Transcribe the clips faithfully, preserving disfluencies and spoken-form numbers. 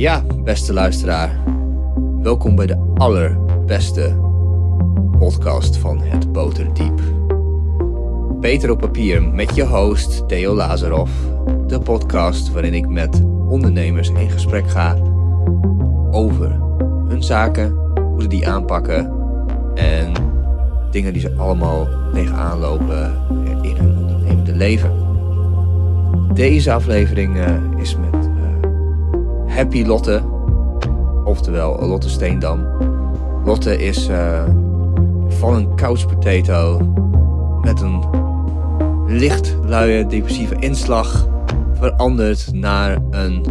Ja, beste luisteraar. Welkom bij de allerbeste podcast van Het Boterdiep. Beter op papier met je host Theo Lazarov. De podcast waarin ik met ondernemers in gesprek ga over hun zaken, hoe ze die aanpakken en dingen die ze allemaal tegenaan lopen in hun ondernemende leven. Deze aflevering uh, is met uh, Happy Lotte, oftewel Lotte Steendam. Lotte is uh, van een couch potato met een licht luie depressieve inslag veranderd naar een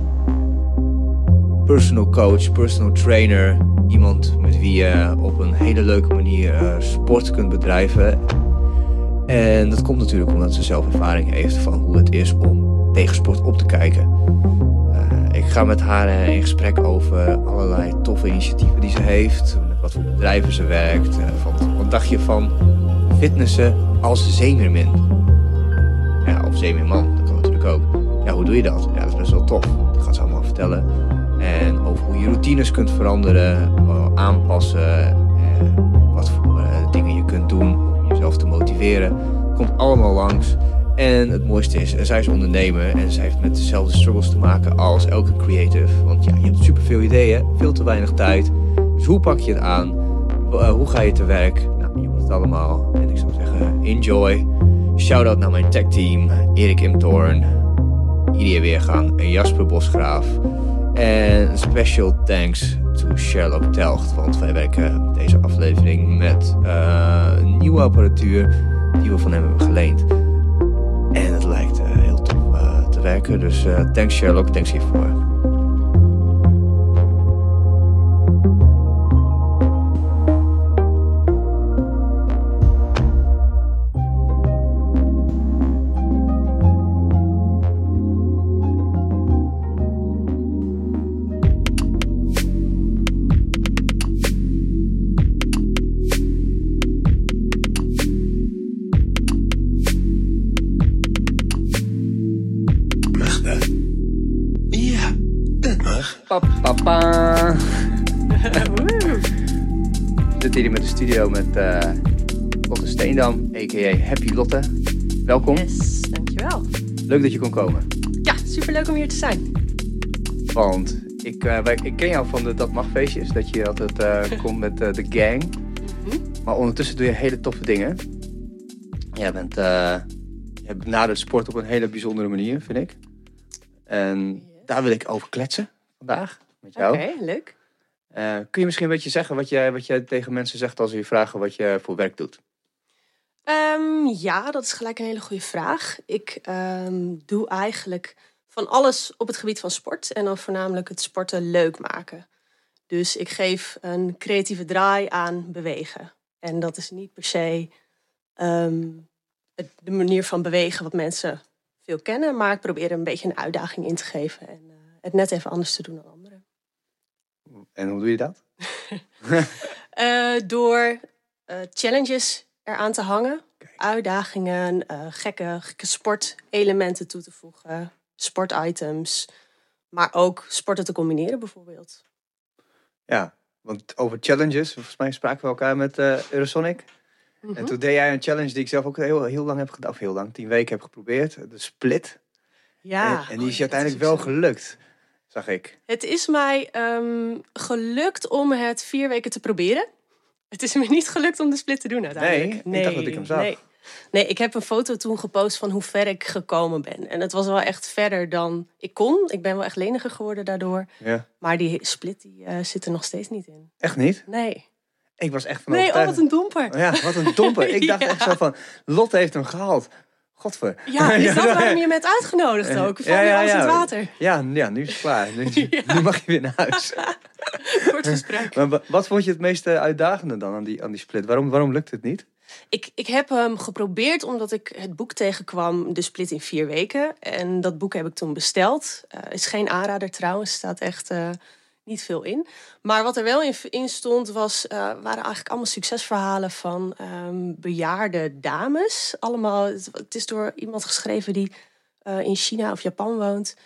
personal coach, personal trainer. Iemand met wie je op een hele leuke manier uh, sport kunt bedrijven. En dat komt natuurlijk omdat ze zelf ervaring heeft van hoe het is om tegen sport op te kijken. Uh, ik ga met haar uh, in gesprek over allerlei toffe initiatieven die ze heeft. Met wat voor bedrijven ze werkt. Uh, van, wat dacht je van fitnessen als zeemeermin? Ja, of zeemeerman, dat kan natuurlijk ook. Ja, hoe doe je dat? Ja, dat is best wel tof. Dat gaat ze allemaal vertellen. En over hoe je routines kunt veranderen, aanpassen. En wat voor uh, dingen je kunt doen om jezelf te motiveren. Komt allemaal langs. En het mooiste is, zij is ondernemer en zij heeft met dezelfde struggles te maken als elke creative. Want ja, je hebt superveel ideeën, veel te weinig tijd. Dus hoe pak je het aan? Uh, hoe ga je te werk? Nou, je hoort het allemaal. En ik zou zeggen, enjoy. Shout-out naar mijn tech-team, Erik Imtoorn, Iria Weergang en Jasper Bosgraaf. En special thanks to Sherlock Telgt, want wij werken deze aflevering met uh, nieuwe apparatuur die we van hem hebben geleend. En het lijkt uh, heel tof uh, te werken, dus uh, thanks Sherlock, thanks hiervoor. Papa. We zitten hier met de studio met uh, Lotte Steendam, a k a. Happy Lotte. Welkom. Yes, dankjewel. Leuk dat je kon komen. Ja, superleuk om hier te zijn. Want ik, uh, wij, ik ken jou van de Dat Mag feestjes, dat je altijd uh, komt met uh, de gang. Mm-hmm. Maar ondertussen doe je hele toffe dingen. Jij bent, uh, je benadert sport op een hele bijzondere manier, vind ik. En yes. Daar wil ik over kletsen vandaag. Oké, okay, leuk. Uh, kun je misschien een beetje zeggen wat je, wat je tegen mensen zegt als ze je vragen wat je voor werk doet? Um, ja, dat is gelijk een hele goede vraag. Ik um, doe eigenlijk van alles op het gebied van sport. En dan voornamelijk het sporten leuk maken. Dus ik geef een creatieve draai aan bewegen. En dat is niet per se um, de manier van bewegen wat mensen veel kennen. Maar ik probeer er een beetje een uitdaging in te geven. En uh, het net even anders te doen dan anderen. En hoe doe je dat? uh, door uh, challenges eraan te hangen. Kijk. Uitdagingen, uh, gekke, gekke sportelementen toe te voegen. Sportitems. Maar ook sporten te combineren bijvoorbeeld. Ja, want over challenges. Volgens mij spraken we elkaar met uh, Eurosonic. Mm-hmm. En toen deed jij een challenge die ik zelf ook heel, heel lang heb gedaan. Of heel lang, tien weken heb geprobeerd. De split. Ja. En, en die is je oh, uiteindelijk wel gelukt. Zag ik. Het is mij um, gelukt om het vier weken te proberen. Het is me niet gelukt om de split te doen uiteindelijk. Nee, nee ik dacht dat ik hem zag. Nee. nee, ik heb een foto toen gepost van hoe ver ik gekomen ben. En het was wel echt verder dan ik kon. Ik ben wel echt leniger geworden daardoor. Ja. Maar die split die, uh, zit er nog steeds niet in. Echt niet? Nee. Ik was echt van Nee, oh, wat een domper. Ja, wat een domper. Ik dacht ja. echt zo van, Lotte heeft hem gehaald. Godver. Ja, is dat waarom je me hebt uitgenodigd ook? Val ja, ja, ja. Alles het water. Ja, ja, nu is het klaar. Nu, ja. nu mag je weer naar huis. Kort gesprek. Maar wat vond je het meest uitdagende dan aan die, aan die split? Waarom, waarom lukt het niet? Ik, ik heb hem um, geprobeerd omdat ik het boek tegenkwam, De Split in vier weken. En dat boek heb ik toen besteld. Uh, is geen aanrader trouwens, staat echt uh, niet veel in. Maar wat er wel in, in stond, was, uh, waren eigenlijk allemaal succesverhalen van um, bejaarde dames. Allemaal, het, het is door iemand geschreven die uh, in China of Japan woont.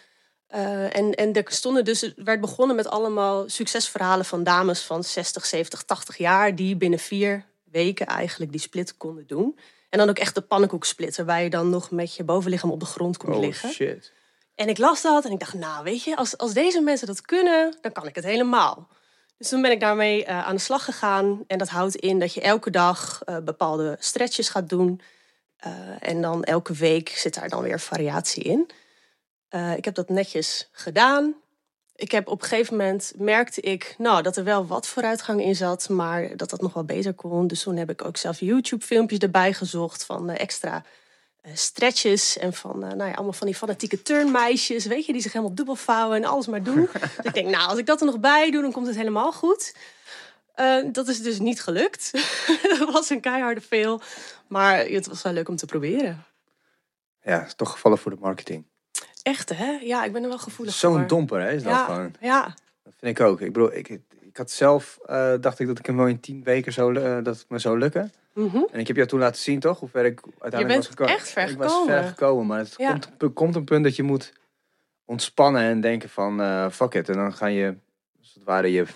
Uh, en, en er stonden dus, het werd begonnen met allemaal succesverhalen van dames van zestig, zeventig, tachtig jaar... die binnen vier weken eigenlijk die split konden doen. En dan ook echt de pannenkoeksplit, waarbij je dan nog met je bovenlichaam op de grond kon oh, liggen. Shit. En ik las dat en ik dacht, nou weet je, als, als deze mensen dat kunnen, dan kan ik het helemaal. Dus toen ben ik daarmee uh, aan de slag gegaan. En dat houdt in dat je elke dag uh, bepaalde stretches gaat doen. Uh, en dan elke week zit daar dan weer variatie in. Uh, ik heb dat netjes gedaan. Ik heb op een gegeven moment merkte ik nou, dat er wel wat vooruitgang in zat, maar dat dat nog wel beter kon. Dus toen heb ik ook zelf YouTube-filmpjes erbij gezocht van uh, extra uh, stretches en van uh, nou ja, allemaal van die fanatieke turnmeisjes, weet je, die zich helemaal dubbel vouwen en alles maar doen. Dus ik denk, nou, als ik dat er nog bij doe, dan komt het helemaal goed. Uh, dat is dus niet gelukt. Dat was een keiharde fail, maar het was wel leuk om te proberen. Ja, is toch gevallen voor de marketing. Echt, hè? Ja, ik ben er wel gevoelig Zo'n voor. Zo'n domper, hè? Is dat ja, gewoon. Ja. Dat vind ik ook. Ik bedoel, ik, ik had zelf, uh, dacht ik dat ik hem wel in tien weken zo, uh, dat het me zou lukken. Mm-hmm. En ik heb jou toen laten zien, toch? Hoe ver ik uiteindelijk je bent was gekomen. echt ver ik gekomen. was ver gekomen, maar het ja. komt, komt een punt dat je moet ontspannen en denken van, uh, fuck it. En dan ga je, als het ware, je,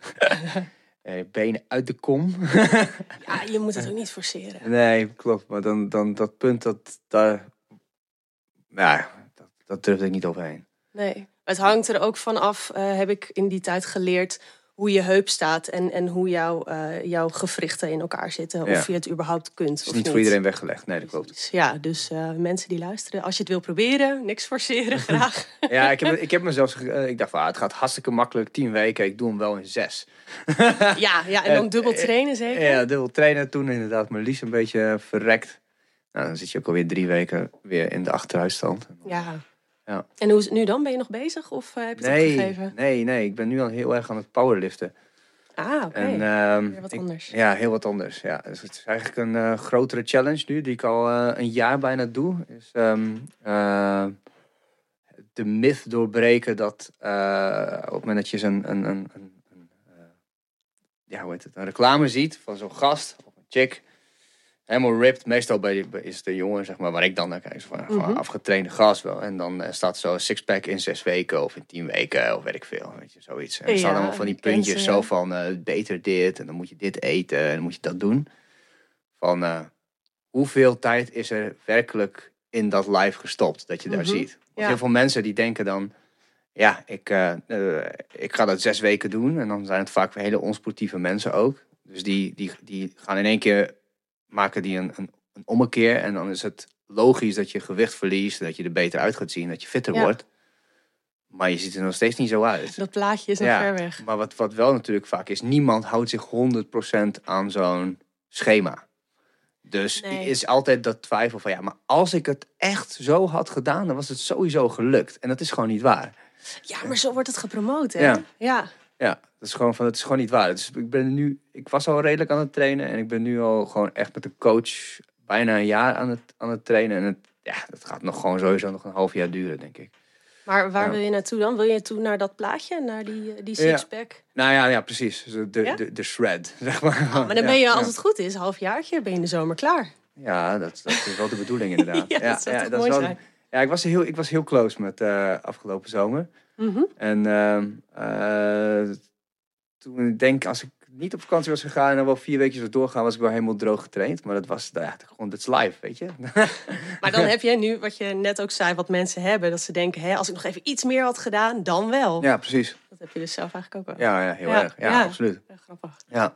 je benen uit de kom. Ja, je moet het ook niet forceren. Nee, klopt. Maar dan, dan dat punt, dat, daar, ja, dat, dat durfde ik niet overheen. Nee, het hangt er ook van af, uh, heb ik in die tijd geleerd, hoe je heup staat en, en hoe jouw, uh, jouw gewrichten in elkaar zitten. Of ja. je het überhaupt kunt. Het is of niet, niet voor iedereen weggelegd, nee, dat klopt. Ja, dus uh, mensen die luisteren, als je het wil proberen, niks forceren, graag. Ja, ik heb, ik heb mezelf, uh, ik dacht van, ah, het gaat hartstikke makkelijk, tien weken, ik doe hem wel in zes. ja, ja, en dan dubbel trainen zeker? Ja, dubbel trainen, toen inderdaad mijn lies een beetje verrekt. Nou, dan zit je ook alweer drie weken weer in de achteruitstand. Ja. Ja. En hoe is het nu dan? Ben je nog bezig of uh, heb je het nee, opgegeven? Nee, nee, ik ben nu al heel erg aan het powerliften. Ah, oké. Okay. Um, wat anders. Ik, ja, heel wat anders. Ja. Dus het is eigenlijk een uh, grotere challenge nu, die ik al uh, een jaar bijna doe. Is um, uh, de myth doorbreken dat uh, op het moment dat je een, een, een, een, een, uh, ja, hoe heet het, een reclame ziet van zo'n gast of een chick, helemaal ripped. Meestal bij, bij is het een jongen, zeg maar, waar ik dan naar kijk. Van, mm-hmm. van afgetrainde gast wel. En dan uh, staat zo een sixpack in zes weken of in tien weken of weet ik veel. Weet je, zoiets. En er staan ja, allemaal van die puntjes ze, zo van uh, beter dit en dan moet je dit eten en dan moet je dat doen. Van uh, hoeveel tijd is er werkelijk in dat live gestopt dat je mm-hmm. daar ziet. Want ja. heel veel mensen die denken dan, ja, ik, uh, uh, ik ga dat zes weken doen. En dan zijn het vaak hele onsportieve mensen ook. Dus die, die, die gaan in één keer, maken die een, een, een ommekeer. En dan is het logisch dat je gewicht verliest, dat je er beter uit gaat zien, dat je fitter ja. wordt. Maar je ziet er nog steeds niet zo uit. Dat plaatje is nog ja, ver weg. Maar wat, wat wel natuurlijk vaak is, niemand houdt zich honderd procent aan zo'n schema. Dus nee. is altijd dat twijfel van, ja, maar als ik het echt zo had gedaan, dan was het sowieso gelukt. En dat is gewoon niet waar. Ja, maar zo wordt het gepromoot, hè? Ja. Ja. Ja, dat is gewoon van, het is gewoon niet waar. Dus ik ben nu, ik was al redelijk aan het trainen en ik ben nu al gewoon echt met de coach bijna een jaar aan het, aan het trainen. En het, ja, dat gaat nog gewoon sowieso nog een half jaar duren, denk ik. Maar waar ja. wil je naartoe dan? Wil je toe naar dat plaatje, naar die, die sixpack? Ja. Nou ja, ja, precies. De, ja? de, de shred, zeg maar. Oh, maar dan ben je, ja, als ja. het goed is, een halfjaartje, ben je in de zomer klaar. Ja, dat, dat is wel de bedoeling inderdaad. ja, dat zou ja, toch dat mooi is wel, zijn. Ja, ik was heel, ik was heel close met uh, afgelopen zomer. Mm-hmm. En uh, uh, toen ik denk, als ik niet op vakantie was gegaan en dan wel vier weken was doorgaan, was ik wel helemaal droog getraind. Maar dat was ja, gewoon, dat is live, weet je. Maar dan heb je nu, wat je net ook zei, wat mensen hebben. Dat ze denken, hè, als ik nog even iets meer had gedaan, dan wel. Ja, precies. Dat heb je dus zelf eigenlijk ook wel. Ja, ja heel ja, erg. Ja, ja, absoluut. Ja, grappig. Ja.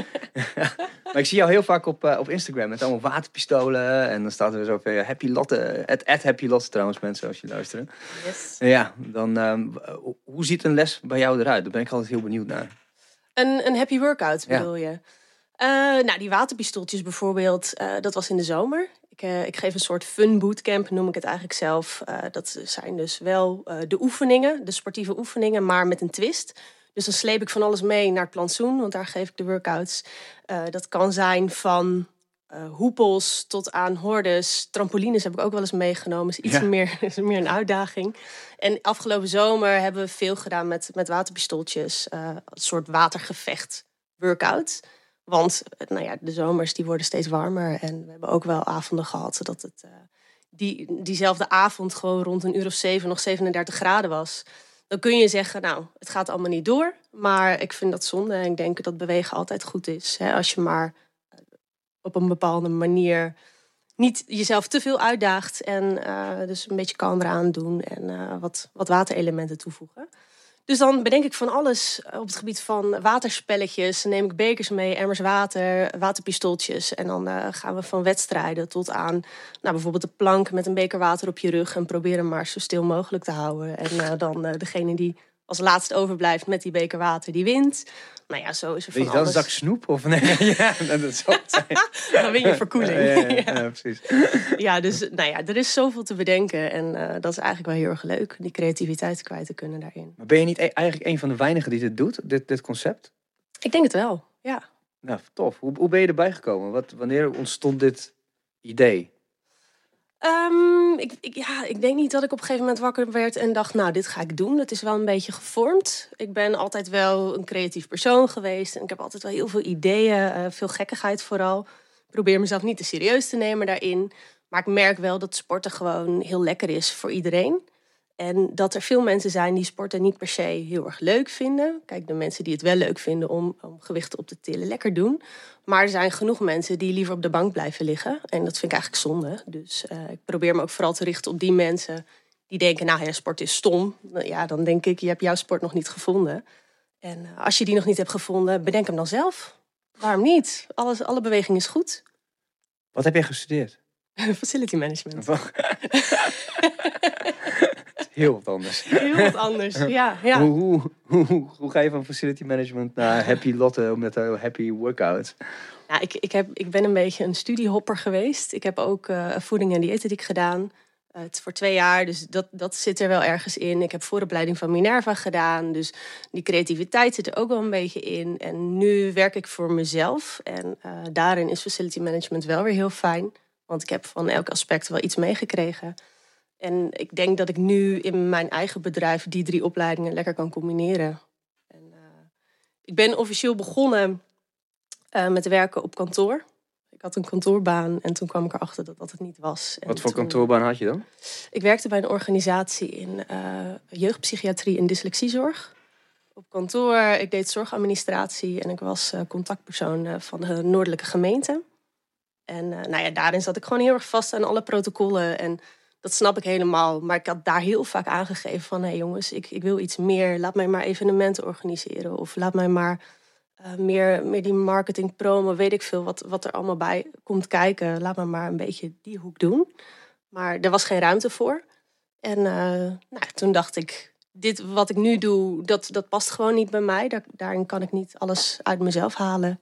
Maar ik zie jou heel vaak op, uh, op Instagram met allemaal waterpistolen. En dan staat er zo van Happy Lotte. At, at Happy Lotte trouwens, mensen, als je luisteren. Yes. Ja, dan um, hoe ziet een les bij jou eruit? Daar ben ik altijd heel benieuwd naar. Een, een happy workout bedoel ja. je? Uh, nou, die waterpistooltjes bijvoorbeeld, uh, dat was in de zomer. Ik, uh, ik geef een soort fun bootcamp, noem ik het eigenlijk zelf. Uh, dat zijn dus wel uh, de oefeningen, de sportieve oefeningen, maar met een twist. Dus dan sleep ik van alles mee naar het plantsoen, want daar geef ik de workouts. Uh, dat kan zijn van uh, hoepels tot aan hordes. Trampolines heb ik ook wel eens meegenomen. Is iets ja. meer, is meer een uitdaging. En afgelopen zomer hebben we veel gedaan met, met waterpistooltjes. Uh, een soort watergevecht workout. Want nou ja, de zomers die worden steeds warmer. En we hebben ook wel avonden gehad dat het uh, die, diezelfde avond gewoon rond een uur of zeven nog zevenendertig graden was. Dan kun je zeggen, nou, het gaat allemaal niet door. Maar ik vind dat zonde en ik denk dat bewegen altijd goed is. Hè? Als je maar op een bepaalde manier niet jezelf te veel uitdaagt. En uh, dus een beetje kalmer aan doen en uh, wat, wat waterelementen toevoegen. Dus dan bedenk ik van alles op het gebied van waterspelletjes. Dan neem ik bekers mee, emmers water, waterpistooltjes. En dan uh, gaan we van wedstrijden tot aan nou, bijvoorbeeld de plank met een beker water op je rug. En proberen maar zo stil mogelijk te houden. En uh, dan uh, degene die als laatste overblijft met die beker water, die wint. Nou ja, zo is er van Weet je alles. dat een zak snoep? Of nee? Ja, dat zal het zijn. Dan win je verkoeling. Ja, ja, ja, ja. ja, precies. Ja, dus nou ja, er is zoveel te bedenken. En uh, dat is eigenlijk wel heel erg leuk. Die creativiteit kwijt te kunnen daarin. Maar ben je niet e- eigenlijk een van de weinigen die dit doet, dit, dit concept? Ik denk het wel, ja. Nou, tof. Hoe, hoe ben je erbij gekomen? Wat, wanneer ontstond dit idee? Um, ik, ik, ja, ik denk niet dat ik op een gegeven moment wakker werd en dacht, nou, dit ga ik doen. Het is wel een beetje gevormd. Ik ben altijd wel een creatief persoon geweest. En ik heb altijd wel heel veel ideeën, uh, veel gekkigheid vooral. Ik probeer mezelf niet te serieus te nemen daarin. Maar ik merk wel dat sporten gewoon heel lekker is voor iedereen. En dat er veel mensen zijn die sporten niet per se heel erg leuk vinden. Kijk, de mensen die het wel leuk vinden om, om gewichten op te tillen, lekker doen. Maar er zijn genoeg mensen die liever op de bank blijven liggen. En dat vind ik eigenlijk zonde. Dus uh, ik probeer me ook vooral te richten op die mensen die denken, nou ja, sport is stom. Ja, dan denk ik, je hebt jouw sport nog niet gevonden. En uh, als je die nog niet hebt gevonden, bedenk hem dan zelf. Waarom niet? Alles, alle beweging is goed. Wat heb jij gestudeerd? Facility management. Heel wat anders. Heel wat anders, ja. ja. Hoe, hoe, hoe, hoe ga je van facility management naar happy Lotte met een happy workout? Ja, ik, ik, heb, ik ben een beetje een studiehopper geweest. Ik heb ook uh, voeding en diëtetiek gedaan. Uh, het is voor twee jaar, dus dat, dat zit er wel ergens in. Ik heb vooropleiding van Minerva gedaan. Dus die creativiteit zit er ook wel een beetje in. En nu werk ik voor mezelf. En uh, daarin is facility management wel weer heel fijn. Want ik heb van elk aspect wel iets meegekregen. En ik denk dat ik nu in mijn eigen bedrijf die drie opleidingen lekker kan combineren. En, uh, ik ben officieel begonnen uh, met werken op kantoor. Ik had een kantoorbaan en toen kwam ik erachter dat dat het niet was. En Wat voor toen, kantoorbaan had je dan? Ik werkte bij een organisatie in uh, jeugdpsychiatrie en dyslexiezorg. Op kantoor, ik deed zorgadministratie en ik was uh, contactpersoon uh, van de noordelijke gemeente. En uh, nou ja, daarin zat ik gewoon heel erg vast aan alle protocollen en dat snap ik helemaal. Maar ik had daar heel vaak aangegeven van, hé hey jongens, ik, ik wil iets meer. Laat mij maar evenementen organiseren. Of laat mij maar uh, meer, meer die marketing, promo, weet ik veel, wat, wat er allemaal bij komt kijken. Laat me maar een beetje die hoek doen. Maar er was geen ruimte voor. En uh, nou, toen dacht ik, dit wat ik nu doe, dat, dat past gewoon niet bij mij. Daar, daarin kan ik niet alles uit mezelf halen.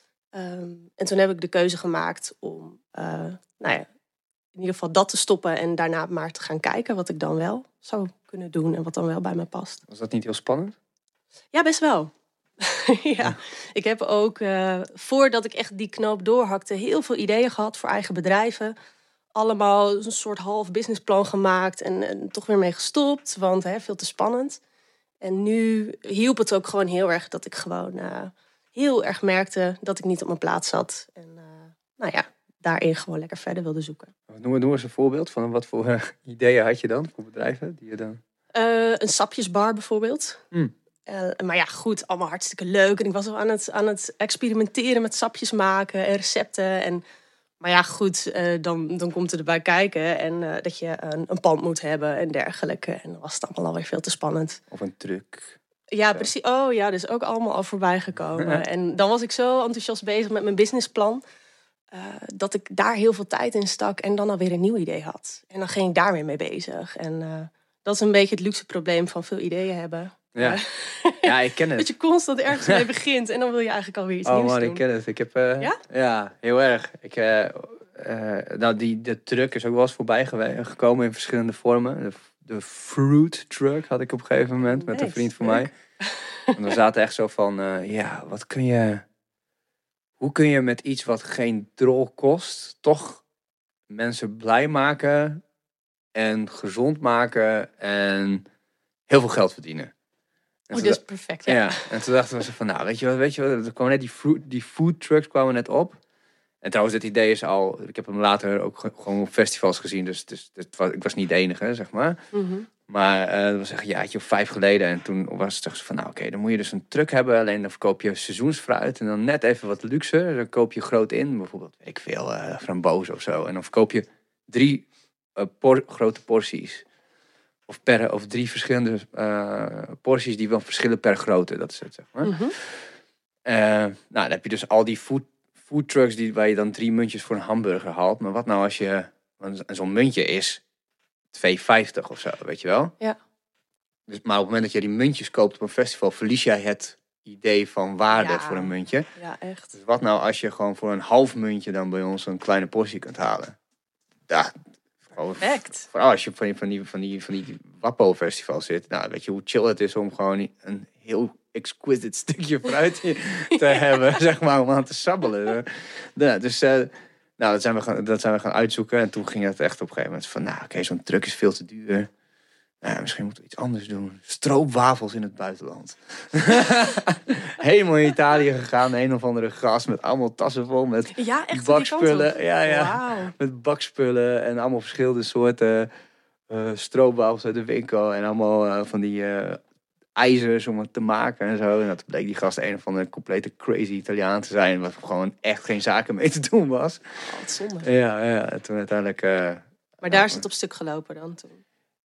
Um, en toen heb ik de keuze gemaakt om, uh, nou ja, in ieder geval dat te stoppen en daarna maar te gaan kijken wat ik dan wel zou kunnen doen en wat dan wel bij me past. Was dat niet heel spannend? Ja, best wel. ja, ik heb ook, uh, voordat ik echt die knoop doorhakte, heel veel ideeën gehad voor eigen bedrijven. Allemaal een soort half businessplan gemaakt en, en toch weer mee gestopt, want hè, veel te spannend. En nu hielp het ook gewoon heel erg dat ik gewoon uh, heel erg merkte dat ik niet op mijn plaats zat. En uh, nou ja, daarin gewoon lekker verder wilde zoeken. Noem, noem eens een voorbeeld van wat voor uh, ideeën had je dan voor bedrijven die je dan? Uh, een sapjesbar bijvoorbeeld. Mm. Uh, maar ja, goed, allemaal hartstikke leuk. En ik was al aan het, aan het experimenteren met sapjes maken en recepten. En, maar ja, goed, uh, dan, dan komt het erbij kijken. En uh, dat je een, een pand moet hebben en dergelijke. En dan was het allemaal alweer veel te spannend. Of een truc. Ja, zo. Precies. Oh ja, dus ook allemaal al voorbij gekomen. Ja. En dan was ik zo enthousiast bezig met mijn businessplan. Uh, dat ik daar heel veel tijd in stak en dan alweer een nieuw idee had. En dan ging ik daar weer mee bezig. En uh, dat is een beetje het luxe probleem van veel ideeën hebben. Ja, ja ik ken het. Dat je constant ergens mee begint en dan wil je eigenlijk alweer iets oh, nieuws man, doen. Ik ken het. Ik heb, uh, ja? Ja, heel erg. Ik, uh, uh, nou, die, de truck is ook wel eens voorbij gekomen in verschillende vormen. De, de fruit truck had ik op een gegeven moment met nice. Een vriend van mij. En we zaten echt zo van, uh, ja, wat kun je... Hoe kun je met iets wat geen drol kost, toch mensen blij maken en gezond maken en heel veel geld verdienen? En oh, dat is perfect, ja. ja. En toen dachten we zo van, nou, weet je wat, weet je wat, er kwamen net die, fruit, die food trucks kwamen net op. En trouwens, dit idee is al... Ik heb hem later ook ge- gewoon op festivals gezien. Dus, dus het was, ik was niet de enige, zeg maar. Mm-hmm. Maar uh, dat was echt een jaartje of vijf geleden. En toen was het van, nou oké, okay, dan moet je dus een truck hebben. Alleen dan verkoop je seizoensfruit. En dan net even wat luxe. Dan koop je groot in. Bijvoorbeeld, weet ik veel, uh, frambozen of zo. En dan verkoop je drie uh, por- grote porties. Of, per, of drie verschillende uh, porties die wel verschillen per grootte. Dat is het, zeg maar. Mm-hmm. Uh, nou, dan heb je dus al die food, food trucks die, waar je dan drie muntjes voor een hamburger haalt. Maar wat nou als je... Zo'n muntje is twee vijftig of zo, weet je wel? Ja. Dus, maar op het moment dat je die muntjes koopt op een festival... verlies jij het idee van waarde Ja. voor een muntje. Ja, echt. Dus wat nou als je gewoon voor een half muntje... dan bij ons een kleine portie kunt halen? Ja, Perfect. Vooral als je van die, van die, van die, van die Wappo-festival zit. Nou, weet je hoe chill het is om gewoon een heel exquisite stukje fruit te hebben, zeg maar, om aan te sabbelen. Ja, dus uh, nou, dat, zijn we gaan, dat zijn we gaan uitzoeken. En toen ging het echt op een gegeven moment van, nou, oké, okay, zo'n truck is veel te duur. Nou, misschien moeten we iets anders doen. Stroopwafels in het buitenland. Helemaal in Italië gegaan. Een of andere gast met allemaal tassen vol met ja, echt bakspullen. Ja, ja. Wow. Met bakspullen en allemaal verschillende soorten uh, stroopwafels uit de winkel. En allemaal uh, van die uh, ijzers om het te maken en zo. En dat bleek die gast een of andere complete crazy Italiaan te zijn. Wat gewoon echt geen zaken mee te doen was. Oh, wat zonde. Ja, ja. En toen uiteindelijk... Uh, maar daar is het op stuk gelopen dan toen?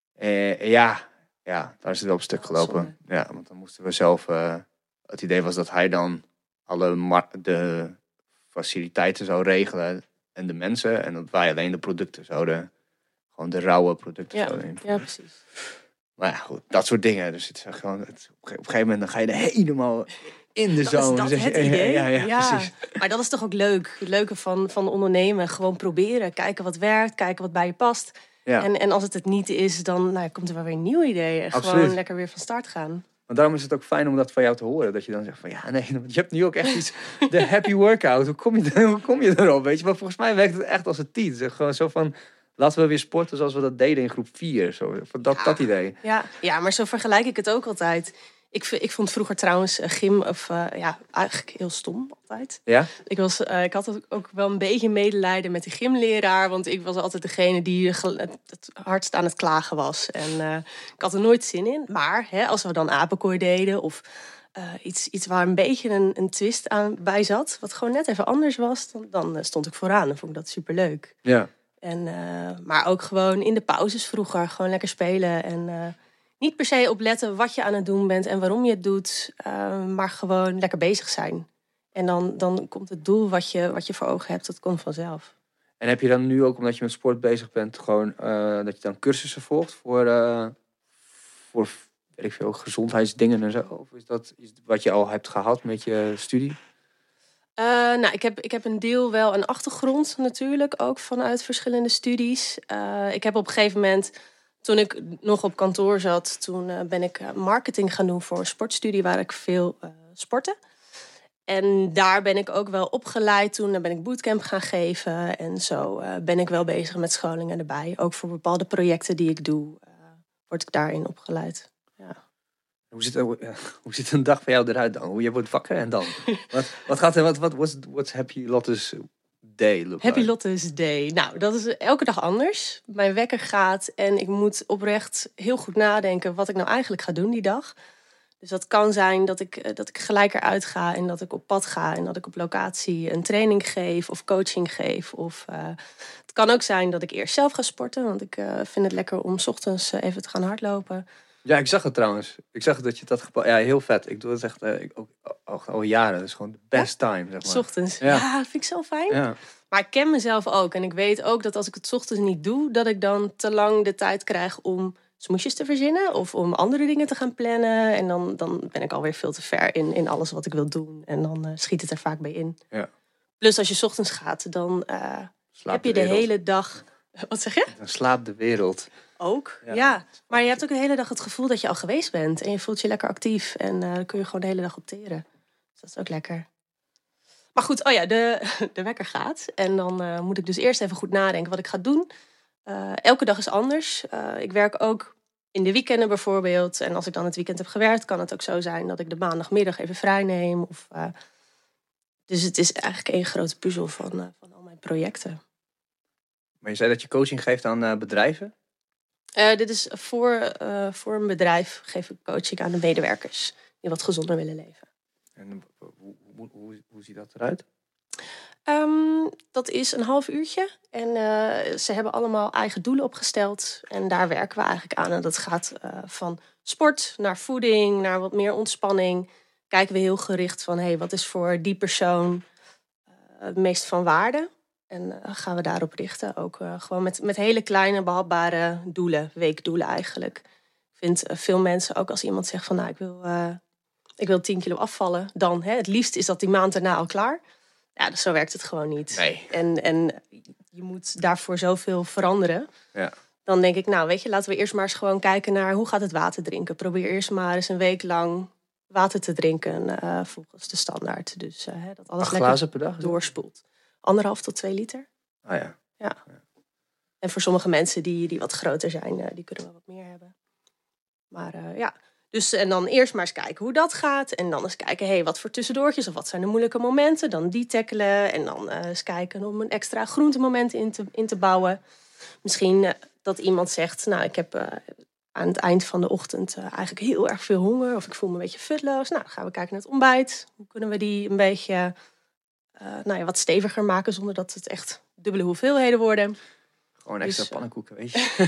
Uh, ja, ja, daar is het wel op stuk gelopen. Zonde. Ja, want dan moesten we zelf... Uh, het idee was dat hij dan alle mar- de faciliteiten zou regelen en de mensen. En dat wij alleen de producten zouden... Gewoon de rauwe producten ja, zouden invoeren. Ja, precies. Maar ja, goed, dat soort dingen. Dus het is gewoon, het, op een gegeven moment dan ga je er helemaal in de zone. Dat is dat het idee? Ja, ja, ja, ja, precies. Maar dat is toch ook leuk. Het leuke van, van ondernemen. Gewoon proberen. Kijken wat werkt. Kijken wat bij je past. Ja. En, en als het het niet is, dan nou, komt er wel weer een nieuw idee. En Absoluut. gewoon lekker weer van start gaan. Maar daarom is het ook fijn om dat van jou te horen. Dat je dan zegt van ja, nee, je hebt nu ook echt iets... De happy workout, hoe kom je, hoe kom je erop? Weet je, maar volgens mij werkt het echt als een team. Het gewoon zo van... Laten we weer sporten zoals we dat deden in groep vier. Zo, dat, ja. dat idee. Ja. ja, maar zo vergelijk ik het ook altijd. Ik, ik vond vroeger trouwens gym of, uh, ja, eigenlijk heel stom altijd. Ja? Ik, was, uh, ik had ook wel een beetje medelijden met die gymleraar. Want ik was altijd degene die het hardst aan het klagen was. En uh, ik had er nooit zin in. Maar hè, als we dan apenkooi deden of uh, iets, iets waar een beetje een, een twist aan bij zat. Wat gewoon net even anders was. Dan, dan stond ik vooraan en vond ik dat superleuk. Ja. En, uh, maar ook gewoon in de pauzes vroeger. Gewoon lekker spelen. En uh, niet per se opletten wat je aan het doen bent en waarom je het doet. Uh, maar gewoon lekker bezig zijn. En dan, dan komt het doel wat je, wat je voor ogen hebt, dat komt vanzelf. En heb je dan nu ook, omdat je met sport bezig bent, gewoon uh, dat je dan cursussen volgt voor, uh, voor weet ik veel, gezondheidsdingen en zo? Of is dat is wat je al hebt gehad met je studie? Uh, nou, ik heb, ik heb een deel wel een achtergrond natuurlijk, ook vanuit verschillende studies. Uh, ik heb op een gegeven moment, toen ik nog op kantoor zat, toen uh, ben ik marketing gaan doen voor een sportstudie waar ik veel uh, sportte. En daar ben ik ook wel opgeleid toen. Daar ben ik bootcamp gaan geven. En zo uh, ben ik wel bezig met scholingen erbij. Ook voor bepaalde projecten die ik doe, uh, word ik daarin opgeleid. Ja. Hoe ziet, hoe ziet een dag van jou eruit dan? Hoe je wordt wakker en dan? wat, wat gaat er, wat, wat what's, what's Happy Lotte's day look Happy like? Lotte's day. Nou, dat is elke dag anders. Mijn wekker gaat en ik moet oprecht heel goed nadenken wat ik nou eigenlijk ga doen die dag. Dus dat kan zijn dat ik, dat ik gelijk eruit ga en dat ik op pad ga en dat ik op locatie een training geef of coaching geef. Of, uh, het kan ook zijn dat ik eerst zelf ga sporten, want ik uh, vind het lekker om 's ochtends uh, even te gaan hardlopen. Ja, ik zag het trouwens. Ik zag dat je dat gepakt. Ja, heel vet. Ik doe het echt uh, ik, ook, al, al jaren. Dat is gewoon de best time, zeg maar. 's ochtends. Ja. ja, dat vind ik zo fijn. Ja. Maar ik ken mezelf ook. En ik weet ook dat als ik het 's ochtends niet doe, dat ik dan te lang de tijd krijg om smoesjes te verzinnen of om andere dingen te gaan plannen. En dan, dan ben ik alweer veel te ver in, in alles wat ik wil doen. En dan uh, schiet het er vaak bij in. Ja. Plus als je 's ochtends gaat, dan uh, heb je de, de hele dag... Wat zeg je? Dan slaapt de wereld. Ook, ja. ja. Maar je hebt ook de hele dag het gevoel dat je al geweest bent. En je voelt je lekker actief. En uh, dan kun je gewoon de hele dag opteren. Dus dat is ook lekker. Maar goed, oh ja, de, de wekker gaat. En dan uh, moet ik dus eerst even goed nadenken wat ik ga doen. Uh, elke dag is anders. Uh, ik werk ook in de weekenden bijvoorbeeld. En als ik dan het weekend heb gewerkt, kan het ook zo zijn dat ik de maandagmiddag even vrij neem. Of uh, Dus het is eigenlijk één grote puzzel van, uh, van al mijn projecten. Maar je zei dat je coaching geeft aan uh, bedrijven? Uh, dit is voor, uh, voor een bedrijf geef ik coaching aan de medewerkers die wat gezonder willen leven. En hoe, hoe, hoe, hoe ziet dat eruit? Um, dat is een half uurtje. En uh, ze hebben allemaal eigen doelen opgesteld. En daar werken we eigenlijk aan. En dat gaat uh, van sport naar voeding, naar wat meer ontspanning. Kijken we heel gericht van, hey, wat is voor die persoon uh, het meest van waarde? En uh, gaan we daarop richten. Ook uh, gewoon met, met hele kleine behapbare doelen. Weekdoelen eigenlijk. Ik vind uh, veel mensen, ook als iemand zegt van, nou, ik wil, uh, ik wil tien kilo afvallen. Dan, hè, het liefst is dat die maand daarna al klaar. Ja, dus zo werkt het gewoon niet. Nee. En, en je moet daarvoor zoveel veranderen. Ja. Dan denk ik, nou weet je, laten we eerst maar eens gewoon kijken naar hoe gaat het water drinken. Probeer eerst maar eens een week lang water te drinken uh, volgens de standaard. Dus uh, dat alles Acht lekker glazen per dag doorspoelt. Anderhalf tot twee liter. Ah ja. Ja. ja. En voor sommige mensen die, die wat groter zijn, uh, die kunnen wel wat meer hebben. Maar uh, ja... Dus en dan eerst maar eens kijken hoe dat gaat. En dan eens kijken, hé, hey, wat voor tussendoortjes of wat zijn de moeilijke momenten. Dan die tackelen. En dan uh, eens kijken om een extra groentemoment in te, in te bouwen. Misschien uh, dat iemand zegt, nou, ik heb uh, aan het eind van de ochtend uh, eigenlijk heel erg veel honger. Of ik voel me een beetje futloos. Nou, dan gaan we kijken naar het ontbijt. Hoe kunnen we die een beetje uh, nou ja, wat steviger maken zonder dat het echt dubbele hoeveelheden worden. Gewoon extra dus, pannenkoeken, weet je.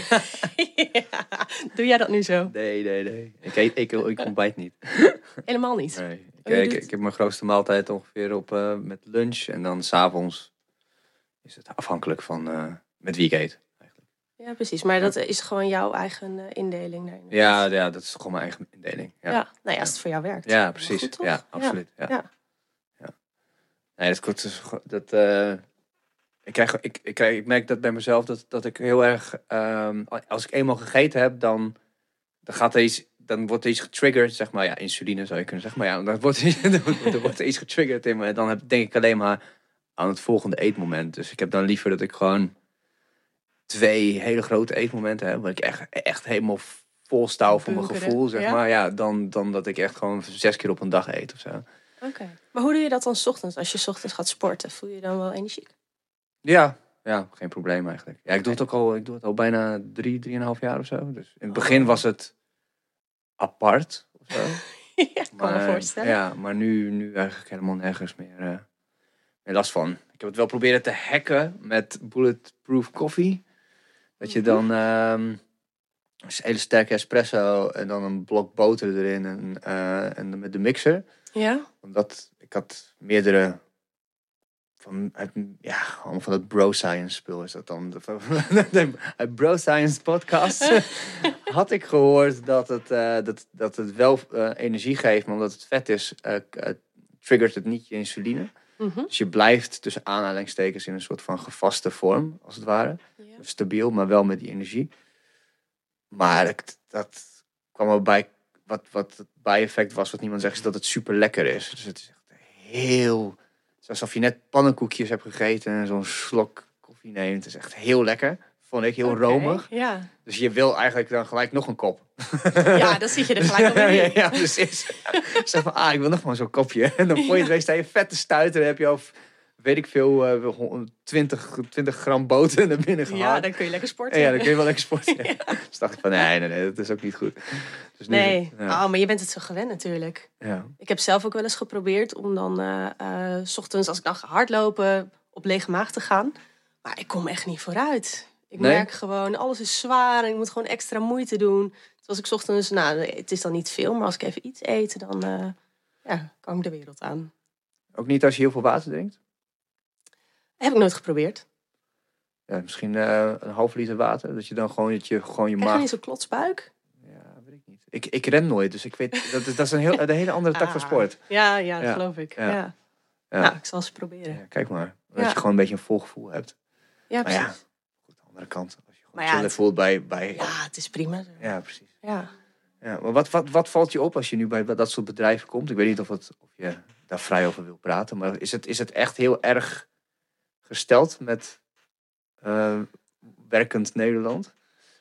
Ja, doe jij dat nu zo? Nee, nee, nee. Ik, eet, ik, ik ontbijt niet. Helemaal niet? Nee. Ik, ik, ik heb mijn grootste maaltijd ongeveer op uh, met lunch. En dan 's avonds is het afhankelijk van uh, met wie ik eet. Eigenlijk. Ja, precies. Maar ja. dat is gewoon jouw eigen uh, indeling? Daarin. Ja, ja, dat is gewoon mijn eigen indeling. Ja, ja nou ja, als het voor jou werkt. Ja, precies. Goed, ja, absoluut. Ja. Ja. Ja. Nee, dat is dat... Uh, Ik, krijg, ik, ik, krijg, ik merk dat bij mezelf dat, dat ik heel erg... Um, als ik eenmaal gegeten heb, dan, dan, gaat er iets, dan wordt er iets getriggerd. Zeg maar, ja, insuline zou je kunnen zeggen. Maar ja, dan wordt, dan wordt er iets getriggerd in me. En dan heb, denk ik alleen maar aan het volgende eetmoment. Dus ik heb dan liever dat ik gewoon twee hele grote eetmomenten heb. Waar ik echt, echt helemaal vol stouw voor mijn gevoel, zeg ja. maar. Ja, dan, dan dat ik echt gewoon zes keer op een dag eet of zo. Oké. Okay. Maar hoe doe je dat dan 's ochtends? Als je 's ochtends gaat sporten, voel je je dan wel energiek? Ja, ja, geen probleem eigenlijk. Ja, ik doe het ook al, ik doe het al bijna drie, drieënhalf jaar of zo. Dus in het begin was het apart of zo. Ja, ik kan me voorstellen. Ja, maar nu, nu eigenlijk helemaal nergens meer, uh, meer last van. Ik heb het wel proberen te hacken met Bulletproof Coffee. Dat je dan um, een hele sterke espresso en dan een blok boter erin en, uh, en met de mixer. Ja. Omdat ik had meerdere... Van, uit, ja, allemaal van het bro science spul is dat dan. De, de bro science podcast had ik gehoord dat het, uh, dat, dat het wel uh, energie geeft, maar omdat het vet is, uh, uh, triggert het niet je insuline. Mm-hmm. Dus je blijft tussen aanhalingstekens in een soort van gevaste vorm, als het ware. Ja. Stabiel, maar wel met die energie. Maar dat, dat kwam erbij, wat, wat het bijeffect was, wat niemand zegt, is dat het super lekker is. Dus het is echt heel... Alsof je net pannenkoekjes hebt gegeten en zo'n slok koffie neemt. Het is echt heel lekker. Vond ik heel okay, romig. Ja. Dus je wil eigenlijk dan gelijk nog een kop. Ja, dan zit je er gelijk op in. Ja, ja, precies. Zeg van, ah, ik wil nog maar zo'n kopje. En dan voor je het weet sta je vet te stuiten. Dan heb je al, weet ik veel, uh, twintig, twintig gram boter naar binnen gehaald. Ja, dan kun je lekker sporten. Ja, dan kun je wel lekker sporten. Ja. Ja. Dus dacht ik van, nee, nee, nee, dat is ook niet goed. Dus nu, nee, ja. Oh, maar je bent het zo gewend natuurlijk. Ja. Ik heb zelf ook wel eens geprobeerd om dan uh, uh, 's ochtends, als ik dan ga hardlopen, op lege maag te gaan. Maar ik kom echt niet vooruit. Ik nee? merk gewoon, alles is zwaar en ik moet gewoon extra moeite doen. Dus als ik 's ochtends, nou, het is dan niet veel, maar als ik even iets eet, dan uh, ja, kan ik de wereld aan. Ook niet als je heel veel water drinkt? Heb ik nooit geprobeerd. Ja, misschien uh, een half liter water, dat je dan gewoon, dat je, gewoon je maag... maag... Krijg je niet zo'n klotsbuik? Ja, weet ik niet. Ik, ik ren nooit, dus ik weet, dat is, dat is een, heel, een hele andere tak ah, van sport. Ja, ja, dat ja. geloof ik. Ja. Ja. Ja. Nou, ik zal eens proberen. Ja, kijk maar, dat ja. je gewoon een beetje een vol gevoel hebt. Ja, precies. Maar ja, goed, de andere kant, als je gewoon ja, chillen het... voelt bij, bij... Ja, het is prima. Ja, precies. Ja. Ja, maar wat, wat, wat valt je op als je nu bij dat soort bedrijven komt? Ik weet niet of, het, of je daar vrij over wil praten, maar is het, is het echt heel erg gesteld met uh, werkend Nederland?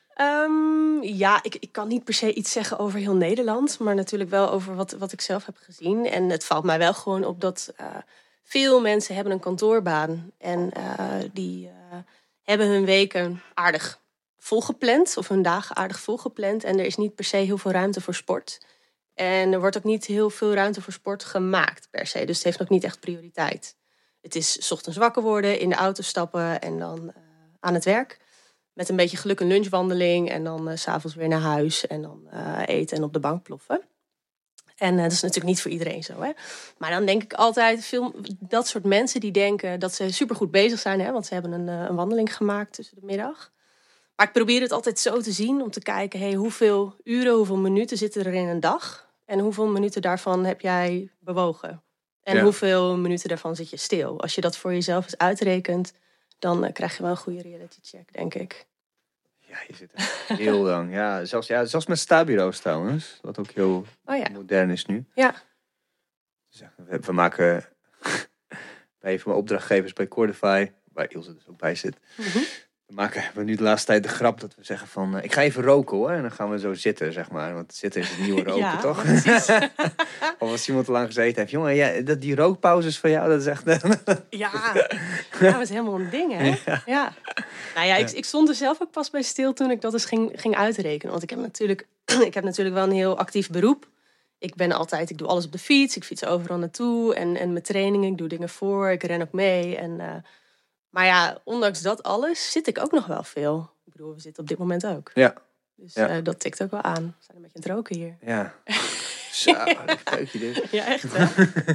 Um, ja, ik, ik kan niet per se iets zeggen over heel Nederland, maar natuurlijk wel over wat, wat ik zelf heb gezien. En het valt mij wel gewoon op dat uh, veel mensen hebben een kantoorbaan. En uh, die uh, hebben hun weken aardig volgepland. Of hun dagen aardig volgepland. En er is niet per se heel veel ruimte voor sport. En er wordt ook niet heel veel ruimte voor sport gemaakt per se. Dus het heeft nog niet echt prioriteit. Het is 's ochtends wakker worden, in de auto stappen en dan uh, aan het werk. Met een beetje geluk een lunchwandeling. En dan uh, 's avonds weer naar huis. En dan uh, eten en op de bank ploffen. En uh, dat is natuurlijk niet voor iedereen zo. Hè? Maar dan denk ik altijd, veel, dat soort mensen die denken dat ze supergoed bezig zijn. Hè? Want ze hebben een, uh, een wandeling gemaakt tussen de middag. Maar ik probeer het altijd zo te zien. Om te kijken, hey, hoeveel uren, hoeveel minuten zitten er in een dag? En hoeveel minuten daarvan heb jij bewogen? En ja. hoeveel minuten daarvan zit je stil? Als je dat voor jezelf eens uitrekent, dan uh, krijg je wel een goede reality check, denk ik. Ja, je zit er heel lang. Ja, zelfs, ja, zelfs met sta-bureaus trouwens. Wat ook heel oh ja. modern is nu. Ja. Dus we, we maken bij een van mijn opdrachtgevers bij Cordify, waar Ilse dus ook bij zit. Mm-hmm. We maken we nu de laatste tijd de grap dat we zeggen van... Uh, ik ga even roken hoor. En dan gaan we zo zitten, zeg maar. Want zitten is het nieuwe roken, ja, toch? Precies. Of als iemand te lang gezeten heeft. Jongen, ja, dat, die rookpauzes van jou, dat is echt... ja. ja, dat is helemaal een ding, hè? Ja. ja. Nou ja, ik, ik stond er zelf ook pas bij stil toen ik dat eens ging, ging uitrekenen. Want ik heb natuurlijk, ik heb natuurlijk wel een heel actief beroep. Ik ben altijd, ik doe alles op de fiets. Ik fiets overal naartoe. En, en mijn trainingen, ik doe dingen voor. Ik ren ook mee. En... Uh, Maar ja, ondanks dat alles zit ik ook nog wel veel. Ik bedoel, we zitten op dit moment ook. Ja. Dus ja. Uh, dat tikt ook wel aan. We zijn een beetje aan het roken hier. Ja. Zo, leuk je dit. Ja, echt hè?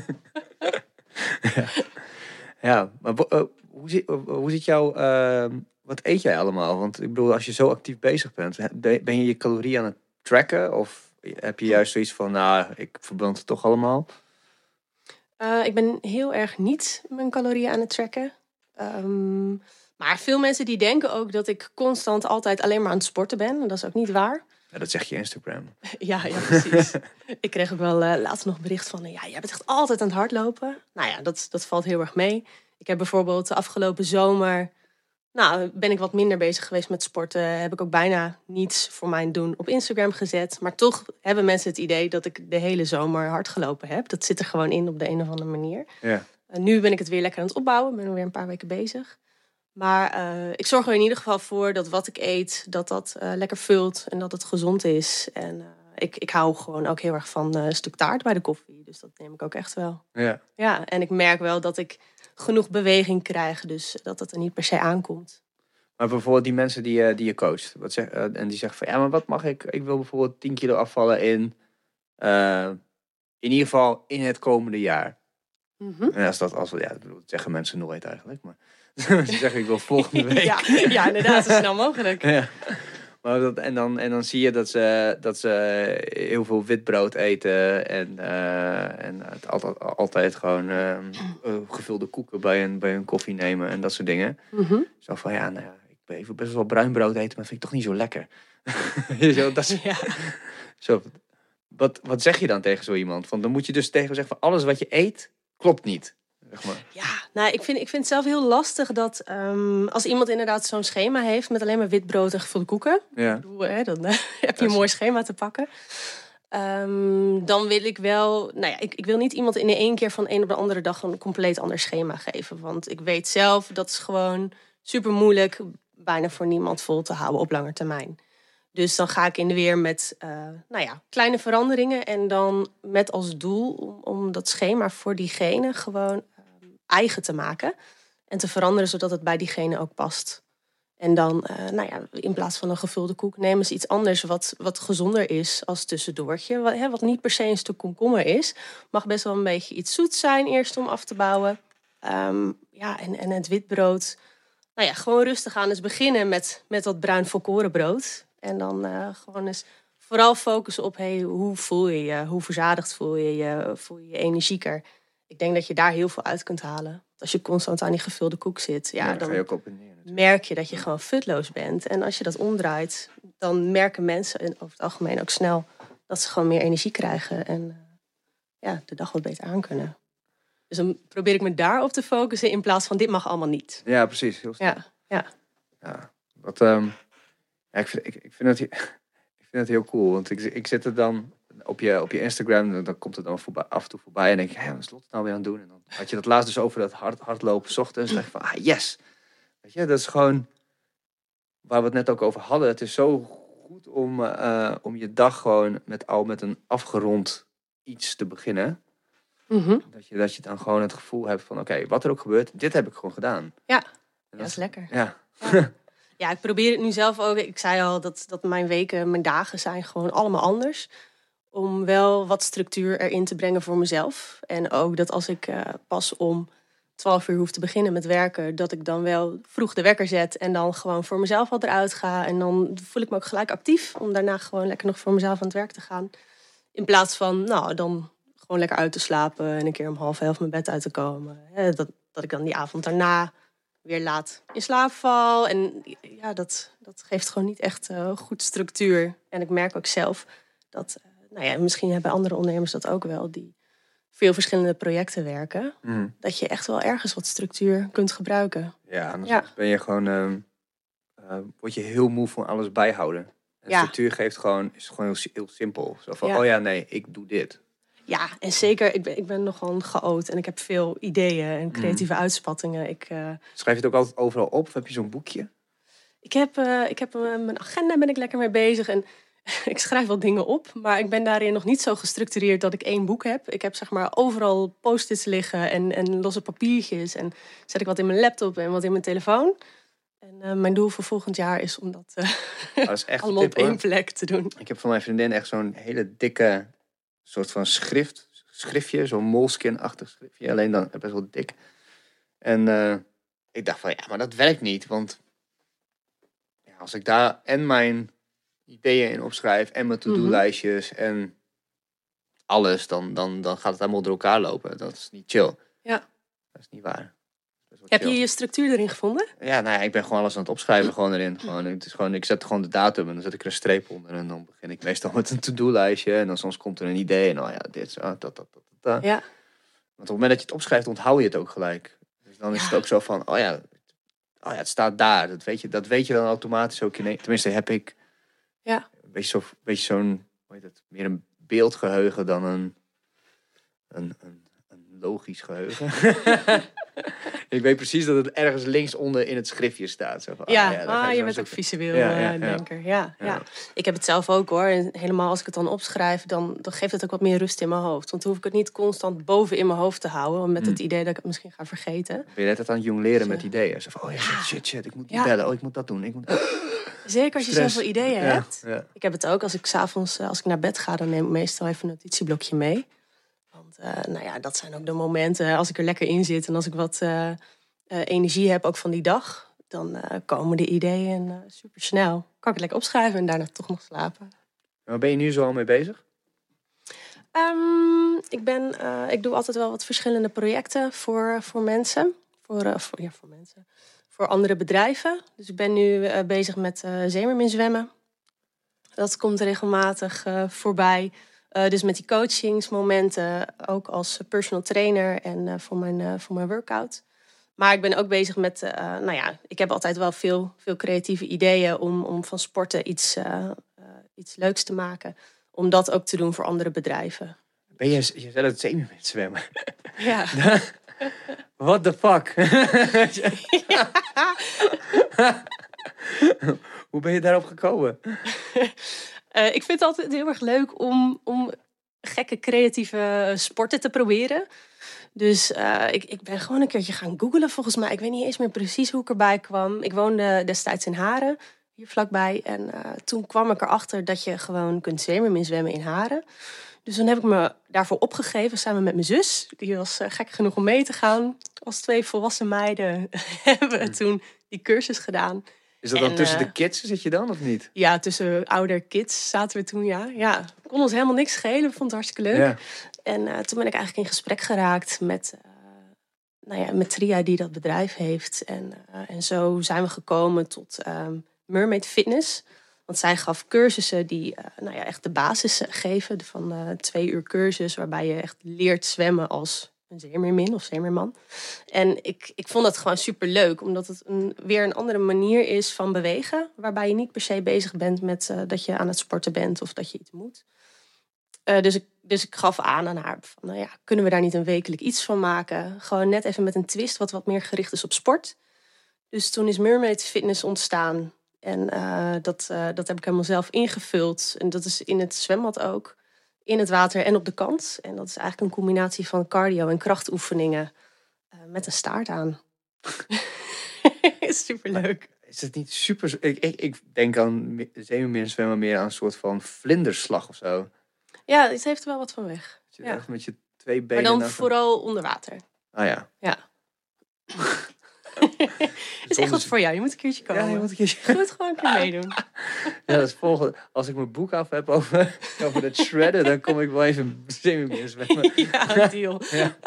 ja. ja, maar uh, hoe, zit, uh, hoe zit jouw... Uh, wat eet jij allemaal? Want ik bedoel, als je zo actief bezig bent... ben je je calorieën aan het tracken? Of heb je juist zoiets van... nou, ik verbrand het toch allemaal? Uh, ik ben heel erg niet mijn calorieën aan het tracken. Um, maar veel mensen die denken ook dat ik constant altijd alleen maar aan het sporten ben. En dat is ook niet waar. Ja, dat zegt je Instagram. ja, ja, precies. Ik kreeg ook wel uh, laatst nog bericht van... ja, jij bent echt altijd aan het hardlopen. Nou ja, dat, dat valt heel erg mee. Ik heb bijvoorbeeld de afgelopen zomer... nou, ben ik wat minder bezig geweest met sporten. Heb ik ook bijna niets voor mijn doen op Instagram gezet. Maar toch hebben mensen het idee dat ik de hele zomer hard gelopen heb. Dat zit er gewoon in op de een of andere manier. Ja. Uh, nu ben ik het weer lekker aan het opbouwen. Ben weer een paar weken bezig. Maar uh, ik zorg er in ieder geval voor dat wat ik eet... dat dat uh, lekker vult en dat het gezond is. En uh, ik, ik hou gewoon ook heel erg van uh, een stuk taart bij de koffie. Dus dat neem ik ook echt wel. Ja. Ja, en ik merk wel dat ik genoeg beweging krijg. Dus dat het er niet per se aankomt. Maar bijvoorbeeld die mensen die, uh, die je coacht. Wat zeg, uh, en die zeggen van... ja, maar wat mag ik? Ik wil bijvoorbeeld tien kilo afvallen in... Uh, in ieder geval in het komende jaar. Mm-hmm. En als dat, als, ja, dat zeggen mensen nooit eigenlijk, maar ze zeggen ik wil volgende week. ja, ja, inderdaad, zo snel mogelijk. Ja. Maar dat, en, dan, en dan zie je dat ze, dat ze heel veel witbrood eten en, uh, en het altijd, altijd gewoon uh, gevulde koeken bij een, bij een koffie nemen en dat soort dingen. Mm-hmm. Zo van ja, nou ja, ik ben even best wel bruin brood eten, maar dat vind ik toch niet zo lekker. zo, dat is, ja. zo, wat, wat zeg je dan tegen zo iemand? Want dan moet je dus tegen zeggen van alles wat je eet klopt niet. Zeg maar. Ja, nou, ik vind, ik vind het zelf heel lastig dat um, als iemand inderdaad zo'n schema heeft met alleen maar wit brood en gevulde koeken, ja. bedoel, hè, dan uh, heb je een mooi schema te pakken. Um, dan wil ik wel, nou ja, ik, ik wil niet iemand in één keer van de een op de andere dag een compleet ander schema geven. Want ik weet zelf, dat is gewoon super moeilijk, bijna voor niemand vol te houden op lange termijn. Dus dan ga ik in de weer met uh, nou ja, kleine veranderingen. En dan met als doel om, om dat schema voor diegene gewoon uh, eigen te maken. En te veranderen zodat het bij diegene ook past. En dan, uh, nou ja, in plaats van een gevulde koek, nemen ze iets anders wat, wat gezonder is als tussendoortje. Wat, hè, wat niet per se een stuk komkommer is. Mag best wel een beetje iets zoets zijn eerst om af te bouwen. Um, ja, en, en het witbrood. Nou ja, gewoon rustig aan eens beginnen met, met wat bruin volkorenbrood. En dan uh, gewoon eens vooral focussen op hey, hoe voel je je, hoe verzadigd voel je je, voel je je energieker. Ik denk dat je daar heel veel uit kunt halen. Als je constant aan die gevulde koek zit, ja, ja, dan je ook op en neer, merk je dat je gewoon futloos bent. En als je dat omdraait, dan merken mensen over het algemeen ook snel dat ze gewoon meer energie krijgen en uh, ja, de dag wat beter aan kunnen. Dus dan probeer ik me daarop te focussen in plaats van dit mag allemaal niet. Ja, precies. Heel ja, ja. ja. Wat, um, ja, ik, vind, ik, ik, vind het, ik vind het heel cool, want ik, ik zit er dan... op je, op je Instagram, dan komt het dan voorbij, af en toe voorbij. En denk je, hé, wat is Lotte nou weer aan het doen? En dan had je dat laatst dus over dat hard, hardlopen 's ochtends. En dan dacht je van, ah, yes. Weet je, dat is gewoon waar we het net ook over hadden. Het is zo goed om, uh, om je dag gewoon met al met een afgerond iets te beginnen. Mm-hmm. Dat je, dat je dan gewoon het gevoel hebt van, oké, okay, wat er ook gebeurt, dit heb ik gewoon gedaan. Ja, dat, ja, dat is lekker. Ja. Ja. Ja, ik probeer het nu zelf ook. Ik zei al dat, dat mijn weken, mijn dagen zijn gewoon allemaal anders. Om wel wat structuur erin te brengen voor mezelf. En ook dat als ik uh, pas om twaalf uur hoef te beginnen met werken, dat ik dan wel vroeg de wekker zet en dan gewoon voor mezelf al eruit ga. En dan voel ik me ook gelijk actief om daarna gewoon lekker nog voor mezelf aan het werk te gaan. In plaats van, nou, dan gewoon lekker uit te slapen en een keer om half elf mijn bed uit te komen. Dat, dat ik dan die avond daarna weer laat in slaap val. En ja, dat, dat geeft gewoon niet echt uh, goed structuur. En ik merk ook zelf dat, uh, nou ja, misschien hebben andere ondernemers dat ook wel, die veel verschillende projecten werken. Mm. Dat je echt wel ergens wat structuur kunt gebruiken. Ja, anders ja. ben je gewoon, uh, uh, word je heel moe van alles bijhouden. En ja. Structuur geeft gewoon, is gewoon heel, heel simpel. Zo van, ja. oh ja, nee, ik doe dit. Ja, en zeker, ik ben, ik ben nogal een chaot en ik heb veel ideeën en creatieve mm. uitspattingen. Ik, uh, Schrijf je het ook altijd overal op of heb je zo'n boekje? Ik heb, uh, ik heb uh, mijn agenda ben ik lekker mee bezig en ik schrijf wel dingen op. Maar ik ben daarin nog niet zo gestructureerd dat ik één boek heb. Ik heb zeg maar overal post-its liggen en, en losse papiertjes. En zet ik wat in mijn laptop en wat in mijn telefoon. En uh, mijn doel voor volgend jaar is om dat, uh, dat is echt allemaal tip, op één hoor. plek te doen. Ik heb van mijn vriendin echt zo'n hele dikke soort van schrift, schriftje, zo'n Moleskine-achtig schriftje, alleen dan best wel dik. En uh, ik dacht van, ja, maar dat werkt niet, want ja, als ik daar en mijn ideeën in opschrijf en mijn to-do-lijstjes mm-hmm. en alles, dan, dan, dan gaat het allemaal door elkaar lopen. Dat is niet chill. Ja. Dat is niet waar. Heb je je structuur erin gevonden? Ja, nou ja, ik ben gewoon alles aan het opschrijven gewoon erin. Gewoon, het is gewoon, ik zet gewoon de datum en dan zet ik er een streep onder. En dan begin ik meestal met een to-do-lijstje. En dan soms komt er een idee. En oh ja, dit, zo, dat, dat, dat, dat. Ja. Want op het moment dat je het opschrijft, onthoud je het ook gelijk. Dus dan is ja. het ook zo van, oh ja, oh ja, het staat daar. Dat weet je, dat weet je dan automatisch ook. In, tenminste, heb ik ja. een beetje, zo, beetje zo'n, hoe heet het, meer een beeldgeheugen dan een, een, een, een logisch geheugen. Ik weet precies dat het ergens linksonder in het schriftje staat. Zo van, ja, ah, ja ah, je bent ook visueel ja, ja, denker. Ja, ja. Ja. Ik heb het zelf ook hoor. En helemaal als ik het dan opschrijf, dan, dan geeft het ook wat meer rust in mijn hoofd. Want dan hoef ik het niet constant boven in mijn hoofd te houden. Met mm. het idee dat ik het misschien ga vergeten. Ben je net het aan het jong leren met ideeën? Zo van, oh ja, shit, shit, shit. Ik moet die ja. bellen. Oh, ik moet dat doen. Ik moet... Zeker als je Stress. zoveel ideeën ja, hebt. Ja. Ik heb het ook als ik 's avonds, als ik naar bed ga, dan neem ik meestal even een notitieblokje mee. Want uh, nou ja, dat zijn ook de momenten als ik er lekker in zit en als ik wat uh, uh, energie heb, ook van die dag, dan uh, komen de ideeën uh, super snel. Kan ik het lekker opschrijven en daarna toch nog slapen. Waar ben je nu zo al mee bezig? Um, ik, ben, uh, ik doe altijd wel wat verschillende projecten voor, voor mensen. Voor, uh, voor, ja, voor mensen. Voor andere bedrijven. Dus ik ben nu uh, bezig met uh, zeemermin zwemmen. Dat komt regelmatig uh, voorbij. Uh, dus met die coachingsmomenten, ook als personal trainer en uh, voor, mijn, uh, voor mijn workout. Maar ik ben ook bezig met, uh, nou ja, ik heb altijd wel veel, veel creatieve ideeën om, om van sporten iets, uh, uh, iets leuks te maken. Om dat ook te doen voor andere bedrijven. Ben je jezelf zeemermin zwemmen? Ja. What the fuck? Ja. Hoe ben je daarop gekomen? Uh, ik vind het altijd heel erg leuk om, om gekke creatieve sporten te proberen. Dus uh, ik, ik ben gewoon een keertje gaan googlen volgens mij. Ik weet niet eens meer precies hoe ik erbij kwam. Ik woonde destijds in Haren, hier vlakbij. En uh, toen kwam ik erachter dat je gewoon kunt zeemermin zwemmen in Haren. Dus dan heb ik me daarvoor opgegeven samen met mijn zus. Die was uh, gek genoeg om mee te gaan. Als twee volwassen meiden hebben we toen die cursus gedaan. Is dat en, dan tussen uh, de kids zit je dan of niet? Ja, tussen ouder kids zaten we toen, ja. Ja, kon ons helemaal niks schelen. We vonden het hartstikke leuk. Ja. En uh, toen ben ik eigenlijk in gesprek geraakt met, uh, nou ja, met Tria die dat bedrijf heeft. En, uh, en zo zijn we gekomen tot um, Mermaid Fitness. Want zij gaf cursussen die uh, nou ja, echt de basis geven. Van uh, twee uur cursus waarbij je echt leert zwemmen als een zeemermin of zeemerman. En ik, ik vond dat gewoon super leuk. Omdat het een, weer een andere manier is van bewegen. Waarbij je niet per se bezig bent met uh, dat je aan het sporten bent of dat je iets moet. Uh, dus, ik, dus ik gaf aan aan haar, van, nou ja, kunnen we daar niet een wekelijk iets van maken? Gewoon net even met een twist wat wat meer gericht is op sport. Dus toen is Mermaid Fitness ontstaan. En uh, dat, uh, dat heb ik helemaal zelf ingevuld. En dat is in het zwembad ook. In het water en op de kant. En dat is eigenlijk een combinatie van cardio en krachtoefeningen. Uh, met een staart aan. Superleuk. Is het niet super... Ik, ik, ik denk aan zeemermin zwemmen meer aan een soort van vlinderslag of zo. Ja, het heeft er wel wat van weg. Dat je ja. echt met je twee benen... Maar dan vooral onder water. Ah ja. Ja. Het is echt wat voor jou. Je moet een keertje komen. Ja, je moet een keertje... Je moet gewoon een keer meedoen. Ja, dat is volgende. Als ik mijn boek af heb over, over het shredden, dan kom ik wel even zeemermin zwemmen. Ja, deal. Ja.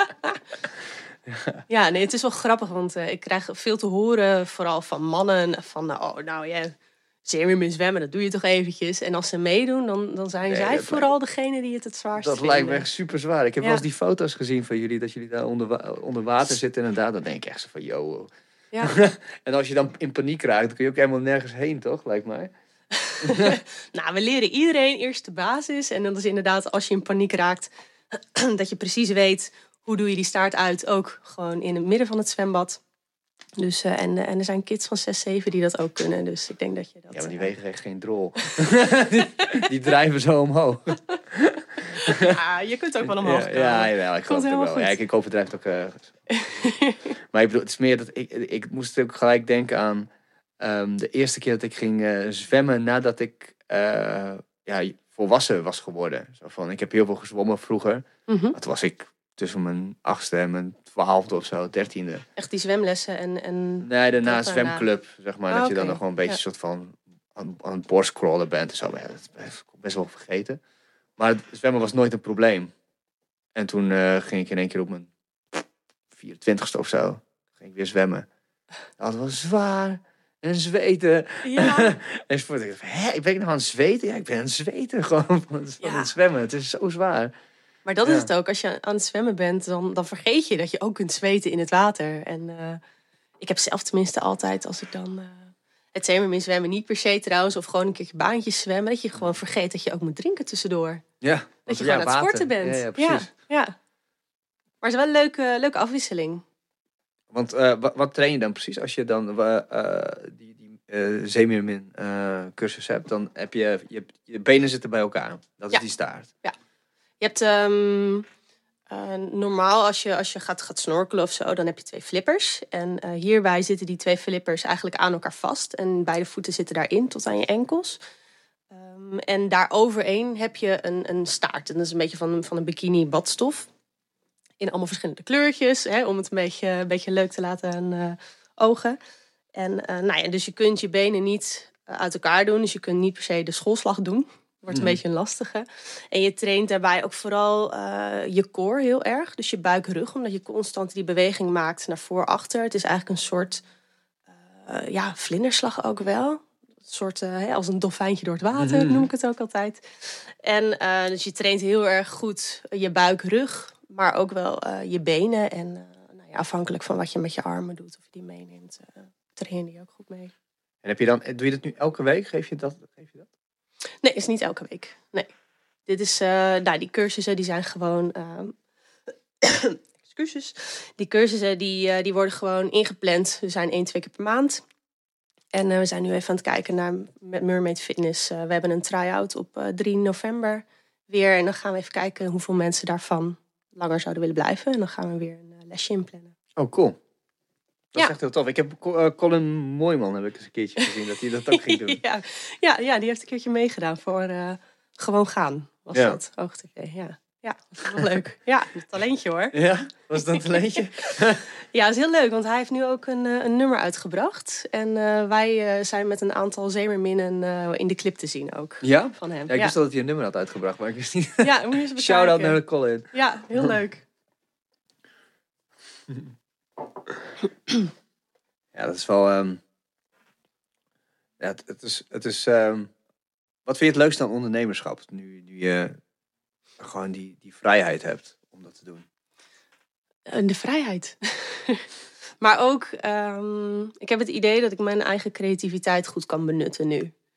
Ja. Ja, nee, het is wel grappig, want uh, ik krijg veel te horen, vooral van mannen, van oh, nou ja, zeemermin zwemmen, dat doe je toch eventjes. En als ze meedoen, dan, dan zijn nee, zij vooral lijkt... degene die het het zwaarst dat vinden. Dat lijkt me echt super zwaar. Ik heb ja. wel eens die foto's gezien van jullie, dat jullie daar onder, wa- onder water zitten inderdaad. Dan denk ik echt zo van, yo. Ja. En als je dan in paniek raakt, dan kun je ook helemaal nergens heen, toch? Lijkt mij. Nou, we leren iedereen eerst de basis. En dan is inderdaad, als je in paniek raakt, dat je precies weet... Hoe doe je die staart uit? Ook gewoon in het midden van het zwembad. Dus, uh, en, uh, en er zijn kids van zes, zeven die dat ook kunnen. Dus ik denk dat je dat... Ja, maar die wegen echt geen drol. die, die drijven zo omhoog. Ja, je kunt ook wel omhoog komen. Ja, ja, ja, ik geloof het wel. Ja, ik, ik overdrijf het ook. Uh, maar ik bedoel, het is meer dat ik... Ik moest ook gelijk denken aan... Um, de eerste keer dat ik ging uh, zwemmen nadat ik uh, ja, volwassen was geworden. Zo van, ik heb heel veel gezwommen vroeger. Mm-hmm. Dat was ik... tussen mijn achtste en mijn twaalfde of zo, dertiende. Echt die zwemlessen en... en nee, daarna een zwemclub, zeg maar. Oh, dat je okay. dan nog gewoon een beetje ja. soort van aan, aan het borstcrawlen bent en zo. Maar ja, dat is best wel vergeten. Maar het zwemmen was nooit een probleem. En toen uh, ging ik in één keer op mijn vierentwintigste of zo. Ging ik weer zwemmen. Dat was zwaar. En zweten. Ja. En sport, ik dacht, hè, ben ik nou aan het zweten? Ja, ik ben aan het zweten gewoon van het, ja. van het zwemmen. Het is zo zwaar. Maar dat ja. is het ook. Als je aan het zwemmen bent, dan, dan vergeet je dat je ook kunt zweten in het water. En uh, ik heb zelf tenminste altijd, als ik dan uh, het zeemermin zwemmen, niet per se trouwens, of gewoon een keertje baantjes zwemmen, dat je gewoon vergeet dat je ook moet drinken tussendoor. Ja. Dat je ja, gewoon aan het sporten bent. Ja, ja, precies. Ja, ja. Maar het is wel een leuke, leuke afwisseling. Want uh, wat, wat train je dan precies als je dan uh, uh, die, die uh, zeemermin uh, cursus hebt? Dan heb je, je, je benen zitten bij elkaar. Dat is ja. die staart. Ja. Je hebt um, uh, normaal als je, als je gaat, gaat snorkelen of zo, dan heb je twee flippers. En uh, hierbij zitten die twee flippers eigenlijk aan elkaar vast. En beide voeten zitten daarin tot aan je enkels. Um, en daaroverheen heb je een, een staart. En dat is een beetje van, van een bikini badstof. In allemaal verschillende kleurtjes, hè, om het een beetje, een beetje leuk te laten aan uh, ogen. En uh, nou ja, dus je kunt je benen niet uh, uit elkaar doen. Dus je kunt niet per se de schoolslag doen. Wordt een mm. beetje een lastige. En je traint daarbij ook vooral uh, je core heel erg. Dus je buik-rug, omdat je constant die beweging maakt naar voor-achter. Het is eigenlijk een soort uh, ja, vlinderslag ook wel. Een soort uh, als een dolfijntje door het water, mm. noem ik het ook altijd. En uh, dus je traint heel erg goed je buik-rug, maar ook wel uh, je benen. En uh, nou ja, afhankelijk van wat je met je armen doet of je die meeneemt, uh, train je die ook goed mee. En heb je dan, doe je dat nu elke week? Geef je dat? Geef je dat? Nee, is niet elke week. Nee. Dit is, uh, nou, die cursussen die zijn gewoon... Uh, excuses. Die cursussen die, uh, die worden gewoon ingepland. We zijn één, twee keer per maand. En uh, we zijn nu even aan het kijken naar met Mermaid Fitness. Uh, we hebben een try-out op uh, drie november weer. En dan gaan we even kijken hoeveel mensen daarvan langer zouden willen blijven. En dan gaan we weer een uh, lesje inplannen. Oh, cool. Dat ja. is echt heel tof. Ik heb uh, Colin Mooijman heb ik eens een keertje gezien dat hij dat ook ging doen. ja. Ja, ja, die heeft een keertje meegedaan voor uh, Gewoon Gaan. Was ja. dat, Oog T V. Ja, ja, dat is wel leuk. Ja, een talentje hoor. Ja, was dat een talentje? Ja, dat is heel leuk, want hij heeft nu ook een, uh, een nummer uitgebracht. En uh, wij uh, zijn met een aantal zeemerminnen uh, in de clip te zien ook. Ja? Van hem. Ja, ik wist ja. al dat hij een nummer had uitgebracht, maar ik wist niet. Ja, moet je eens bekijken. Shout-out naar Colin. Ja, heel leuk. Ja, dat is wel... Um... Ja, het, het is... Het is um... Wat vind je het leukste aan ondernemerschap? Nu, nu je gewoon die, die vrijheid hebt om dat te doen. De vrijheid. Maar ook... Um, ik heb het idee dat ik mijn eigen creativiteit goed kan benutten nu.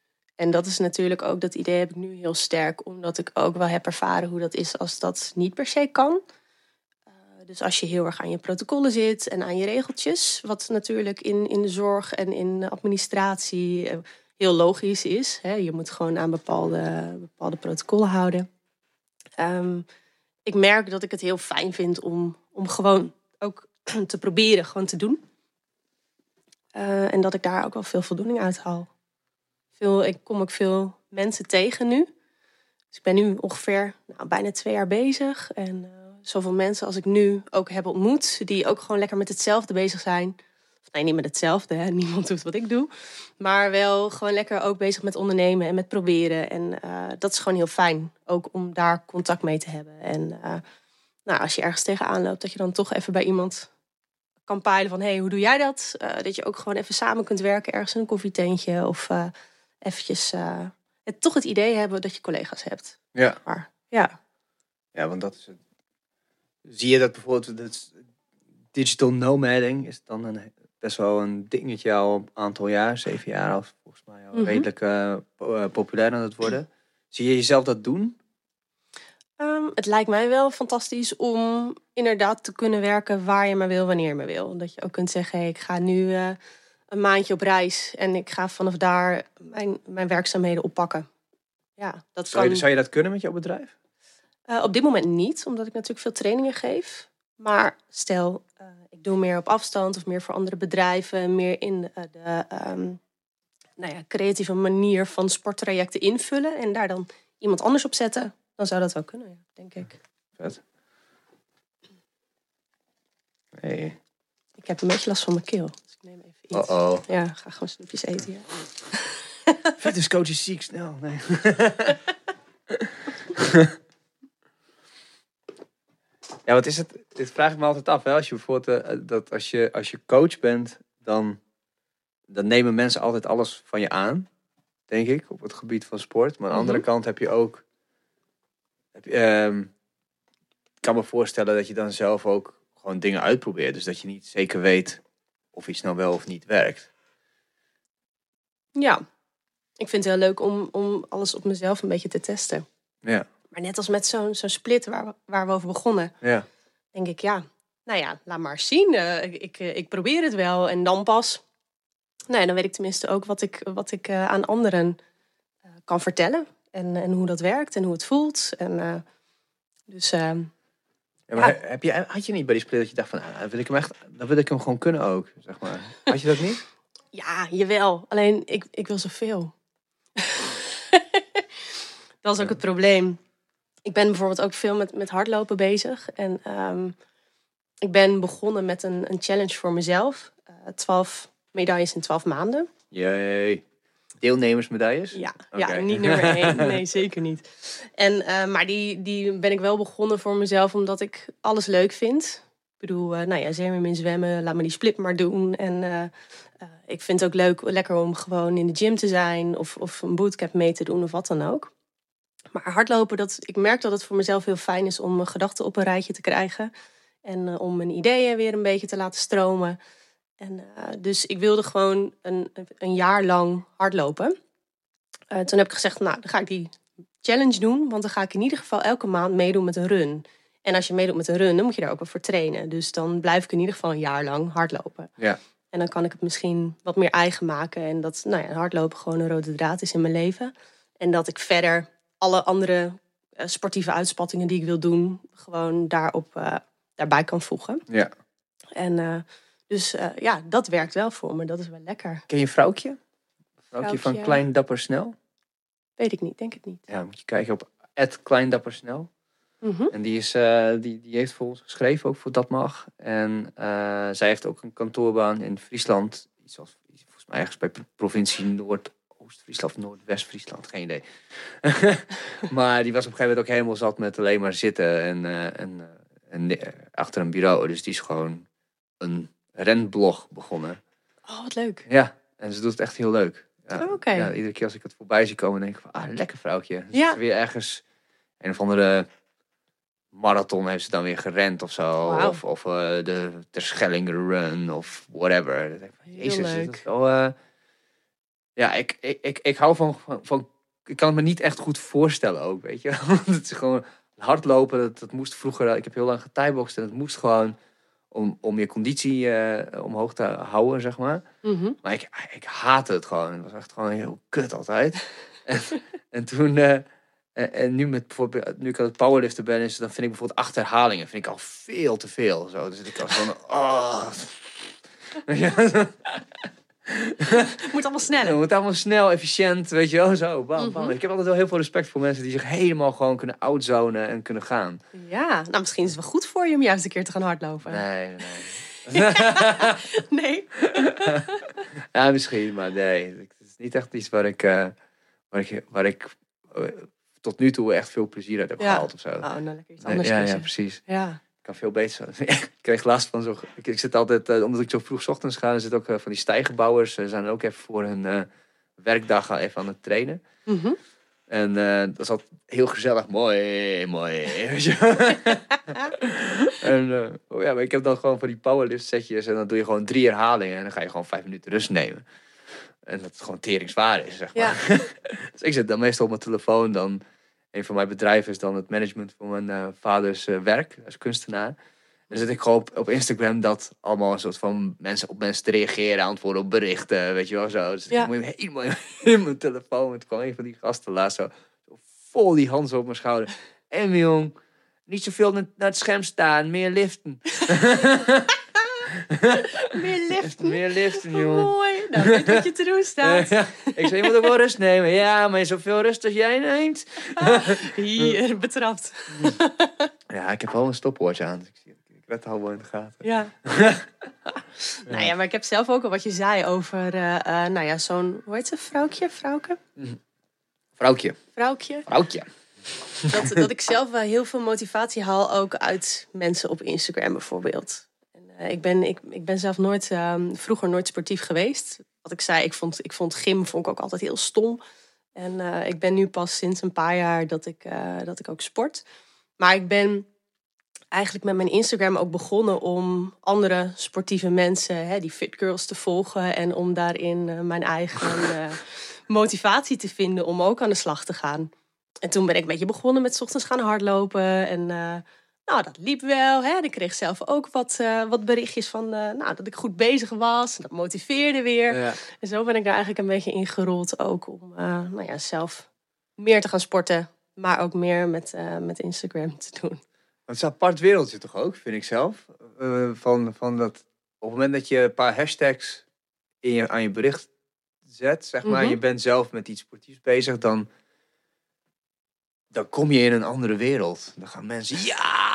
En dat is natuurlijk ook, dat idee heb ik nu heel sterk. Omdat ik ook wel heb ervaren hoe dat is als dat niet per se kan. Uh, dus als je heel erg aan je protocollen zit en aan je regeltjes. Wat natuurlijk in, in de zorg en in de administratie uh, heel logisch is. Hè? Je moet gewoon aan bepaalde, bepaalde protocollen houden. Um, ik merk dat ik het heel fijn vind om, om gewoon ook te proberen, gewoon te doen. Uh, en dat ik daar ook wel veel voldoening uit haal. Veel, ik kom ook veel mensen tegen nu. Dus ik ben nu ongeveer nou, bijna twee jaar bezig. En uh, zoveel mensen als ik nu ook heb ontmoet, die ook gewoon lekker met hetzelfde bezig zijn. Of nee, niet met hetzelfde, hè? Niemand doet wat ik doe. Maar wel gewoon lekker ook bezig met ondernemen en met proberen. En uh, dat is gewoon heel fijn. Ook om daar contact mee te hebben. En uh, nou, als je ergens tegenaan loopt, dat je dan toch even bij iemand kan peilen van, hé, hey, hoe doe jij dat? Uh, dat je ook gewoon even samen kunt werken ergens in een koffietentje. Of uh, eventjes uh, het, toch het idee hebben dat je collega's hebt. Ja. Maar, ja. Ja, want dat is het. Zie je dat bijvoorbeeld, dat digital nomading is dan een, best wel een dingetje al een aantal jaar, zeven jaar of volgens mij al mm-hmm. redelijk uh, populair aan het worden. Zie je jezelf dat doen? Um, het lijkt mij wel fantastisch om inderdaad te kunnen werken waar je maar wil, wanneer je maar wil. Dat je ook kunt zeggen, hey, ik ga nu uh, een maandje op reis en ik ga vanaf daar mijn, mijn werkzaamheden oppakken. Ja, dat zou, je, kan... zou je dat kunnen met jouw bedrijf? Uh, op dit moment niet, omdat ik natuurlijk veel trainingen geef. Maar stel, uh, ik doe meer op afstand of meer voor andere bedrijven, meer in uh, de um, nou ja, creatieve manier van sporttrajecten invullen en daar dan iemand anders op zetten. Dan zou dat wel kunnen, ja, denk ik. Vet. Hey. Ik heb een beetje last van mijn keel. Dus ik neem even iets. Oh-oh. Ja, ga gewoon snoepjes eten, ja. Fitnesscoach is ziek, snel. Nee. Ja, wat is het? Dit vraag ik me altijd af. Hè? Als je bijvoorbeeld uh, dat als je, als je coach bent, dan, dan nemen mensen altijd alles van je aan. Denk ik, op het gebied van sport. Maar aan de andere mm-hmm. kant heb je ook... Heb je, um, ik kan me voorstellen dat je dan zelf ook gewoon dingen uitprobeert. Dus dat je niet zeker weet of iets nou wel of niet werkt. Ja, ik vind het heel leuk om, om alles op mezelf een beetje te testen. Ja. Maar net als met zo'n, zo'n split waar we, waar we over begonnen. Ja. Denk ik, ja, nou ja, laat maar zien. Uh, ik, ik, ik probeer het wel. En dan pas, nou ja, dan weet ik tenminste ook wat ik, wat ik uh, aan anderen uh, kan vertellen. En, en hoe dat werkt en hoe het voelt. En, uh, dus, uh, ja, maar ja. Heb je, had je niet bij die split dat je dacht van, ah, dan wil ik hem echt, dan wil ik hem gewoon kunnen ook, zeg maar. Had je dat niet? Ja, jawel. Alleen, ik, ik wil zoveel. Dat is ook het probleem. Ik ben bijvoorbeeld ook veel met, met hardlopen bezig. En um, ik ben begonnen met een, een challenge voor mezelf. twaalf uh, medailles in twaalf maanden. Jee. Deelnemersmedailles? Ja, okay. Ja, niet nummer één. Nee, zeker niet. En, uh, maar die, die ben ik wel begonnen voor mezelf omdat ik alles leuk vind. Ik bedoel, uh, nou ja, zeemermin zwemmen, laat me die split maar doen. En uh, uh, ik vind het ook leuk, lekker om gewoon in de gym te zijn. Of, of een bootcamp mee te doen of wat dan ook. Maar hardlopen, dat, ik merk dat het voor mezelf heel fijn is om mijn gedachten op een rijtje te krijgen. En uh, om mijn ideeën weer een beetje te laten stromen. En, uh, dus ik wilde gewoon een, een jaar lang hardlopen. Uh, toen heb ik gezegd, nou, dan ga ik die challenge doen. Want dan ga ik in ieder geval elke maand meedoen met een run. En als je meedoet met een run, dan moet je daar ook wel voor trainen. Dus dan blijf ik in ieder geval een jaar lang hardlopen. Ja. En dan kan ik het misschien wat meer eigen maken. En dat nou ja, hardlopen gewoon een rode draad is in mijn leven. En dat ik verder alle andere uh, sportieve uitspattingen die ik wil doen, gewoon daarop, uh, daarbij kan voegen. Ja. En uh, dus uh, ja, dat werkt wel voor me. Dat is wel lekker. Ken je Vrouwtje? Vrouwtje van Klein Dapper Snel? Weet ik niet, denk het niet. Ja, moet je kijken op at Klein Dapper Snel. Mm-hmm. En die, is, uh, die, die heeft voor ons geschreven, ook voor Dat Mag. En uh, zij heeft ook een kantoorbaan in Friesland. Iets als, volgens mij ergens bij provincie Noord-Oost-Friesland of Noordwest-Friesland, geen idee. Maar die was op een gegeven moment ook helemaal zat met alleen maar zitten en, uh, en, uh, en uh, achter een bureau. Dus die is gewoon een renblog begonnen. Oh, wat leuk. Ja, en ze doet het echt heel leuk. Ja, oh, okay. Ja, iedere keer als ik het voorbij zie komen, denk ik van, ah, lekker vrouwtje. Dus ja. weer ergens een of andere marathon heeft ze dan weer gerend of zo. Wow. Of, of uh, de Terschellinger Run of whatever. Dan denk ik van, heel Jezus, leuk. dat is wel, uh, Ja, ik, ik, ik, ik hou van, van, van... Ik kan het me niet echt goed voorstellen ook, weet je. Want het is gewoon hardlopen, dat, dat moest vroeger... Ik heb heel lang gethaiboxd en het moest gewoon... Om, om je conditie uh, omhoog te houden, zeg maar. Mm-hmm. Maar ik, ik haatte het gewoon. Het was echt gewoon heel kut altijd. en, en toen... Uh, en, en nu met bijvoorbeeld... Nu ik aan het powerliften ben, is, dan vind ik bijvoorbeeld acht herhalingen. Vind ik al veel te veel. Zo. Dus ik was gewoon... Oh. Het moet allemaal sneller. Het moet allemaal snel, efficiënt, weet je wel. Zo, bam, bam. Mm-hmm. Ik heb altijd wel heel veel respect voor mensen die zich helemaal gewoon kunnen outzonen en kunnen gaan. Ja, nou misschien is het wel goed voor je om juist een keer te gaan hardlopen. Nee, nee. nee. Ja, misschien, maar nee. Het is niet echt iets waar ik, uh, waar ik, waar ik uh, tot nu toe echt veel plezier uit heb ja. gehaald of zo. Oh, nou lekker iets anders. Nee, ja, ja, precies. Ja. Ik kan veel beter zo. Ik kreeg last van zo. Ik, ik zit altijd, uh, omdat ik zo vroeg 's ochtends ga, er zitten ook uh, van die stijgenbouwers. Ze uh, zijn ook even voor hun uh, werkdag even aan het trainen. Mm-hmm. En uh, dat is altijd heel gezellig. Mooi, mooi. en uh, oh ja, maar ik heb dan gewoon van die powerlift setjes. En dan doe je gewoon drie herhalingen. En dan ga je gewoon vijf minuten rust nemen. En dat het gewoon teringswaar is, zeg maar. Ja. Dus ik zit dan meestal op mijn telefoon. Dan, een van mijn bedrijven is dan het management van mijn uh, vaders uh, werk. Als kunstenaar. En dan zit ik gewoon op, op Instagram dat allemaal een soort van mensen op mensen te reageren, antwoorden op berichten, weet je wel zo. Dus ja. ik moet helemaal in mijn telefoon. Het kwam een van die gasten laatst zo, zo vol die handen op mijn schouder. En jong, niet zoveel naar het scherm staan, meer liften. meer liften? Meer liften, joh. Mooi. Nou, weet wat je te doen staat. Ja, ik zei, je moet ook wel rust nemen. Ja, maar zoveel rust als jij neemt. Hier, betrapt. Ja, ik heb wel een stopwatch aan. Dus ik zie ik let het al wel in de gaten. Ja. Nou ja, maar ik heb zelf ook al wat je zei over, uh, uh, nou ja, zo'n, hoe heet ze, vrouwtje, vrouwke? Vrouwtje. Vrouwtje. Vrouwtje. Dat, dat ik zelf wel heel veel motivatie haal, ook uit mensen op Instagram bijvoorbeeld. En, uh, ik, ben, ik, ik ben zelf nooit, uh, vroeger nooit sportief geweest. Wat ik zei, ik vond, ik vond gym vond ik ook altijd heel stom. En uh, ik ben nu pas sinds een paar jaar dat ik, uh, dat ik ook sport. Maar ik ben eigenlijk met mijn Instagram ook begonnen om andere sportieve mensen, hè, die fit girls, te volgen. En om daarin uh, mijn eigen uh, motivatie te vinden om ook aan de slag te gaan. En toen ben ik een beetje begonnen met 's ochtends gaan hardlopen. En uh, nou, dat liep wel. Hè. Ik kreeg zelf ook wat, uh, wat berichtjes van uh, nou, dat ik goed bezig was. En dat motiveerde weer. Ja. En zo ben ik daar eigenlijk een beetje in gerold ook om uh, nou ja, zelf meer te gaan sporten. Maar ook meer met, uh, met Instagram te doen. Het is een apart wereldje toch ook, vind ik zelf. Uh, van, van dat, op het moment dat je een paar hashtags in je, aan je bericht zet, zeg maar, mm-hmm. je bent zelf met iets sportiefs bezig, dan, dan kom je in een andere wereld. Dan gaan mensen, ja!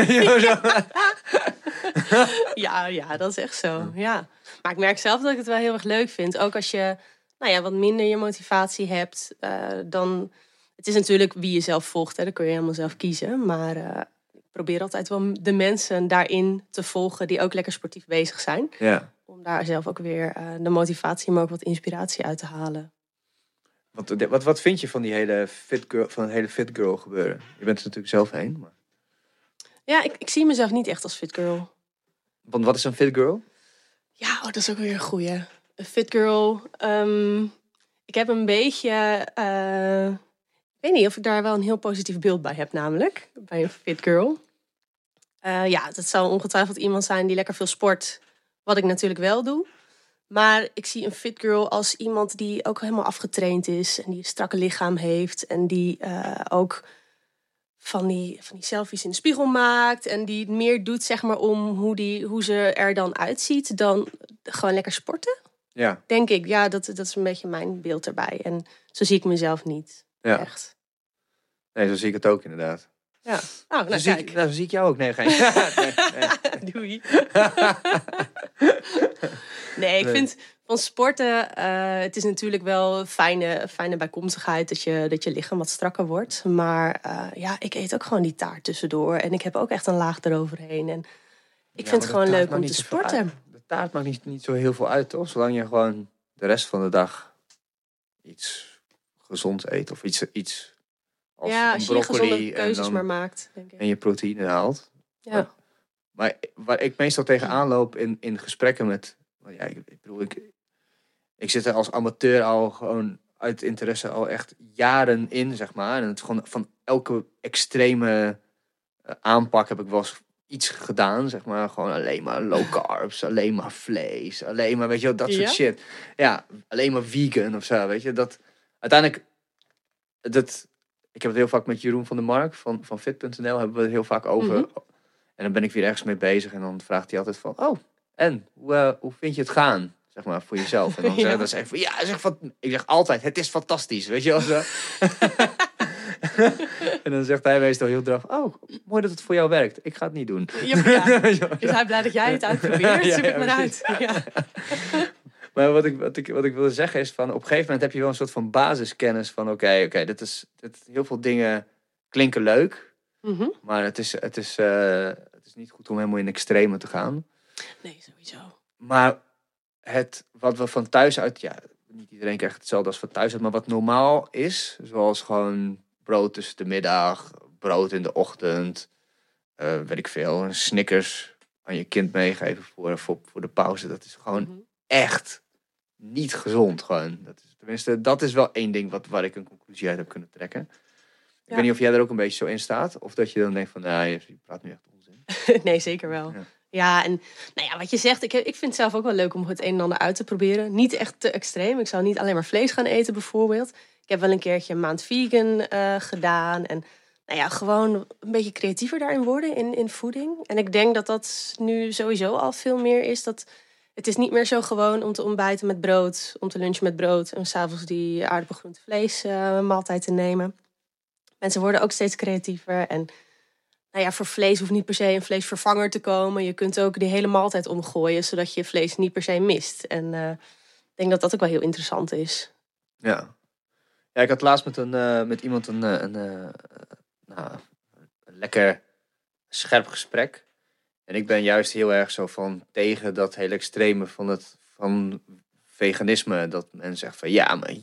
ja, ja, dat is echt zo. Ja. Maar ik merk zelf dat ik het wel heel erg leuk vind. Ook als je nou ja, wat minder je motivatie hebt, uh, dan... Het is natuurlijk wie je zelf volgt, hè. Dat kun je helemaal zelf kiezen. Maar uh, ik probeer altijd wel de mensen daarin te volgen die ook lekker sportief bezig zijn. Ja. Om daar zelf ook weer uh, de motivatie, maar ook wat inspiratie uit te halen. Wat, wat, wat vind je van die hele fit girl, van het hele fit girl gebeuren? Je bent er natuurlijk zelf heen. Maar... Ja, ik, ik zie mezelf niet echt als fit girl. Want wat is een fit girl? Ja, oh, dat is ook weer een goeie. Een fit girl. Um, ik heb een beetje... Uh, ik weet niet of ik daar wel een heel positief beeld bij heb, namelijk. Bij een fit girl. Uh, ja, dat zou ongetwijfeld iemand zijn die lekker veel sport. Wat ik natuurlijk wel doe. Maar ik zie een fit girl als iemand die ook helemaal afgetraind is. En die een strakke lichaam heeft. En die uh, ook van die, van die selfies in de spiegel maakt. En die meer doet, zeg maar, om hoe, die, hoe ze er dan uitziet. Dan gewoon lekker sporten. Ja. Denk ik. Ja, dat, dat is een beetje mijn beeld erbij. En zo zie ik mezelf niet. Ja. Echt. Nee, zo zie ik het ook inderdaad. Ja. Oh, nou, zo, zie ik, nou, zo zie ik jou ook. Nee, geen. nee, nee. Doei. Nee, ik vind van sporten, uh, het is natuurlijk wel fijne, fijne bijkomstigheid dat je, dat je lichaam wat strakker wordt. Maar uh, ja, ik eet ook gewoon die taart tussendoor. En ik heb ook echt een laag eroverheen. En ik ja, vind het gewoon leuk om te sporten. De taart maakt niet, niet zo heel veel uit, toch? Zolang je gewoon de rest van de dag iets gezonds eet of iets... iets Als ja, als je gezonde keuzes dan, maar maakt. Denk ik. En je proteïne haalt. Ja. Maar, maar waar ik meestal tegenaan loop in, in gesprekken met... Ja, ik, ik bedoel, ik, ik zit er als amateur al gewoon uit interesse al echt jaren in, zeg maar. En het gewoon van elke extreme uh, aanpak heb ik wel eens iets gedaan, zeg maar. Gewoon alleen maar low carbs, alleen maar vlees, alleen maar, weet je wel, dat soort Ja? shit. Ja, alleen maar vegan of zo, weet je. Dat, uiteindelijk, dat, ik heb het heel vaak met Jeroen van der Mark van, van fit punt n l, hebben we het heel vaak over. Mhm. En dan ben ik weer ergens mee bezig en dan vraagt hij altijd van, oh, en, hoe, uh, hoe vind je het gaan? Zeg maar, voor jezelf. En dan, Ja. zeg, dan zeg ik van, ja, zeg van, ik zeg altijd, het is fantastisch, weet je wel zo. En dan zegt hij meestal heel draf, oh, mooi dat het voor jou werkt. Ik ga het niet doen. Ja, ja. Is hij blij dat jij het uitprobeert? Ja, Zoek ja, het maar precies. uit. Ja. Maar wat ik, wat, ik, wat ik wilde zeggen is van, op een gegeven moment heb je wel een soort van basiskennis van, oké, okay, oké, okay, dit is, dit, heel veel dingen klinken leuk, Mhm. maar het is, het, is, uh, het is niet goed om helemaal in extreme te gaan. Nee, sowieso. Maar het, wat we van thuis uit, ja, niet iedereen krijgt hetzelfde als van thuis uit, maar wat normaal is, zoals gewoon brood tussen de middag, brood in de ochtend, uh, weet ik veel, een Snickers aan je kind meegeven voor, voor, voor de pauze, dat is gewoon Mhm. echt niet gezond gewoon. Dat is, tenminste, dat is wel één ding wat, waar ik een conclusie uit heb kunnen trekken. Ik Ja. weet niet of jij er ook een beetje zo in staat, of dat je dan denkt van, nou, je praat nu echt onzin. Nee, zeker wel. Ja. Ja, en nou ja, wat je zegt, ik, heb, ik vind het zelf ook wel leuk om het een en ander uit te proberen. Niet echt te extreem. Ik zou niet alleen maar vlees gaan eten bijvoorbeeld. Ik heb wel een keertje een maand vegan uh, gedaan. En nou ja, gewoon een beetje creatiever daarin worden in, in voeding. En ik denk dat dat nu sowieso al veel meer is. Dat het is niet meer zo gewoon om te ontbijten met brood, om te lunchen met brood en 's avonds die aardappel, groente, vlees uh, maaltijd te nemen. Mensen worden ook steeds creatiever en nou ja, voor vlees hoeft niet per se een vleesvervanger te komen. Je kunt ook die hele maaltijd omgooien, zodat je vlees niet per se mist. En uh, ik denk dat dat ook wel heel interessant is. Ja, ja ik had laatst met, een, uh, met iemand een, een, een, uh, nou, een lekker scherp gesprek. En ik ben juist heel erg zo van tegen dat hele extreme van het van veganisme. Dat men zegt van ja, maar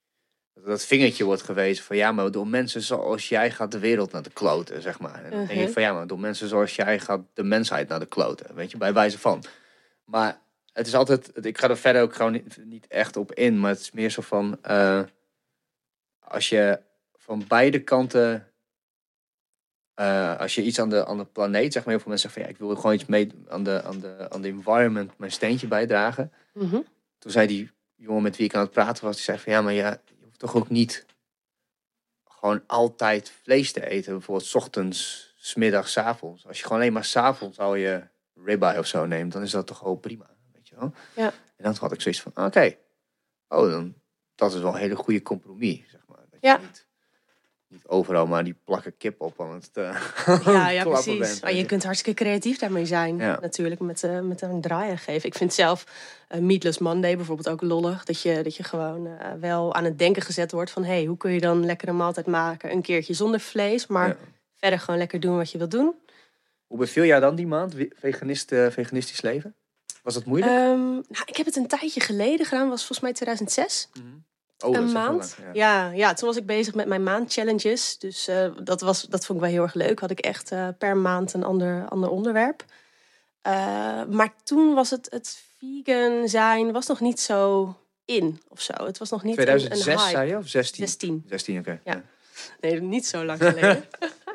dat vingertje wordt gewezen van ja, maar door mensen zoals jij gaat de wereld naar de kloten, zeg maar. En dan denk ik van ja, maar door mensen zoals jij gaat de mensheid naar de kloten, weet je, bij wijze van. Maar het is altijd, ik ga er verder ook gewoon niet, niet echt op in, maar het is meer zo van, uh, als je van beide kanten, uh, als je iets aan de, aan de planeet, zeg maar, heel veel mensen zeggen van ja, ik wil gewoon iets mee aan de, aan de, aan de environment, mijn steentje bijdragen. Mm-hmm. Toen zei die jongen met wie ik aan het praten was, die zei van ja, maar ja, toch ook niet gewoon altijd vlees te eten. Bijvoorbeeld 's ochtends, 's middags, 's avonds. Als je gewoon alleen maar 's avonds al je ribeye of zo neemt, dan is dat toch ook prima. Weet je wel? Ja. En dan had ik zoiets van, oké. Okay. Oh, dan, dat is wel een hele goede compromis, zeg maar. Dat ja. je niet, niet overal maar die plakken kip op aan het uh, Ja, ja klappen precies. bent. Maar je kunt hartstikke creatief daarmee zijn. Ja. Natuurlijk, met, uh, met een draai geven. Ik vind zelf uh, Meatless Monday bijvoorbeeld ook lollig. Dat je, dat je gewoon uh, wel aan het denken gezet wordt van hé, hey, hoe kun je dan lekker een maaltijd maken? Een keertje zonder vlees, maar ja. verder gewoon lekker doen wat je wilt doen. Hoe beviel jij dan die maand, veganist, uh, veganistisch leven? Was dat moeilijk? Um, nou, ik heb het een tijdje geleden gedaan, was volgens mij tweeduizend zes. Mm-hmm. Oh, een maand. Ja. Ja, ja, toen was ik bezig met mijn maandchallenges. Dus uh, dat, was, dat vond ik wel heel erg leuk. Had ik echt uh, per maand een ander, ander onderwerp. Uh, maar toen was het, het vegan zijn was nog niet zo in of zo. Het was nog niet tweeduizend zes een, een hype. Zei je? Of zestien? zestien. zestien, oké. Okay. Ja. Nee, niet zo lang geleden.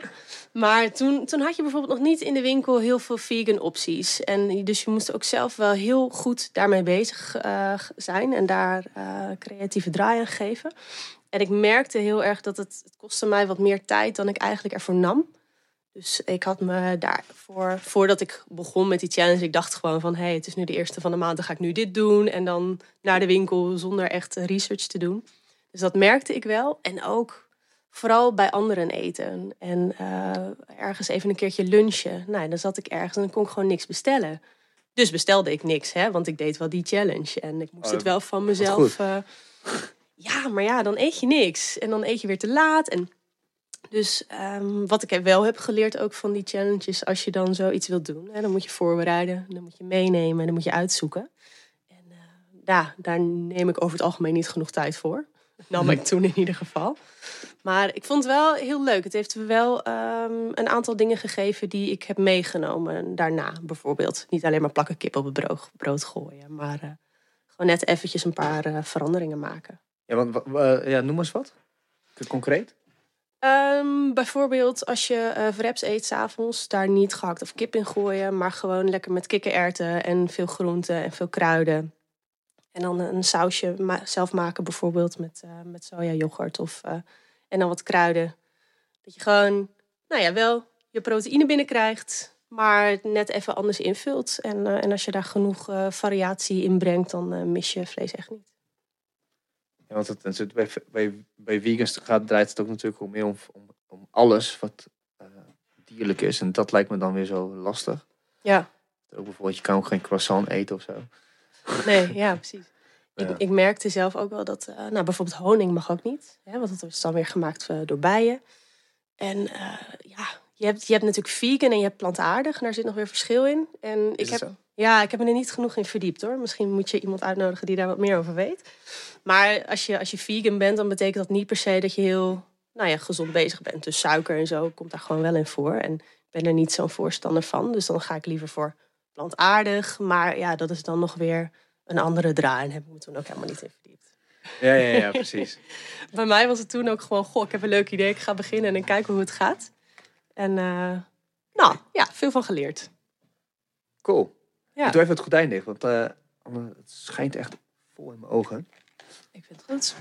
Maar toen, toen had je bijvoorbeeld nog niet in de winkel heel veel vegan opties. En dus je moest ook zelf wel heel goed daarmee bezig uh, zijn. En daar uh, creatieve draai aan geven. En ik merkte heel erg dat het, het kostte mij wat meer tijd dan ik eigenlijk ervoor nam. Dus ik had me daarvoor, voordat ik begon met die challenge, ik dacht gewoon van hé, hey, het is nu de eerste van de maand, dan ga ik nu dit doen. En dan naar de winkel zonder echt research te doen. Dus dat merkte ik wel. En ook vooral bij anderen eten. En uh, ergens even een keertje lunchen. Nou, dan zat ik ergens en dan kon ik gewoon niks bestellen. Dus bestelde ik niks, hè, want ik deed wel die challenge. En ik moest oh, het wel van mezelf. Uh, ja, maar ja, dan eet je niks. En dan eet je weer te laat. En dus um, wat ik wel heb geleerd ook van die challenges, als je dan zoiets wilt doen, hè, dan moet je voorbereiden, dan moet je meenemen en dan moet je uitzoeken. En uh, ja, daar neem ik over het algemeen niet genoeg tijd voor. Dat nam ik toen in ieder geval. Maar ik vond het wel heel leuk. Het heeft wel um, een aantal dingen gegeven die ik heb meegenomen daarna. Bijvoorbeeld niet alleen maar plakken kip op het brood, brood gooien, maar uh, gewoon net eventjes een paar uh, veranderingen maken. Ja, want, uh, ja, noem eens wat. Concreet. Um, bijvoorbeeld als je uh, wraps eet 's avonds, daar niet gehakt of kip in gooien, maar gewoon lekker met kikkererwten en veel groenten en veel kruiden. En dan een sausje ma- zelf maken bijvoorbeeld met, uh, met sojayoghurt of uh, en dan wat kruiden. Dat je gewoon, nou ja, wel je proteïne binnenkrijgt, maar het net even anders invult. En, uh, en als je daar genoeg uh, variatie in brengt, dan uh, mis je vlees echt niet. Ja, want het, het, bij, bij, bij vegans gaat, draait het ook natuurlijk om meer om, om, om alles wat uh, dierlijk is. En dat lijkt me dan weer zo lastig. Ja. Ook bijvoorbeeld, je kan ook geen croissant eten of zo. Nee, ja, precies. Ja. Ik, ik merkte zelf ook wel dat, uh, nou bijvoorbeeld honing mag ook niet. Hè, want dat is dan weer gemaakt uh, door bijen. En uh, ja, je hebt, je hebt natuurlijk vegan en je hebt plantaardig. En daar zit nog weer verschil in. En ik heb, ja, ik heb me er niet genoeg in verdiept hoor. Misschien moet je iemand uitnodigen die daar wat meer over weet. Maar als je, als je vegan bent, dan betekent dat niet per se dat je heel nou ja, gezond bezig bent. Dus suiker en zo komt daar gewoon wel in voor. En ik ben er niet zo'n voorstander van. Dus dan ga ik liever voor plantaardig. Maar ja, dat is dan nog weer een andere draai. En heb ik me toen ook helemaal niet in verdiept. Ja, ja, ja, precies. Bij mij was het toen ook gewoon, goh, ik heb een leuk idee. Ik ga beginnen en kijken hoe het gaat. En uh, nou, ja, veel van geleerd. Cool. Ja. Ik doe even het gordijn dicht, want uh, het schijnt echt vol in mijn ogen. Ik vind het goed.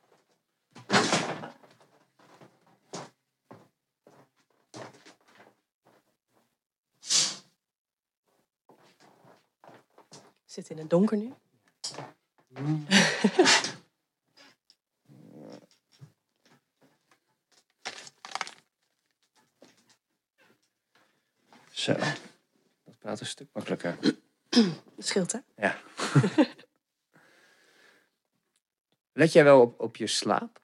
Ik zit in het donker nu. Mm. Zo, dat praat een stuk makkelijker. Dat scheelt, hè? Ja. Let jij wel op, op je slaap?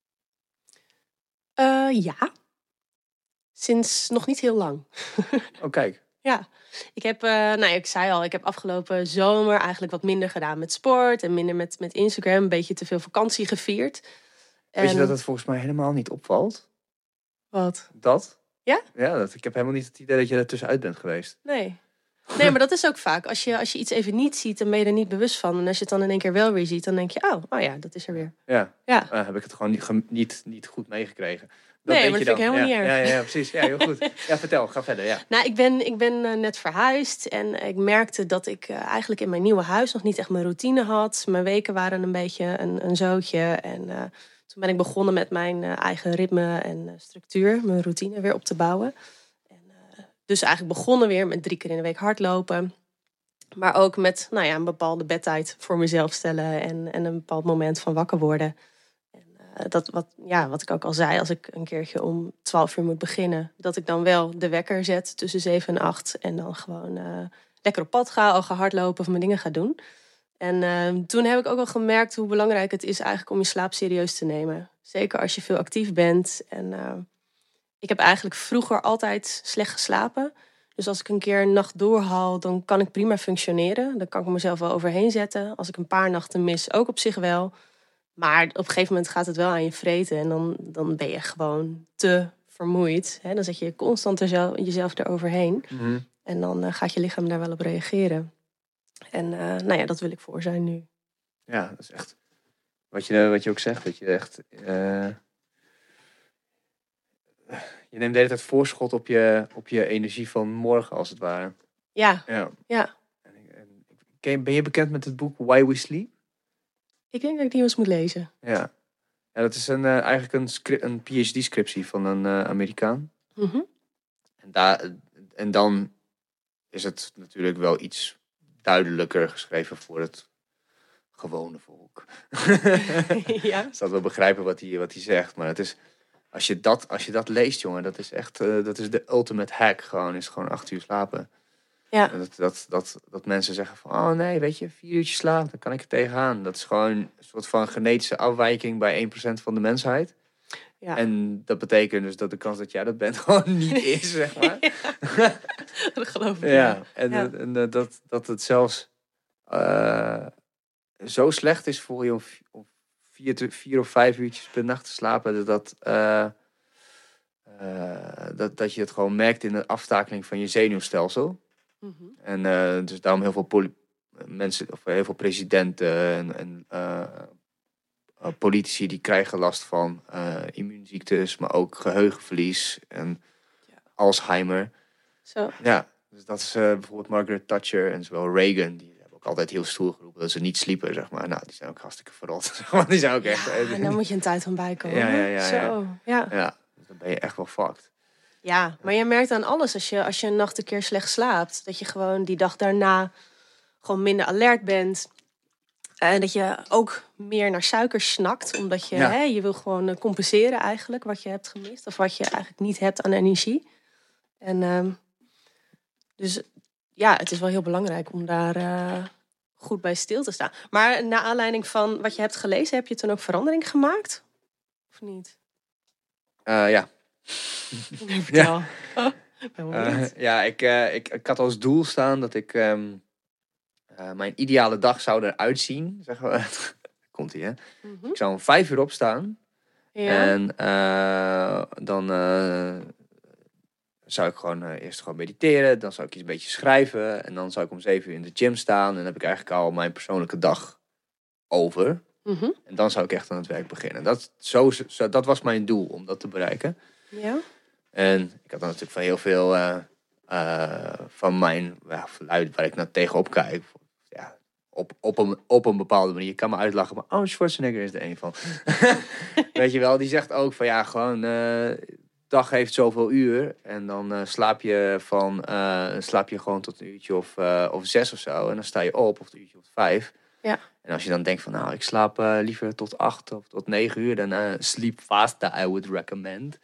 Uh, ja. Sinds nog niet heel lang. Oh, kijk. Ja. Ik heb, uh, nou ja, ik zei al, ik heb afgelopen zomer eigenlijk wat minder gedaan met sport. En minder met, met Instagram. Een beetje te veel vakantie gevierd. Weet en... je dat het volgens mij helemaal niet opvalt? Wat? Dat? Ja? Ja, dat, ik heb helemaal niet het idee dat je er tussenuit bent geweest. Nee. Nee, maar dat is ook vaak. Als je, als je iets even niet ziet, dan ben je er niet bewust van. En als je het dan in één keer wel weer ziet, dan denk je, oh, oh ja, dat is er weer. Ja, ja. Uh, heb ik het gewoon niet, ge- niet, niet goed meegekregen. Dat nee, maar je dat vind ik helemaal ja, niet erg. Ja, ja, ja, precies. Ja, heel goed. Ja, vertel, ga verder, ja. Nou, ik ben, ik ben uh, net verhuisd en ik merkte dat ik uh, eigenlijk in mijn nieuwe huis nog niet echt mijn routine had. Mijn weken waren een beetje een, een zootje. En uh, toen ben ik begonnen met mijn uh, eigen ritme en uh, structuur, mijn routine weer op te bouwen. En, uh, dus eigenlijk begonnen weer met drie keer in de week hardlopen. Maar ook met nou ja, een bepaalde bedtijd voor mezelf stellen en, en een bepaald moment van wakker worden. En uh, dat wat, ja, wat ik ook al zei, als ik een keertje om twaalf uur moet beginnen, dat ik dan wel de wekker zet tussen zeven en acht en dan gewoon uh, lekker op pad ga, al ga hardlopen of mijn dingen ga doen. En uh, toen heb ik ook wel gemerkt hoe belangrijk het is eigenlijk om je slaap serieus te nemen. Zeker als je veel actief bent. En uh, ik heb eigenlijk vroeger altijd slecht geslapen. Dus als ik een keer een nacht doorhaal, dan kan ik prima functioneren. Dan kan ik mezelf wel overheen zetten. Als ik een paar nachten mis, ook op zich wel. Maar op een gegeven moment gaat het wel aan je vreten. En dan, dan ben je gewoon te vermoeid. Hè? Dan zet je constant er jezelf eroverheen. Mm-hmm. En dan uh, gaat je lichaam daar wel op reageren. En uh, nou ja, dat wil ik voor zijn nu. Ja, dat is echt... Wat je, wat je ook zegt, dat je echt... Uh... Je neemt de hele tijd voorschot op je, op je energie van morgen, als het ware. Ja. Ja. ja. En, en, ben je bekend met het boek Why We Sleep? Ik denk dat ik die eens moet lezen. Ja. Ja, dat is een, uh, eigenlijk een, script, een P H D-scriptie van een uh, Amerikaan. Mm-hmm. En, daar, en dan is het natuurlijk wel iets duidelijker geschreven voor het gewone volk. Ja. Dus dat we begrijpen wat hij, wat hij zegt. Maar het is... Als je, dat, als je dat leest, jongen, dat is echt uh, dat is de ultimate hack. Gewoon, is gewoon acht uur slapen. Ja. Dat, dat, dat, dat mensen zeggen van, oh nee, weet je, vier uurtjes slapen, dan kan ik er tegenaan. Dat is gewoon een soort van genetische afwijking bij één procent van de mensheid. Ja. En dat betekent dus dat de kans dat jij dat bent gewoon niet is, zeg maar. Ja, dat geloof ik. Ja, en, ja. en uh, dat, dat het zelfs uh, zo slecht is voor je om, om vier, te, vier of vijf uurtjes per nacht te slapen, dat, uh, uh, dat, dat je het gewoon merkt in de aftakeling van je zenuwstelsel. Mm-hmm. En uh, dus daarom heel veel poly, mensen, of heel veel presidenten en, en uh, uh, politici die krijgen last van uh, immuunziektes, maar ook geheugenverlies en ja. Alzheimer. Zo. Ja, dus dat is uh, bijvoorbeeld Margaret Thatcher en zowel Reagan, die hebben ook altijd heel stoer geroepen dat ze niet sliepen, zeg maar. Nou, die zijn ook hartstikke verrot. die zijn ook ja, echt. En dan moet je een tijd van bijkomen. Ja, ja, ja. Zo, ja. ja. Dus dan ben je echt wel fucked. Ja, maar je merkt aan alles als je, als je een nacht een keer slecht slaapt, dat je gewoon die dag daarna gewoon minder alert bent. En dat je ook meer naar suiker snakt. Omdat je, ja. hè, je wil gewoon compenseren eigenlijk wat je hebt gemist. Of wat je eigenlijk niet hebt aan energie. En um, dus ja, het is wel heel belangrijk om daar uh, goed bij stil te staan. Maar naar aanleiding van wat je hebt gelezen, heb je toen ook verandering gemaakt? Of niet? Uh, ja. Vertel. Ja, uh, ja ik, uh, ik, ik had als doel staan dat ik... Um, Uh, mijn ideale dag zou eruit zien, zeggen we. Komt ie, hè? Mm-hmm. Ik zou om vijf uur opstaan. Ja. En uh, dan uh, zou ik gewoon uh, eerst gewoon mediteren. Dan zou ik iets een beetje schrijven. En dan zou ik om zeven uur in de gym staan. En dan heb ik eigenlijk al mijn persoonlijke dag over. Mm-hmm. En dan zou ik echt aan het werk beginnen. Dat, zo, zo, dat was mijn doel, om dat te bereiken. Ja. En ik had dan natuurlijk van heel veel uh, uh, van mijn ja, geluid waar ik naar tegenop kijk... Ja, op, op, een, op een bepaalde manier. Je kan me uitlachen, maar Arnold Schwarzenegger is er een van. Weet je wel, die zegt ook van ja, gewoon... Uh, dag heeft zoveel uur. En dan uh, slaap je van... Uh, slaap je gewoon tot een uurtje of, uh, of zes of zo. En dan sta je op, of een uurtje of vijf. Ja. En als je dan denkt van nou, ik slaap uh, liever tot acht of tot negen uur... dan uh, sleep faster, I would recommend.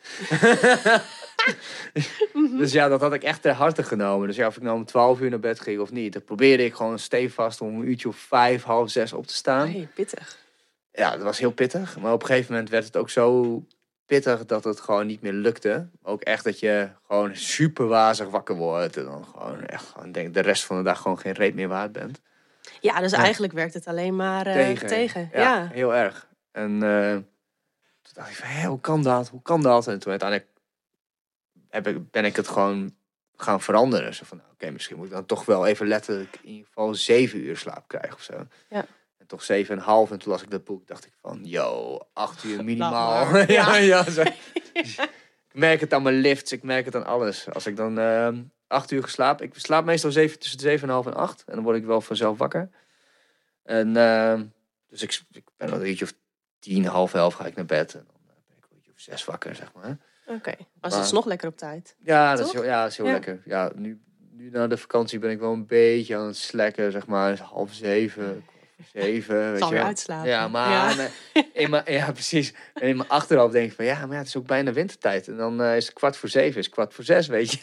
mm-hmm. Dus ja, dat had ik echt ter harte genomen. Dus ja, of ik nou om twaalf uur naar bed ging of niet... dan probeerde ik gewoon stevast om een uurtje of vijf, half zes op te staan. Hey, pittig. Ja, dat was heel pittig. Maar op een gegeven moment werd het ook zo pittig dat het gewoon niet meer lukte. Ook echt dat je gewoon super wazig wakker wordt. En dan gewoon echt gewoon denk de rest van de dag gewoon geen reet meer waard bent. Ja, dus ja. eigenlijk werkt het alleen maar uh, tegen. tegen. Ja, ja, heel erg. En uh, toen dacht ik van, hé, hoe kan dat? Hoe kan dat? En toen uiteindelijk heb ik, ben ik het gewoon gaan veranderen. Zo van, oké, okay, misschien moet ik dan toch wel even letterlijk in ieder geval zeven uur slaap krijgen of zo. Ja. En toch zeven en half. En toen las ik dat boek, dacht ik van, yo, acht uur minimaal. ja, ja, ja, zo. ja. Ik merk het aan mijn lifts, ik merk het aan alles. Als ik dan uh, acht uur geslaap, ik slaap meestal zeven, tussen de zeven en half en acht. En dan word ik wel vanzelf wakker. En uh, dus ik, ik ben dan een uurtje of tien, half elf ga ik naar bed. En dan ben ik een uurtje of zes wakker, zeg maar. Oké, okay. Maar dat is nog lekker op tijd. Ja, dat is heel, ja, dat is heel ja. lekker. Ja, nu, nu na de vakantie ben ik wel een beetje aan het slekken, zeg maar. Half zeven, zeven. Weet zal je weer wel. uitslapen. Ja, maar ja. In mijn, ja, precies. En in mijn achterhoofd denk ik van, ja, maar ja, het is ook bijna wintertijd. En dan uh, is het kwart voor zeven, is het kwart voor zes, weet je.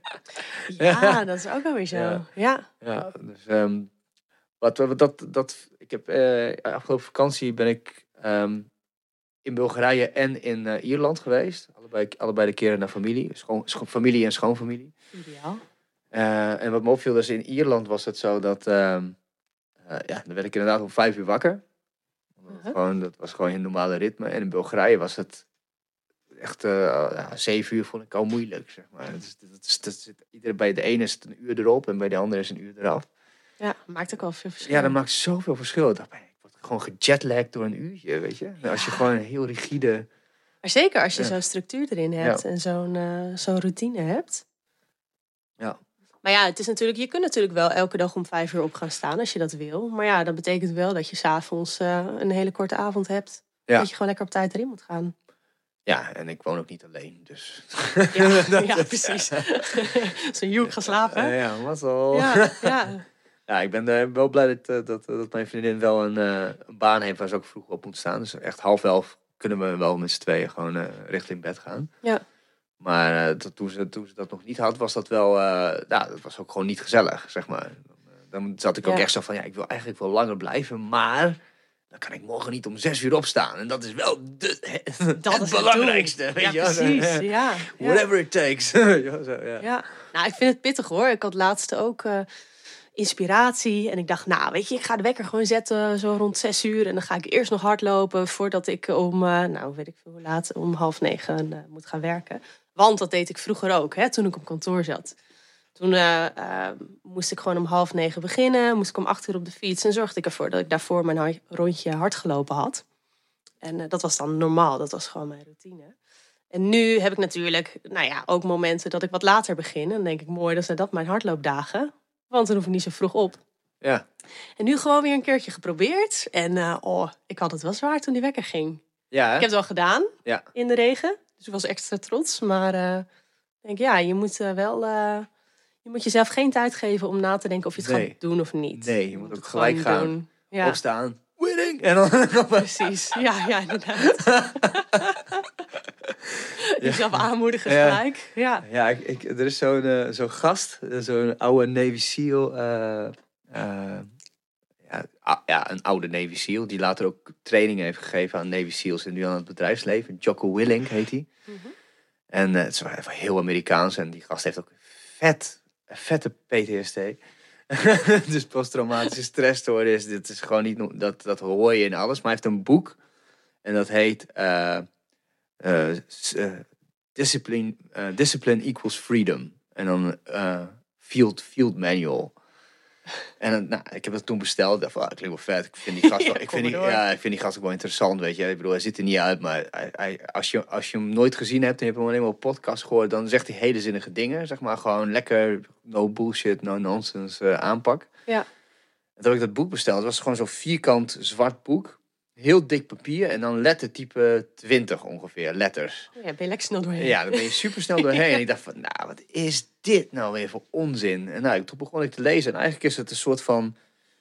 Ja, dat is ook alweer zo. Ja, ja. ja dus um, wat, wat dat, dat, ik heb uh, afgelopen vakantie ben ik um, in Bulgarije en in uh, Ierland geweest. Allebei, allebei de keren naar familie. Schoon, schoon, familie en schoonfamilie. Ideaal. Uh, en wat me opviel, dus in Ierland was het zo dat... Uh, uh, ja, dan werd ik inderdaad om vijf uur wakker. Uh-huh. Gewoon, dat was gewoon een normale ritme. En in Bulgarije was het echt... Uh, ja, zeven uur vond ik al moeilijk, zeg maar. Dat is, dat is, dat is, iedere, bij de ene is het een uur erop en bij de andere is een uur eraf. Ja, maakt ook wel veel verschil. Ja, dat maakt zoveel verschil. Ik dacht, ik word gewoon gejetlagd door een uurtje, weet je. Ja. Als je gewoon een heel rigide... Maar zeker als je ja. zo'n structuur erin hebt ja. en zo'n, uh, zo'n routine hebt. Ja. Maar ja, het is natuurlijk, je kunt natuurlijk wel elke dag om vijf uur op gaan staan als je dat wil. Maar ja, dat betekent wel dat je 's avonds uh, een hele korte avond hebt. Ja. Dat je gewoon lekker op tijd erin moet gaan. Ja, en ik woon ook niet alleen, dus... Ja, ja precies. Zo'n joek gaan slapen. Uh, ja, mazzel. Ja, ja. Ja, ik ben uh, wel blij dat, dat, dat mijn vriendin wel een, uh, een baan heeft waar ze ook vroeg op moet staan. Dus echt half elf kunnen we wel met z'n tweeën gewoon uh, richting bed gaan. Ja. Maar uh, toen, ze, toen ze dat nog niet had, was dat wel... Uh, ja, dat was ook gewoon niet gezellig, zeg maar. Dan, uh, dan zat ik ook ja. echt zo van, ja, ik wil eigenlijk wel langer blijven, maar... dan kan ik morgen niet om zes uur opstaan. En dat is wel de, dat het is belangrijkste. Het weet ja, je? precies. Ja. Whatever it takes. ja, zo, ja. ja, nou, ik vind het pittig hoor. Ik had laatst ook uh, inspiratie. En ik dacht, nou, weet je, ik ga de wekker gewoon zetten zo rond zes uur. En dan ga ik eerst nog hardlopen voordat ik om, uh, nou, weet ik veel hoe laat, om half negen uh, moet gaan werken. Want dat deed ik vroeger ook, hè, toen ik op kantoor zat. Toen uh, uh, moest ik gewoon om half negen beginnen. Moest ik om acht uur op de fiets. En zorgde ik ervoor dat ik daarvoor mijn ha- rondje hard gelopen had. En uh, dat was dan normaal. Dat was gewoon mijn routine. En nu heb ik natuurlijk nou ja, ook momenten dat ik wat later begin. En dan denk ik, mooi, dan zijn dat mijn hardloopdagen. Want dan hoef ik niet zo vroeg op. Ja. En nu gewoon weer een keertje geprobeerd. En uh, oh, ik had het wel zwaar toen die wekker ging. Ja, hè? Ik heb het wel gedaan Ja. in de regen. Dus ik was extra trots. Maar uh, ik denk, ja, je moet uh, wel... Uh, je moet jezelf geen tijd geven om na te denken of je het Nee. gaat doen of niet. Nee, je, je moet, moet ook gelijk gaan. Doen. Ja. Opstaan. Winning! En dan... Precies. Ja, ja, inderdaad. Jezelf aanmoedigen ja. gelijk. Ja, ja ik, ik, er is zo'n uh, zo'n gast, zo'n oude Navy SEAL... Uh, uh, ja, a, ja, een oude Navy SEAL, die later ook trainingen heeft gegeven aan Navy SEALs en nu aan het bedrijfsleven. Jocko Willink heet hij. Mm-hmm. En uh, het is wel heel Amerikaans en die gast heeft ook vet, vette P T S D. Dus posttraumatische stressstoornis, dit is gewoon niet, dat, dat hoor je in alles. Maar hij heeft een boek en dat heet uh, uh, uh, Discipline, uh, Discipline Equals Freedom. En dan uh, Field, Field Manual. En nou, ik heb dat toen besteld. Ik dacht van, ah, dat klinkt wel vet. Ik vind die gast, wel, ik vind die, ja, ik vind die gast ook wel interessant, weet je. Ik bedoel, hij ziet er niet uit, maar hij, hij, als, je, als je hem nooit gezien hebt en je hebt hem alleen maar op podcast gehoord, dan zegt hij hele zinnige dingen. Zeg maar gewoon lekker no bullshit, no nonsense uh, aanpak. Ja. En toen heb ik dat boek besteld. Het was gewoon zo'n vierkant zwart boek. Heel dik papier en dan lettertype twintig ongeveer, letters. Ja, ben je lekker snel doorheen. Ja, dan ben je super snel doorheen. ja. En ik dacht van, nou, wat is dit nou weer voor onzin? En nou, toen begon ik te lezen. En eigenlijk is het een soort van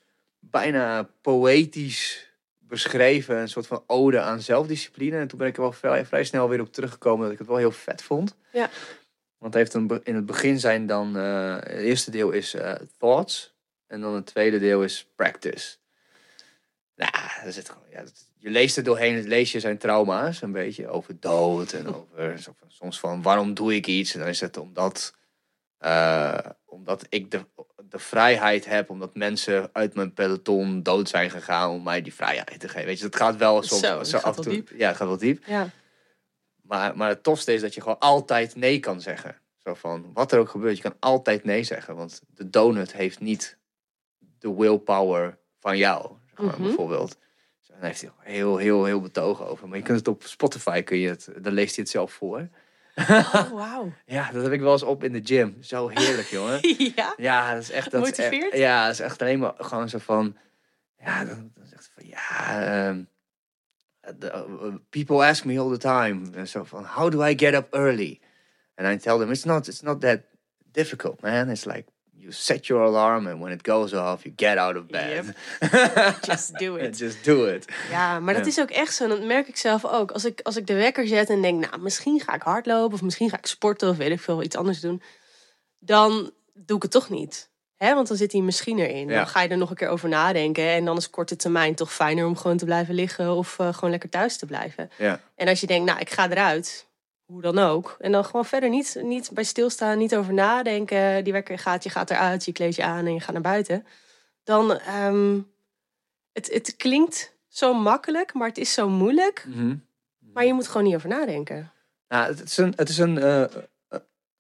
bijna poëtisch beschreven. Een soort van ode aan zelfdiscipline. En toen ben ik er wel vrij, vrij snel weer op teruggekomen dat ik het wel heel vet vond. Ja. Want het heeft een, in het begin zijn dan... Uh, het eerste deel is uh, thoughts. En dan het tweede deel is practice. Nou, nah, zit gewoon, ja, je leest er doorheen, lees je zijn trauma's een beetje over dood en over soms van waarom doe ik iets en dan is het omdat, uh, omdat ik de, de vrijheid heb, omdat mensen uit mijn peloton dood zijn gegaan om mij die vrijheid te geven. Weet je, dat gaat wel soms zo, zo af en toe. Diep. Ja, het gaat wel diep. Ja. Maar, maar het tofste is dat je gewoon altijd nee kan zeggen. Zo van wat er ook gebeurt, je kan altijd nee zeggen, want de donut heeft niet de willpower van jou. Gewoon, mm-hmm. Bijvoorbeeld. Daar heeft hij heel, heel, heel betogen over. Maar je kunt het op Spotify, kun je het, dan leest hij het zelf voor. Oh, wauw. Ja, dat heb ik wel eens op in de gym. Zo heerlijk, jongen. Ja? Ja, dat is echt... Dat motiveert? Echt, ja, dat is echt alleen maar gewoon zo van... Ja, dan, dan zegt hij van... Ja, um, the, uh, people ask me all the time. En zo van, how do I get up early? And I tell them, it's not, it's not that difficult, man. It's like... You set your alarm and when it goes off, you get out of bed. Yep. Just do it. Just do it. Ja, maar dat ja. is ook echt zo. Dat merk ik zelf ook. Als ik, als ik de wekker zet en denk, nou, misschien ga ik hardlopen of misschien ga ik sporten of weet ik veel, iets anders doen. Dan doe ik het toch niet. Hè? Want dan zit die misschien erin. Ja. Dan ga je er nog een keer over nadenken. En dan is korte termijn toch fijner om gewoon te blijven liggen of uh, gewoon lekker thuis te blijven. Ja. En als je denkt, nou, ik ga eruit... Hoe dan ook. En dan gewoon verder niet, niet bij stilstaan, niet over nadenken. Die wekker gaat, je gaat eruit, je kleed je aan en je gaat naar buiten. Dan, um, het, het klinkt zo makkelijk, maar het is zo moeilijk. Mm-hmm. Maar je moet gewoon niet over nadenken. Nou, het is een... Het is een uh, uh,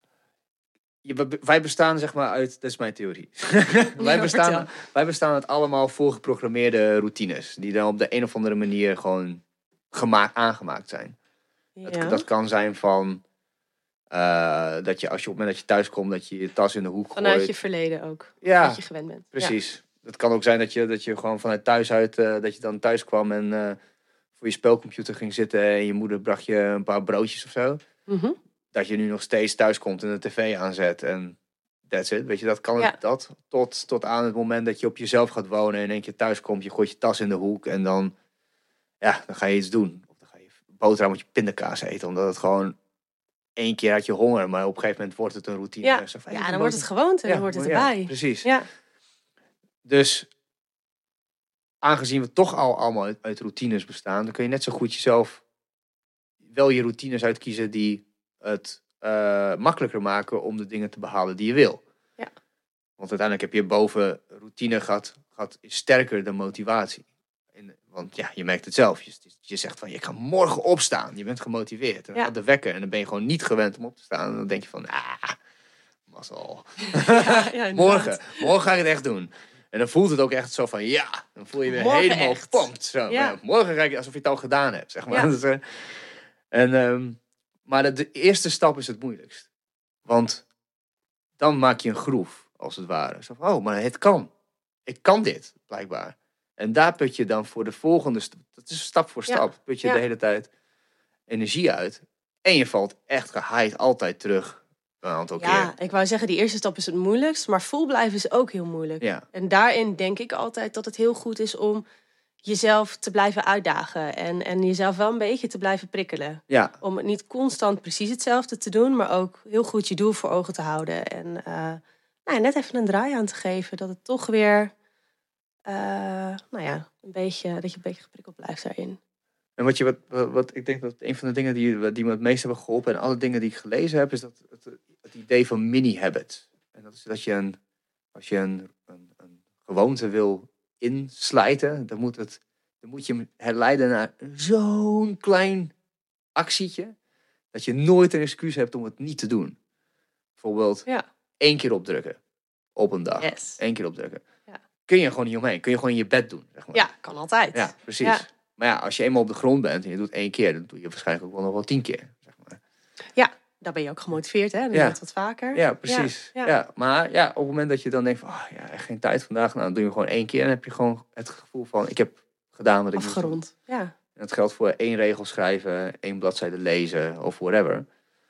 je, wij bestaan zeg maar uit... Dat is mijn theorie. wij, bestaan, wij bestaan uit allemaal voorgeprogrammeerde routines. Die dan op de een of andere manier gewoon gemaakt, aangemaakt zijn. Ja. Dat, dat kan zijn van uh, dat je als je op het moment dat je thuis komt dat je je tas in de hoek vanuit gooit. Je verleden ook. Ja, dat je gewend bent. Precies. Ja. Dat kan ook zijn dat je, dat je gewoon vanuit thuis uit uh, dat je dan thuis kwam en uh, voor je spelcomputer ging zitten en je moeder bracht je een paar broodjes of zo. Mm-hmm. Dat je nu nog steeds thuis komt en de tv aanzet en that's it. Weet je, dat kan ja. dat tot, tot aan het moment dat je op jezelf gaat wonen en in één keer thuis komt, je gooit je tas in de hoek en dan ja, dan ga je iets doen. Boterham moet je pindakaas eten, omdat het gewoon één keer had je honger, maar op een gegeven moment wordt het een routine. Ja, zo van, ja dan boter... wordt het gewoonte, dan ja, wordt het erbij. Ja, precies. Ja. Dus aangezien we toch al allemaal uit, uit routines bestaan, dan kun je net zo goed jezelf wel je routines uitkiezen die het uh, makkelijker maken om de dingen te behalen die je wil. Ja. Want uiteindelijk heb je boven routine gehad, gehad sterker de motivatie. In, want ja, je merkt het zelf. Je, je zegt van, ik ga morgen opstaan. Je bent gemotiveerd. En dan ja. gaat de wekker en dan ben je gewoon niet gewend om op te staan. En dan denk je van, ah, mazzel. Ja, ja, morgen, morgen ga ik het echt doen. En dan voelt het ook echt zo van, ja, dan voel je weer morgen helemaal echt. pumped. Zo. Ja. Morgen ga ik alsof je het al gedaan hebt, zeg maar. Ja. Dus, uh, en, um, maar de, de eerste stap is het moeilijkst. Want dan maak je een groef, als het ware. Zo van, oh, maar het kan. Ik kan dit, blijkbaar. En daar put je dan voor de volgende stap. Dat is stap voor stap. Ja. Put je ja. de hele tijd energie uit. En je valt echt gehyped altijd terug. Een aantal ja, keer. Ik wou zeggen, die eerste stap is het moeilijkst. Maar vol blijven is ook heel moeilijk. Ja. En daarin denk ik altijd dat het heel goed is om jezelf te blijven uitdagen. En, en jezelf wel een beetje te blijven prikkelen. Ja. Om het niet constant precies hetzelfde te doen. Maar ook heel goed je doel voor ogen te houden. En uh, nou ja, net even een draai aan te geven. Dat het toch weer... Uh, nou ja, een beetje, dat je een beetje geprikkeld blijft daarin. En wat je, wat, wat, wat ik denk dat een van de dingen die, die me het meest hebben geholpen en alle dingen die ik gelezen heb, is dat het, het idee van mini-habit. En dat is dat je een, als je een, een, een gewoonte wil inslijten, dan moet, het, dan moet je hem herleiden naar zo'n klein actietje, dat je nooit een excuus hebt om het niet te doen. Bijvoorbeeld ja. één keer opdrukken op een dag. Yes. Eén keer opdrukken. Ja. Kun je gewoon niet omheen. Kun je gewoon in je bed doen. Zeg maar. Ja, kan altijd. Ja, precies. Ja. Maar ja, als je eenmaal op de grond bent en je doet één keer, dan doe je waarschijnlijk ook wel nog wel tien keer. Zeg maar. Ja, daar ben je ook gemotiveerd, hè? Dan doe je het wat vaker. Ja, precies. Ja, ja. ja, maar ja, op het moment dat je dan denkt van, oh, ja, echt geen tijd vandaag, nou, dan doe je gewoon één keer en dan heb je gewoon het gevoel van, ik heb gedaan wat ik moest doen. Afgerond, ja. En dat geldt voor één regel schrijven, één bladzijde lezen of whatever.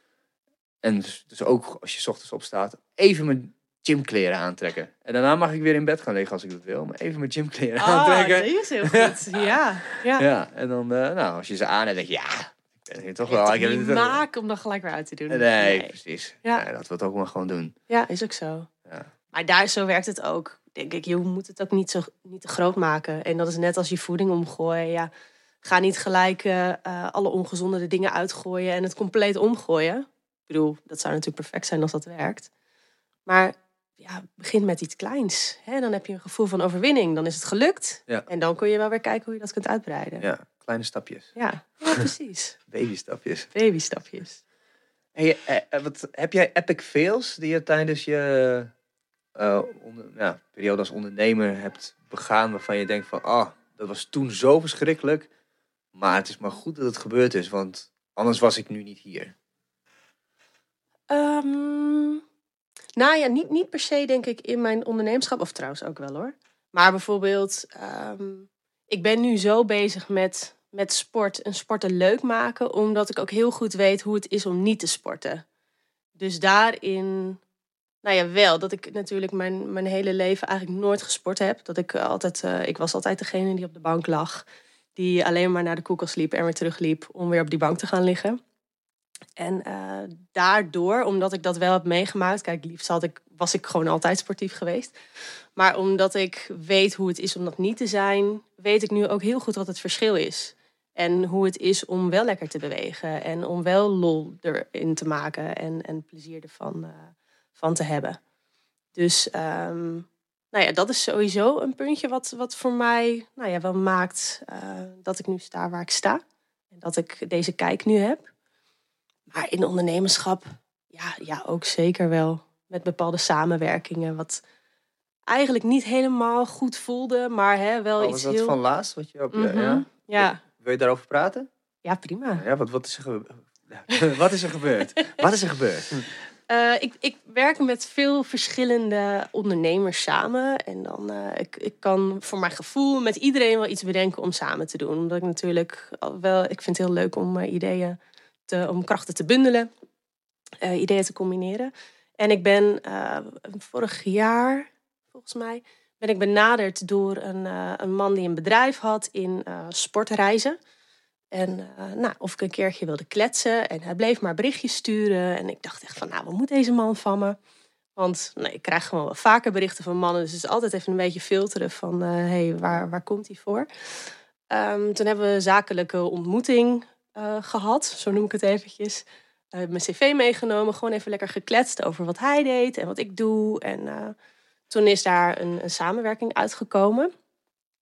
En dus, dus ook als je 's ochtends opstaat, even mijn gymkleren aantrekken. En daarna mag ik weer in bed gaan liggen als ik dat wil. Maar even mijn gymkleren oh, aantrekken. Dat is heel goed. Ja, ja. ja en dan, uh, nou, als je ze aan hebt, denk je, ja, ik ben hier toch je wel. Het Ik heb niet het maken om dan gelijk weer uit te doen. Nee, nee. precies. Ja. Ja, dat we het ook maar gewoon doen. Ja, is ook zo. Ja. Maar daar zo werkt het ook. Denk ik, je moet het ook niet, zo, niet te groot maken. En dat is net als je voeding omgooien. Ja, ga niet gelijk uh, uh, alle ongezonde dingen uitgooien en het compleet omgooien. Ik bedoel, dat zou natuurlijk perfect zijn als dat werkt. Maar ja, begin met iets kleins. Hè? Dan heb je een gevoel van overwinning. Dan is het gelukt. Ja. En dan kun je wel weer kijken hoe je dat kunt uitbreiden. Ja, kleine stapjes. Ja, ja precies. Babystapjes. Babystapjes. Hey, eh, wat, heb jij epic fails die je tijdens je uh, onder, ja, periode als ondernemer hebt begaan, waarvan je denkt van, ah, oh, dat was toen zo verschrikkelijk, maar het is maar goed dat het gebeurd is, want anders was ik nu niet hier. Um, nou ja, niet, niet per se denk ik in mijn ondernemerschap, of trouwens ook wel hoor. Maar bijvoorbeeld, um, ik ben nu zo bezig met, met sport en sporten leuk maken, omdat ik ook heel goed weet hoe het is om niet te sporten. Dus daarin, nou ja, wel, dat ik natuurlijk mijn, mijn hele leven eigenlijk nooit gesport heb. Dat ik altijd, uh, ik was altijd degene die op de bank lag, die alleen maar naar de koelkast liep en weer terugliep om weer op die bank te gaan liggen. En uh, daardoor, omdat ik dat wel heb meegemaakt, kijk, liefst had ik, was ik gewoon altijd sportief geweest. Maar omdat ik weet hoe het is om dat niet te zijn, weet ik nu ook heel goed wat het verschil is. En hoe het is om wel lekker te bewegen en om wel lol erin te maken en, en plezier ervan uh, van te hebben. Dus um, nou ja, dat is sowieso een puntje wat, wat voor mij nou ja, wel maakt uh, dat ik nu sta waar ik sta. En dat ik deze kijk nu heb. Maar in ondernemerschap, ja, ja, ook zeker wel. Met bepaalde samenwerkingen, wat eigenlijk niet helemaal goed voelde, maar hè, wel oh, iets was dat heel... van laatst? Wat je op je, Mm-hmm. ja? Ja. Wil je daarover praten? Ja, prima. Ja, wat, wat, is er ge... wat is er gebeurd? Wat is er gebeurd? Uh, ik, ik werk met veel verschillende ondernemers samen. En dan uh, ik, ik kan voor mijn gevoel met iedereen wel iets bedenken om samen te doen. Omdat ik natuurlijk wel, ik vind het heel leuk om uh, ideeën te, om krachten te bundelen, uh, ideeën te combineren. En ik ben uh, vorig jaar, volgens mij, ben ik benaderd door een, uh, een man die een bedrijf had in uh, sportreizen. En uh, nou, of ik een keertje wilde kletsen. En hij bleef maar berichtjes sturen. En ik dacht echt van, nou, wat moet deze man van me? Want nou, ik krijg gewoon wel vaker berichten van mannen. Dus het is altijd even een beetje filteren van, uh, hey, waar, waar komt hij voor? Um, toen hebben we een zakelijke ontmoeting uh, gehad. Zo noem ik het eventjes. Uh, mijn cv meegenomen. Gewoon even lekker gekletst over wat hij deed en wat ik doe. En uh, toen is daar een, een samenwerking uitgekomen.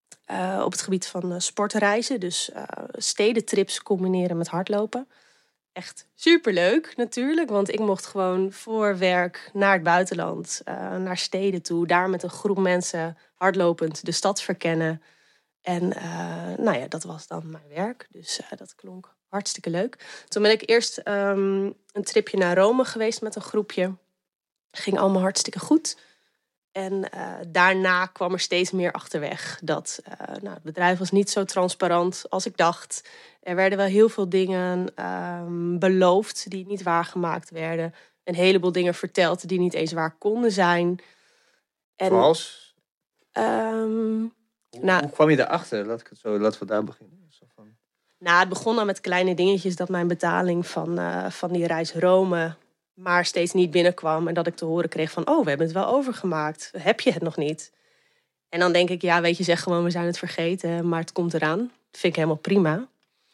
Uh, op het gebied van uh, sportreizen. Dus uh, stedentrips combineren met hardlopen. echt superleuk natuurlijk. Want ik mocht gewoon voor werk naar het buitenland, uh, naar steden toe. Daar met een groep mensen hardlopend de stad verkennen. En uh, nou ja, dat was dan mijn werk. Dus uh, dat klonk hartstikke leuk. Toen ben ik eerst um, een tripje naar Rome geweest met een groepje. Ging allemaal hartstikke goed. En uh, daarna kwam er steeds meer achterweg. Dat uh, nou, het bedrijf was niet zo transparant als ik dacht. Er werden wel heel veel dingen um, beloofd die niet waargemaakt werden. Een heleboel dingen verteld die niet eens waar konden zijn. En, Zoals? Um, hoe, nou, hoe kwam je daarachter? Laat ik het zo, laten we daar beginnen. Zo van... Nou, het begon dan met kleine dingetjes. Dat mijn betaling van, uh, van die reis Rome maar steeds niet binnenkwam. En dat ik te horen kreeg van, oh, we hebben het wel overgemaakt. Heb je het nog niet? En dan denk ik, ja, weet je, zeg gewoon, we zijn het vergeten. Maar het komt eraan. Dat vind ik helemaal prima.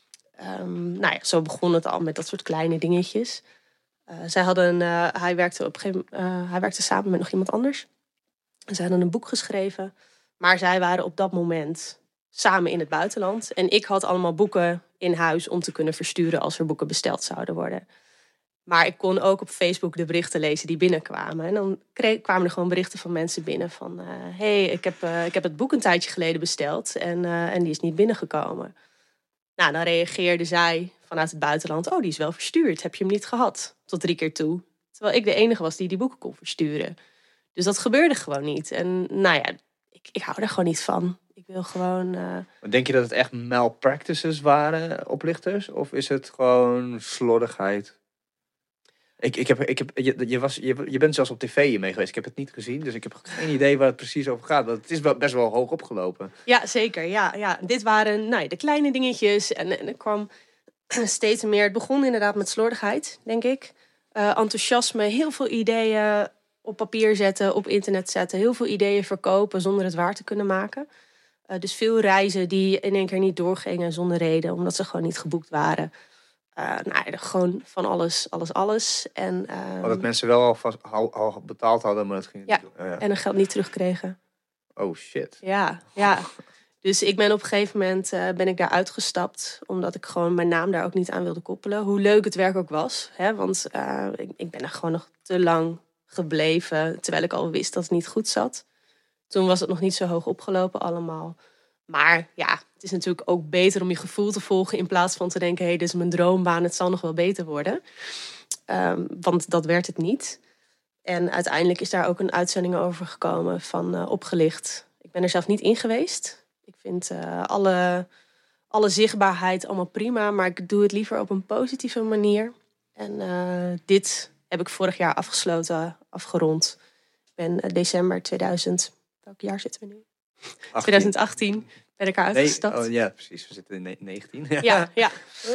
Um, nou ja, zo begon het al met dat soort kleine dingetjes. Uh, zij hadden, uh, hij, werkte op een gegeven moment, uh, hij werkte samen met nog iemand anders. En zij hadden een boek geschreven. Maar zij waren op dat moment samen in het buitenland. En ik had allemaal boeken in huis om te kunnen versturen als er boeken besteld zouden worden. Maar ik kon ook op Facebook de berichten lezen die binnenkwamen. En dan kreeg, kwamen er gewoon berichten van mensen binnen van... Uh, hey, ik heb, uh, ik heb het boek een tijdje geleden besteld en, uh, en die is niet binnengekomen. Nou, dan reageerde zij vanuit het buitenland... oh, die is wel verstuurd, heb je hem niet gehad? Tot drie keer toe. Terwijl ik de enige was die die boeken kon versturen. Dus dat gebeurde gewoon niet. En nou ja, ik, ik hou er gewoon niet van. Ik wil gewoon... Uh... Denk je dat het echt malpractices waren, oplichters? Of is het gewoon slordigheid? Ik, ik heb, ik heb, je, je, was, je, je bent zelfs op tv mee geweest. Ik heb het niet gezien, dus ik heb geen idee waar het precies over gaat. Want het is wel, best wel hoog opgelopen. Ja, zeker. Ja, ja. Dit waren nou, de kleine dingetjes. En, en er kwam steeds meer... Het begon inderdaad met slordigheid, denk ik. Uh, enthousiasme, heel veel ideeën op papier zetten, op internet zetten. Heel veel ideeën verkopen zonder het waar te kunnen maken. Uh, dus veel reizen die in één keer niet doorgingen zonder reden. Omdat ze gewoon niet geboekt waren. Uh, nou, gewoon van alles, alles, alles. En, uh, dat mensen wel al, vast, al, al betaald hadden, maar dat ging ja, niet. Oh, ja. En hun geld niet terugkregen. Oh shit. Ja, ja. Dus ik ben op een gegeven moment uh, ben ik daar uitgestapt. Omdat ik gewoon mijn naam daar ook niet aan wilde koppelen. Hoe leuk het werk ook was. Hè? Want uh, ik, ik ben er gewoon nog te lang gebleven. Terwijl ik al wist dat het niet goed zat. Toen was het nog niet zo hoog opgelopen allemaal. Maar ja, het is natuurlijk ook beter om je gevoel te volgen... in plaats van te denken, hé, hey, dit is mijn droombaan, het zal nog wel beter worden. Um, want dat werd het niet. En uiteindelijk is daar ook een uitzending over gekomen van uh, Opgelicht. Ik ben er zelf niet in geweest. Ik vind uh, alle, alle zichtbaarheid allemaal prima... maar ik doe het liever op een positieve manier. En uh, dit heb ik vorig jaar afgesloten, afgerond. Ik ben uh, december tweeduizend... Welk jaar zitten we nu? achttien. twintig achttien ben ik eruit gestapt. Nee, oh, ja, precies. We zitten in negentien. Ja, ja. ja,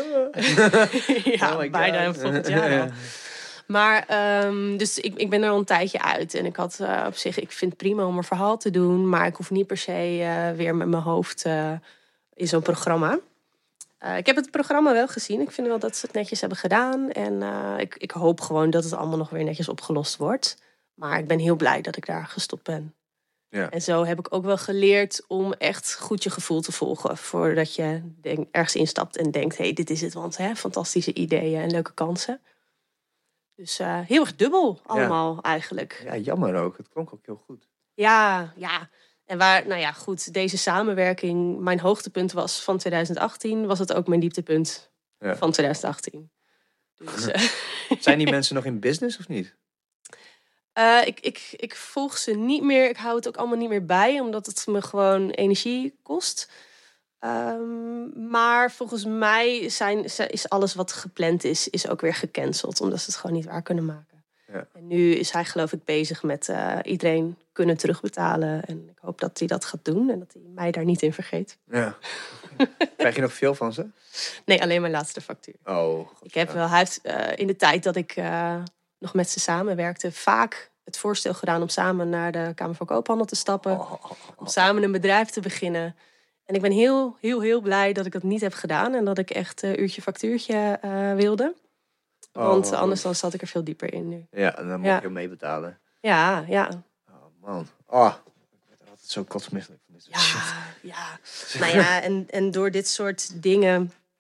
oh bijna volgend jaar al. Maar, um, dus ik, ik ben er al een tijdje uit. En ik had uh, op zich, ik vind het prima om een verhaal te doen. Maar ik hoef niet per se uh, weer met mijn hoofd uh, in zo'n programma. Uh, ik heb het programma wel gezien. Ik vind wel dat ze het netjes hebben gedaan. En uh, ik, ik hoop gewoon dat het allemaal nog weer netjes opgelost wordt. Maar ik ben heel blij dat ik daar gestopt ben. Ja. En zo heb ik ook wel geleerd om echt goed je gevoel te volgen. Voordat je denk, ergens instapt en denkt, hé, hey, dit is het. Want hè, fantastische ideeën en leuke kansen. Dus uh, heel erg dubbel allemaal ja. eigenlijk. Ja, jammer ook. Het klonk ook heel goed. Ja, ja. En waar, nou ja, goed, deze samenwerking mijn hoogtepunt was van twintig achttien... was het ook mijn dieptepunt ja. van twintig achttien. Dus, uh, zijn die mensen nog in business of niet? Uh, ik, ik, ik volg ze niet meer. Ik hou het ook allemaal niet meer bij. Omdat het me gewoon energie kost. Um, maar volgens mij zijn, is alles wat gepland is... is ook weer gecanceld. Omdat ze het gewoon niet waar kunnen maken. Ja. En nu is hij geloof ik bezig met uh, iedereen kunnen terugbetalen. En ik hoop dat hij dat gaat doen. En dat hij mij daar niet in vergeet. Ja. Krijg je nog veel van ze? Nee, alleen mijn laatste factuur. Oh, God, ik heb ja. wel, hij heeft uh, in de tijd dat ik... Uh, nog met ze samenwerkte, vaak het voorstel gedaan om samen naar de Kamer van Koophandel te stappen. Oh, oh, oh, oh. Om samen een bedrijf te beginnen. En ik ben heel, heel, heel blij dat ik dat niet heb gedaan. En dat ik echt uh, uurtje factuurtje uh, wilde. Want oh, anders dan zat ik er veel dieper in nu. Ja, en dan moet ja. je mee betalen. Ja, ja. Oh man. Oh, ik ben altijd zo kotsmisselijk van dit soort ja, shit. Ja, nou ja, en, en door dit soort dingen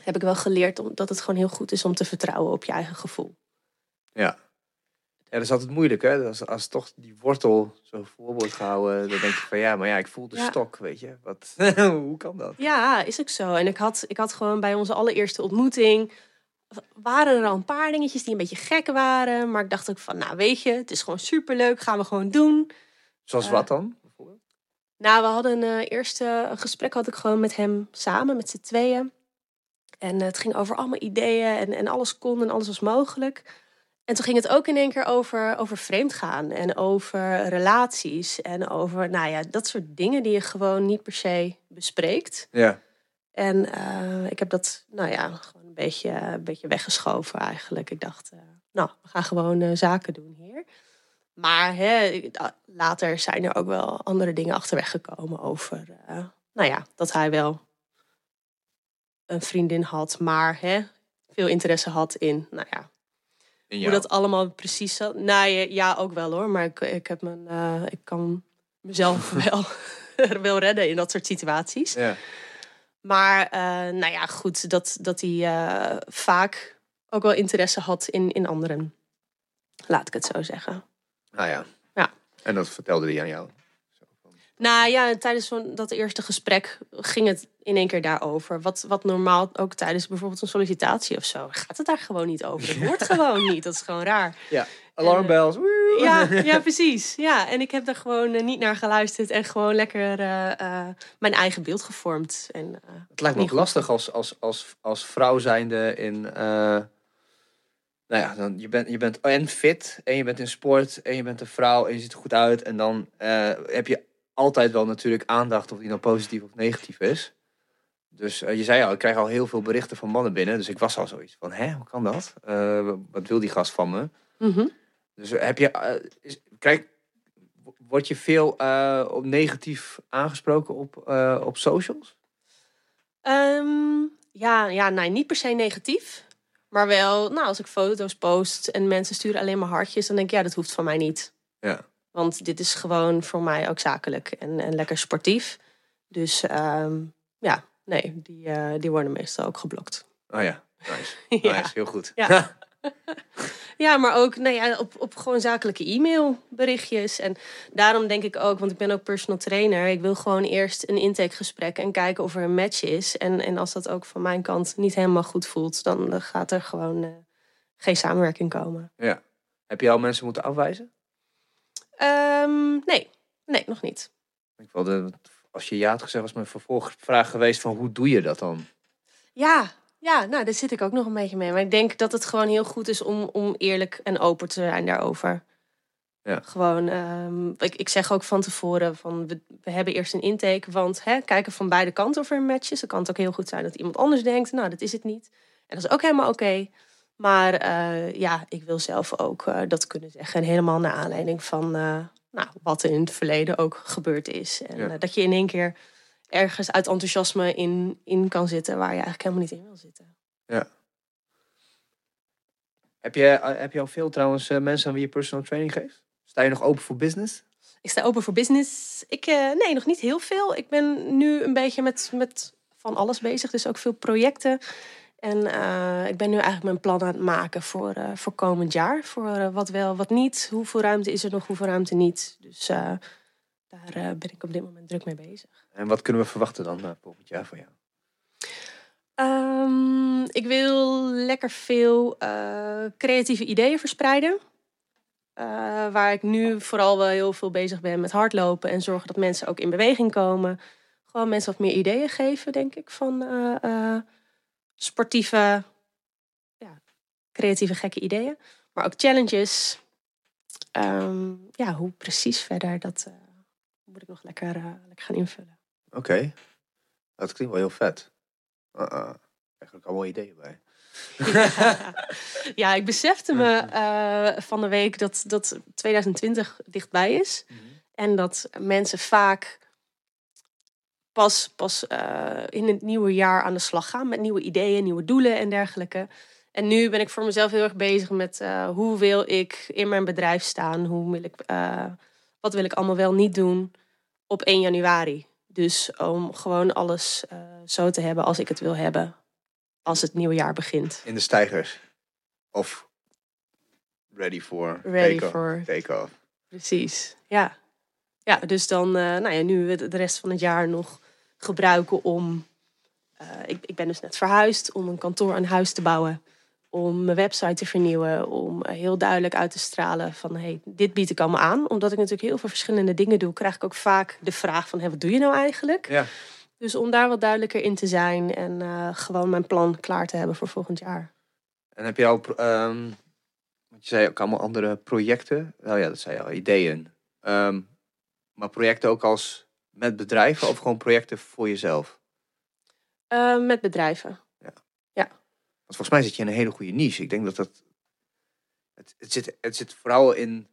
heb ik wel geleerd om, dat het gewoon heel goed is om te vertrouwen op je eigen gevoel. Ja. Ja, dat is altijd moeilijk, hè? Als, als toch die wortel zo voor wordt gehouden, dan denk je van ja, maar ja, ik voel de Ja. stok, weet je. Wat, hoe kan dat? Ja, is ook zo. En ik had, ik had gewoon bij onze allereerste ontmoeting, waren er al een paar dingetjes die een beetje gek waren. Maar ik dacht ook van, nou weet je, het is gewoon superleuk, gaan we gewoon doen. Zoals Uh, wat dan? Bijvoorbeeld? Nou, we hadden een uh, eerste een gesprek had ik gewoon met hem samen, met z'n tweeën. En uh, het ging over allemaal ideeën en, en alles kon en alles was mogelijk. En toen ging het ook in één keer over, over vreemdgaan en over relaties. En over, nou ja, dat soort dingen die je gewoon niet per se bespreekt. Ja. En uh, ik heb dat, nou ja, gewoon een beetje, een beetje weggeschoven eigenlijk. Ik dacht, uh, nou, we gaan gewoon uh, zaken doen hier. Maar hè, later zijn er ook wel andere dingen achterweg gekomen over, uh, nou ja, dat hij wel een vriendin had, maar hè, veel interesse had in, nou ja, hoe dat allemaal precies zat. Nou ja, ook wel hoor, maar ik, ik, heb mijn, uh, ik kan mezelf wel, wel redden in dat soort situaties. Ja. Maar uh, nou ja, goed, dat, dat hij uh, vaak ook wel interesse had in, in anderen. Laat ik het zo zeggen. Ah ja. Ja. En dat vertelde hij aan jou? Nou ja, tijdens zo'n, dat eerste gesprek ging het in één keer daarover. Wat, wat normaal ook tijdens bijvoorbeeld een sollicitatie of zo, gaat het daar gewoon niet over. Het hoort gewoon niet, dat is gewoon raar. Ja, alarmbels. Uh, ja, ja, precies. Ja, en ik heb daar gewoon uh, niet naar geluisterd en gewoon lekker uh, uh, mijn eigen beeld gevormd. En, uh, het lijkt me ook lastig als, als, als, als vrouw zijnde in... Uh, nou ja, dan, je, bent, je bent en fit en je bent in sport en je bent een vrouw en je ziet er goed uit. En dan uh, heb je altijd wel natuurlijk aandacht of die nou positief of negatief is. Dus uh, je zei al, ik krijg al heel veel berichten van mannen binnen. Dus ik was al zoiets van, hè, hoe kan dat? Uh, wat wil die gast van me? Mm-hmm. Dus heb je, uh, is, krijg, word je veel uh, op negatief aangesproken op, uh, op socials? Um, ja, ja, nee, niet per se negatief. Maar wel, nou, als ik foto's post en mensen sturen alleen maar hartjes, dan denk ik, ja, dat hoeft van mij niet. Ja. Want dit is gewoon voor mij ook zakelijk en, en lekker sportief. Dus um, ja, nee, die, uh, die worden meestal ook geblokt. Oh ja, nice. ja. Nice, heel goed. Ja, ja maar ook nou ja, op, op gewoon zakelijke e-mailberichtjes. En daarom denk ik ook, want ik ben ook personal trainer. Ik wil gewoon eerst een intakegesprek en kijken of er een match is. En, en als dat ook van mijn kant niet helemaal goed voelt, dan gaat er gewoon uh, geen samenwerking komen. Ja. Heb je al mensen moeten afwijzen? Um, nee, nee, nog niet. Ik wilde, als je ja had gezegd, was mijn vervolgvraag geweest van hoe doe je dat dan? Ja, ja, nou, daar zit ik ook nog een beetje mee. Maar ik denk dat het gewoon heel goed is om, om eerlijk en open te zijn daarover. Ja. Gewoon, um, ik, ik zeg ook van tevoren van we, we hebben eerst een intake, want hè, kijken van beide kanten of er een match is. Dan kan het ook heel goed zijn dat iemand anders denkt, nou, dat is het niet. En dat is ook helemaal oké. Okay. Maar uh, ja, ik wil zelf ook uh, dat kunnen zeggen. En helemaal naar aanleiding van uh, nou, wat er in het verleden ook gebeurd is. En ja. uh, dat je in één keer ergens uit enthousiasme in, in kan zitten waar je eigenlijk helemaal niet in wil zitten. Ja. Heb je, heb je al veel trouwens uh, mensen aan wie je personal training geeft? Sta je nog open voor business? Ik sta open voor business. Ik, uh, nee, nog niet heel veel. Ik ben nu een beetje met, met van alles bezig. Dus ook veel projecten. En uh, ik ben nu eigenlijk mijn plan aan het maken voor, uh, voor komend jaar. Voor uh, wat wel, wat niet. Hoeveel ruimte is er nog, hoeveel ruimte niet. Dus uh, daar uh, ben ik op dit moment druk mee bezig. En wat kunnen we verwachten dan uh, volgend jaar van jou? Um, ik wil lekker veel uh, creatieve ideeën verspreiden. Uh, waar ik nu vooral wel heel veel bezig ben met hardlopen. En zorgen dat mensen ook in beweging komen. Gewoon mensen wat meer ideeën geven, denk ik. Van uh, uh, sportieve, ja, creatieve, gekke ideeën. Maar ook challenges. Um, ja, hoe precies verder, dat uh, moet ik nog lekker, uh, lekker gaan invullen. Oké, okay. Dat klinkt wel heel vet. Uh-uh. Eigenlijk allemaal ideeën bij. Ja. ja, ik besefte me uh, van de week dat, dat twintig twintig dichtbij is. Mm-hmm. En dat mensen vaak pas, pas uh, in het nieuwe jaar aan de slag gaan met nieuwe ideeën, nieuwe doelen en dergelijke. En nu ben ik voor mezelf heel erg bezig met uh, hoe wil ik in mijn bedrijf staan? Hoe wil ik, uh, wat wil ik allemaal wel niet doen op één januari? Dus om gewoon alles uh, zo te hebben als ik het wil hebben. als het nieuwe jaar begint. In de stijgers. Of ready for Ready take-off. for... Take-off. Precies, ja. Ja, dus dan uh, nou ja, nu de rest van het jaar nog gebruiken om... Uh, ik, ik ben dus net verhuisd om een kantoor aan huis te bouwen. Om mijn website te vernieuwen. Om uh, heel duidelijk uit te stralen van... Hey, dit bied ik allemaal aan. Omdat ik natuurlijk heel veel verschillende dingen doe... krijg ik ook vaak de vraag van... Hey, wat doe je nou eigenlijk? Ja. Dus om daar wat duidelijker in te zijn... en uh, gewoon mijn plan klaar te hebben voor volgend jaar. En heb je al... Um, want je zei ook allemaal andere projecten. Nou ja, dat zei je al, ideeën. Um, maar projecten ook als met bedrijven... of gewoon projecten voor jezelf? Uh, met bedrijven. Ja. Ja. Want volgens mij zit je in een hele goede niche. Ik denk dat dat... Het, het, zit, het zit vooral in...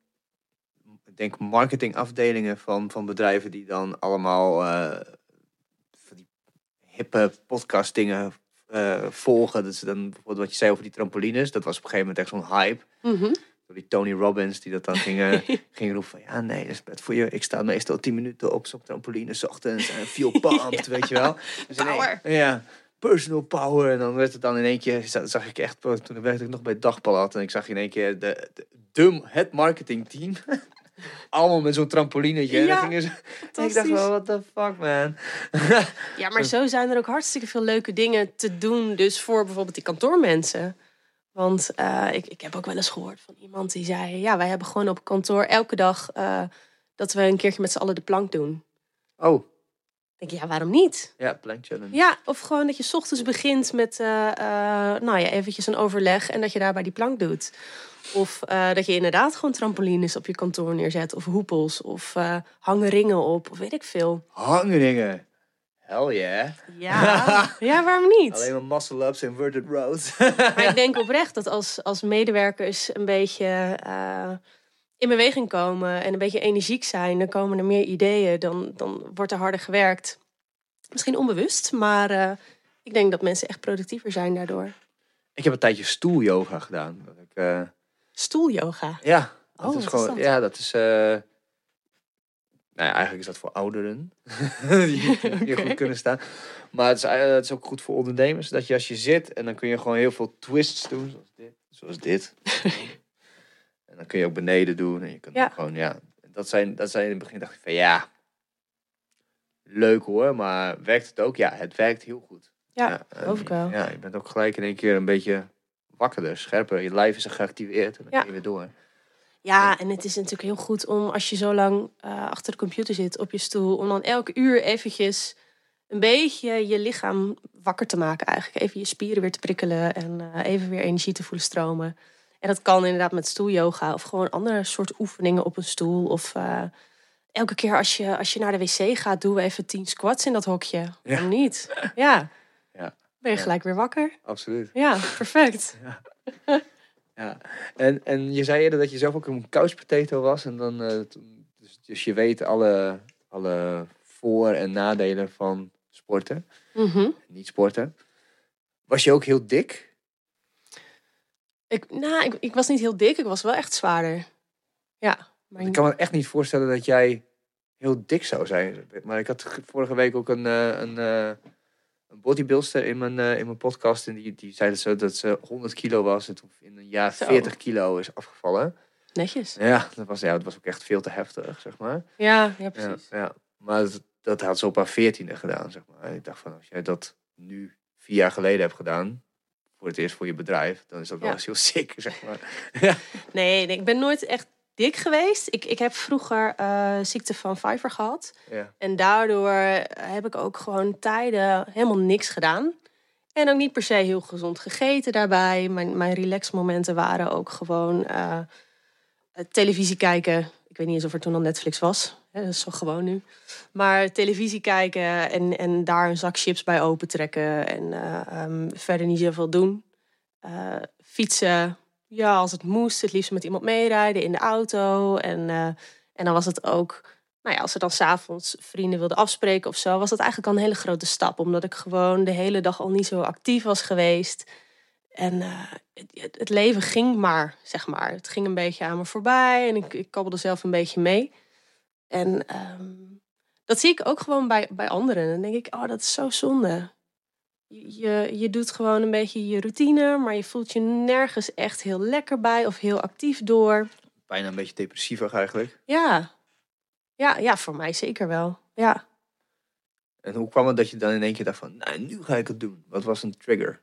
Ik denk marketingafdelingen van, van bedrijven... die dan allemaal... Uh, van die hippe podcast dingen uh, volgen. Dat ze dan bijvoorbeeld wat je zei over die trampolines. Dat was op een gegeven moment echt zo'n hype. Mm-hmm. Door die Tony Robbins die dat dan ging, ging roepen van... Ja, nee, dat is best voor je. Ik sta meestal tien minuten op zo'n trampoline... 's ochtends en feel pumped, ja. Weet je wel. Dus power. Één, ja, personal power. En dan werd het dan in één keer... Zag ik echt... Toen werkte ik nog bij Dagblad. En ik zag in één keer de, de, de het marketingteam... allemaal met zo'n trampolinetje. Ja, en dan gingen ze, en ik dacht wel, what the fuck, man. Ja, maar zo zijn er ook hartstikke veel leuke dingen te doen. Dus voor bijvoorbeeld die kantoormensen. Want uh, ik, ik heb ook wel eens gehoord van iemand die zei... Ja, wij hebben gewoon op kantoor elke dag... Uh, dat we een keertje met z'n allen de plank doen. Oh. Ik denk, ja, waarom niet? Ja, plank challenge. Ja, of gewoon dat je 's ochtends begint met... Uh, uh, nou ja, eventjes een overleg... en dat je daarbij die plank doet. Of uh, dat je inderdaad gewoon trampolines op je kantoor neerzet. Of hoepels. Of uh, hangen ringen op. Of weet ik veel. Hangringen? Hell yeah. Ja, ja, waarom niet? Alleen maar muscle-ups, inverted rows. Maar ik denk oprecht dat als, als medewerkers een beetje uh, in beweging komen... en een beetje energiek zijn, dan komen er meer ideeën. Dan, dan wordt er harder gewerkt. Misschien onbewust, maar uh, ik denk dat mensen echt productiever zijn daardoor. Ik heb een tijdje stoelyoga gedaan. Dat ik, uh... Stoelyoga? Ja, dat oh, is gewoon. dat? Ja, dat is. Uh... Nou ja, eigenlijk is dat voor ouderen die, die okay. goed kunnen staan. Maar het is, uh, het is ook goed voor ondernemers. Dat je als je zit en dan kun je gewoon heel veel twists doen, zoals dit. Zoals dit. En dan kun je ook beneden doen en je kunt ja. gewoon ja. Dat zijn, dat zijn in het begin dacht ik van ja, leuk hoor, maar werkt het ook? Ja, het werkt heel goed. Ja, geloof ik wel. Ja, je bent ook gelijk in één keer een beetje wakkerder, scherper. Je lijf is geactiveerd en dan ja. kun je weer door. Ja, en het is natuurlijk heel goed om als je zo lang uh, achter de computer zit op je stoel... om dan elke uur eventjes een beetje je lichaam wakker te maken eigenlijk. Even je spieren weer te prikkelen en uh, even weer energie te voelen stromen. En dat kan inderdaad met stoelyoga of gewoon andere soort oefeningen op een stoel. Of uh, elke keer als je, als je naar de wc gaat, doen we even tien squats in dat hokje. Ja. Waarom niet? Ja. Ja. Ben je gelijk ja. weer wakker? Absoluut. Ja, perfect. Ja. Ja, en, en je zei eerder dat je zelf ook een couch potato was. En dan, uh, dus, dus je weet alle, alle voor- en nadelen van sporten. Mm-hmm. Niet sporten. Was je ook heel dik? Ik, nou, ik, ik was niet heel dik. Ik was wel echt zwaarder. Ja. Maar ik kan me echt niet voorstellen dat jij heel dik zou zijn. Maar ik had vorige week ook een... een, een Een bodybuilder in mijn, uh, in mijn podcast. En die, die zei dat ze, dat ze honderd kilo was. En toen in een jaar veertig kilo is afgevallen. Netjes. Ja, dat was, ja, dat was ook echt veel te heftig, zeg maar. Ja, ja precies. Ja, ja. Maar dat, dat had ze op haar veertiende gedaan, zeg maar. En ik dacht van, als jij dat nu vier jaar geleden hebt gedaan... voor het eerst voor je bedrijf... dan is dat wel ja. eens heel sick, zeg maar. Ja. Nee, nee, ik ben nooit echt dik geweest. Ik, ik heb vroeger uh, ziekte van Pfeiffer gehad. Ja. En daardoor heb ik ook gewoon tijden helemaal niks gedaan. En ook niet per se heel gezond gegeten daarbij. Mijn, mijn relaxmomenten waren ook gewoon uh, televisie kijken. Ik weet niet eens of er toen al Netflix was. Ja, dat is zo gewoon nu. Maar televisie kijken en, en daar een zak chips bij opentrekken. En uh, um, verder niet zoveel doen. Uh, fietsen. Ja, als het moest, het liefst met iemand meerijden in de auto. En, uh, en dan was het ook... Nou ja, als ze dan 's avonds vrienden wilden afspreken of zo... was dat eigenlijk al een hele grote stap. Omdat ik gewoon de hele dag al niet zo actief was geweest. En uh, het, het leven ging maar, zeg maar. Het ging een beetje aan me voorbij. En ik, ik kabbelde zelf een beetje mee. En um, dat zie ik ook gewoon bij, bij anderen. Dan denk ik, oh, dat is zo zonde. je, je doet gewoon een beetje je routine, maar je voelt je nergens echt heel lekker bij of heel actief door. Bijna een beetje depressievig eigenlijk. Ja, ja, ja, voor mij zeker wel. Ja. En hoe kwam het dat je dan in één keer dacht van, nou, nu ga ik het doen? Wat was een trigger?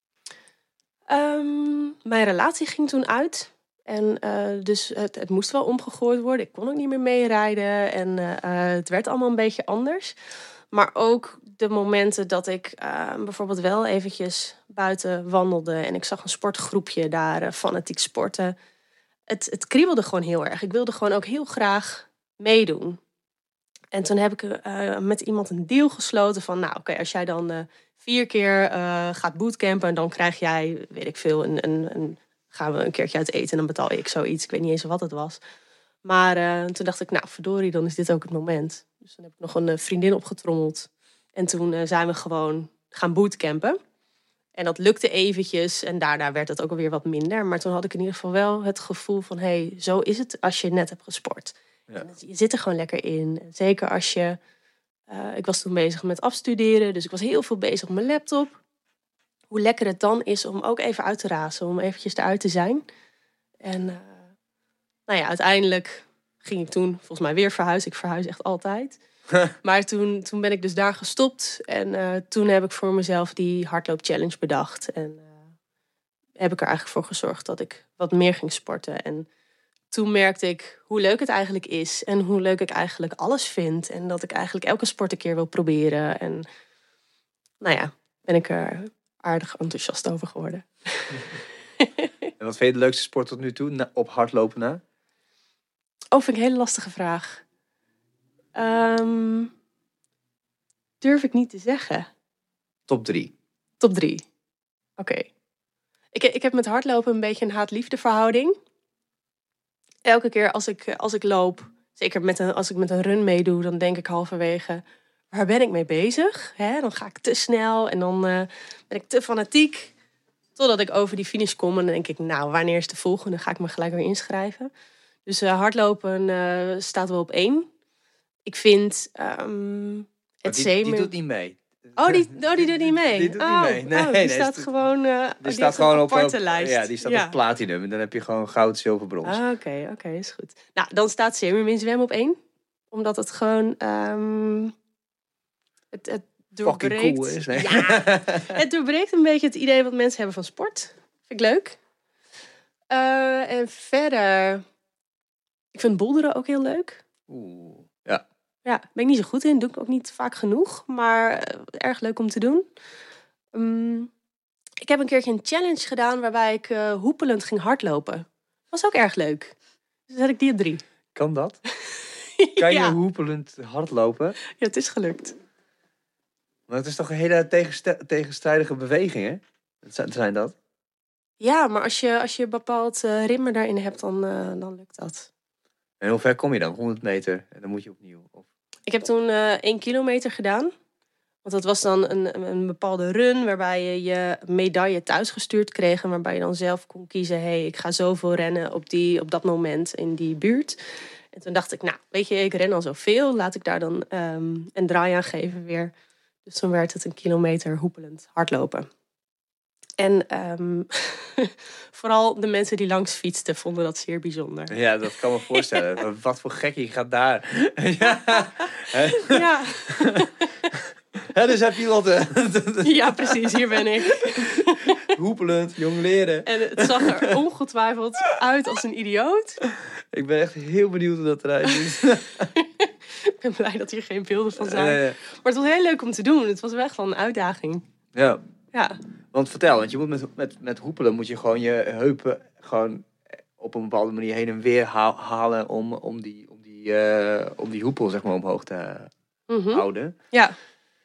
Um, mijn relatie ging toen uit. En uh, dus het, het moest wel omgegooid worden. Ik kon ook niet meer meerijden. En uh, het werd allemaal een beetje anders. Maar ook de momenten dat ik uh, bijvoorbeeld wel eventjes buiten wandelde. En ik zag een sportgroepje daar, uh, fanatiek sporten. Het, het kriebelde gewoon heel erg. Ik wilde gewoon ook heel graag meedoen. En toen heb ik uh, met iemand een deal gesloten van... nou, oké, okay, als jij dan uh, vier keer uh, gaat bootcampen... dan krijg jij, weet ik veel, een, een, een, gaan we een keertje uit eten... en dan betaal ik zoiets. Ik weet niet eens wat het was. Maar uh, toen dacht ik, nou, verdorie, dan is dit ook het moment. Dus dan heb ik nog een uh, vriendin opgetrommeld. En toen uh, zijn we gewoon gaan bootcampen. En dat lukte eventjes en daarna werd het ook alweer wat minder. Maar toen had ik in ieder geval wel het gevoel van... hé, hey, zo is het als je net hebt gesport... Ja. Je zit er gewoon lekker in. Zeker als je... Uh, ik was toen bezig met afstuderen. Dus ik was heel veel bezig met mijn laptop. Hoe lekker het dan is om ook even uit te razen. Om eventjes eruit te zijn. En uh, nou ja, uiteindelijk ging ik toen volgens mij weer verhuizen. Ik verhuis echt altijd. Maar toen, toen ben ik dus daar gestopt. En uh, toen heb ik voor mezelf die hardloop-challenge bedacht. En uh, heb ik er eigenlijk voor gezorgd dat ik wat meer ging sporten. En toen merkte ik hoe leuk het eigenlijk is. En hoe leuk ik eigenlijk alles vind. En dat ik eigenlijk elke sport een keer wil proberen. En nou ja, ben ik er aardig enthousiast over geworden. En wat vind je de leukste sport tot nu toe? Op hardlopen na? Oh, vind ik een hele lastige vraag. Um, durf ik niet te zeggen. Top drie. Top drie. Oké. Okay. Ik, ik heb met hardlopen een beetje een haat-liefde verhouding. Elke keer als ik, als ik loop, zeker met een, als ik met een run meedoe, dan denk ik halverwege, waar ben ik mee bezig? Hè? Dan ga ik te snel en dan uh, ben ik te fanatiek. Totdat ik over die finish kom en dan denk ik, nou, wanneer is de volgende? Dan ga ik me gelijk weer inschrijven. Dus uh, hardlopen uh, staat wel op één. Ik vind um, het die, zeemer... die doet niet mee. Oh, die, oh, die doet niet mee? Die doet oh, niet mee. Nee, oh, die nee, staat nee, gewoon, uh, die die staat gewoon een op aparte op, lijst. Ja, die staat ja. op platinum. En dan heb je gewoon goud, zilver, brons. Ah, oké, okay, oké, okay, is goed. Nou, dan staat Zeemermin zwemmen op één. Omdat het gewoon... Um, het, het doorbreekt... Cool is, nee. Ja, het doorbreekt een beetje het idee wat mensen hebben van sport. Vind ik leuk. Uh, en verder... Ik vind boulderen ook heel leuk. Oeh, ja. Ja, ben ik niet zo goed in. Doe ik ook niet vaak genoeg. Maar uh, erg leuk om te doen. Um, ik heb een keertje een challenge gedaan waarbij ik uh, hoepelend ging hardlopen. Was ook erg leuk. Dus zet ik die op drie. Kan dat? Kan je ja. hoepelend hardlopen? Ja, het is gelukt. Maar het is toch een hele tegenst- tegenstrijdige beweging, hè? Het zijn dat? Ja, maar als je, als je een bepaald uh, ritme daarin hebt, dan, uh, dan lukt dat. En hoe ver kom je dan? honderd meter? En dan moet je opnieuw? Of... Ik heb toen uh, één kilometer gedaan. Want dat was dan een, een bepaalde run waarbij je je medaille thuisgestuurd kreeg. En waarbij je dan zelf kon kiezen, hey, ik ga zoveel rennen op, die, op dat moment in die buurt. En toen dacht ik, nou, weet je, ik ren al zoveel. Laat ik daar dan um, een draai aan geven weer. Dus toen werd het een kilometer hoepelend hardlopen. En um, vooral de mensen die langs fietsten vonden dat zeer bijzonder. Ja, dat kan me voorstellen. Wat voor gekkie gaat daar? ja. ja. Ja, dus heb je wat... ja, precies. Hier ben ik. Hoepelend, jong leren. En het zag er ongetwijfeld uit als een idioot. Ik ben echt heel benieuwd hoe dat eruit ziet. Ik ben blij dat hier geen beelden van zijn. Uh, ja. Maar het was heel leuk om te doen. Het was wel echt wel een uitdaging. Ja. Ja. Want vertel, want je moet met, met, met hoepelen moet je gewoon je heupen gewoon op een bepaalde manier heen en weer ha- halen om, om, die, om, die, uh, om die hoepel zeg maar omhoog te mm-hmm. houden. Ja.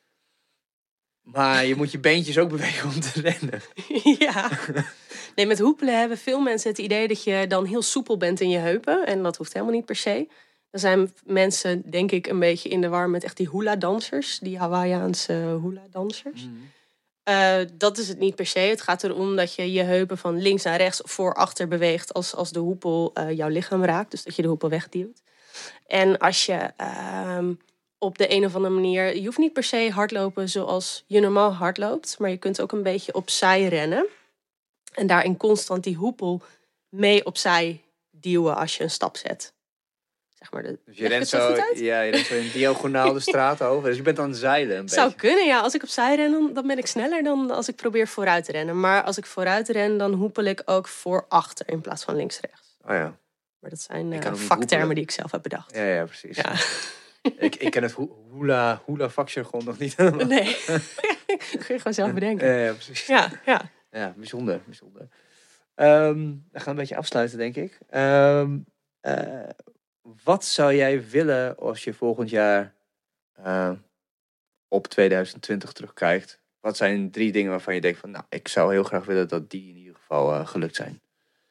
Maar je moet je beentjes ook bewegen om te rennen. ja. Nee, met hoepelen hebben veel mensen het idee dat je dan heel soepel bent in je heupen. En dat hoeft helemaal niet per se. Er zijn mensen, denk ik, een beetje in de war met echt die hula-dansers. Die Hawaiiaanse hula-dansers. Mm. Uh, dat is het niet per se. Het gaat erom dat je je heupen van links naar rechts of voor achter beweegt als, als de hoepel uh, jouw lichaam raakt. Dus dat je de hoepel wegduwt. En als je uh, op de een of andere manier... Je hoeft niet per se hardlopen zoals je normaal hardloopt. Maar je kunt ook een beetje opzij rennen. En daarin constant die hoepel mee opzij duwen als je een stap zet. Zeg maar de, dus je rent, zo, zo ja, je rent zo in diagonaal de straat over. Dus je bent aan het zeilen een Zou beetje. kunnen, ja. Als ik opzij ren, dan, dan ben ik sneller dan als ik probeer vooruit te rennen. Maar als ik vooruit ren, dan hoepel ik ook voor achter in plaats van links-rechts. Oh ja. Maar dat zijn uh, vaktermen die ik zelf heb bedacht. Ja, ja, precies. Ja. ik, ik ken het hula, hula vakjargon nog niet. Nee, kun je gewoon zelf bedenken. Ja, ja, precies. Ja, ja. Ja, bijzonder, bijzonder. Um, we gaan een beetje afsluiten, denk ik. Um, uh, wat zou jij willen als je volgend jaar uh, op tweeduizend twintig terugkijkt? Wat zijn drie dingen waarvan je denkt van... nou, ik zou heel graag willen dat die in ieder geval uh, gelukt zijn?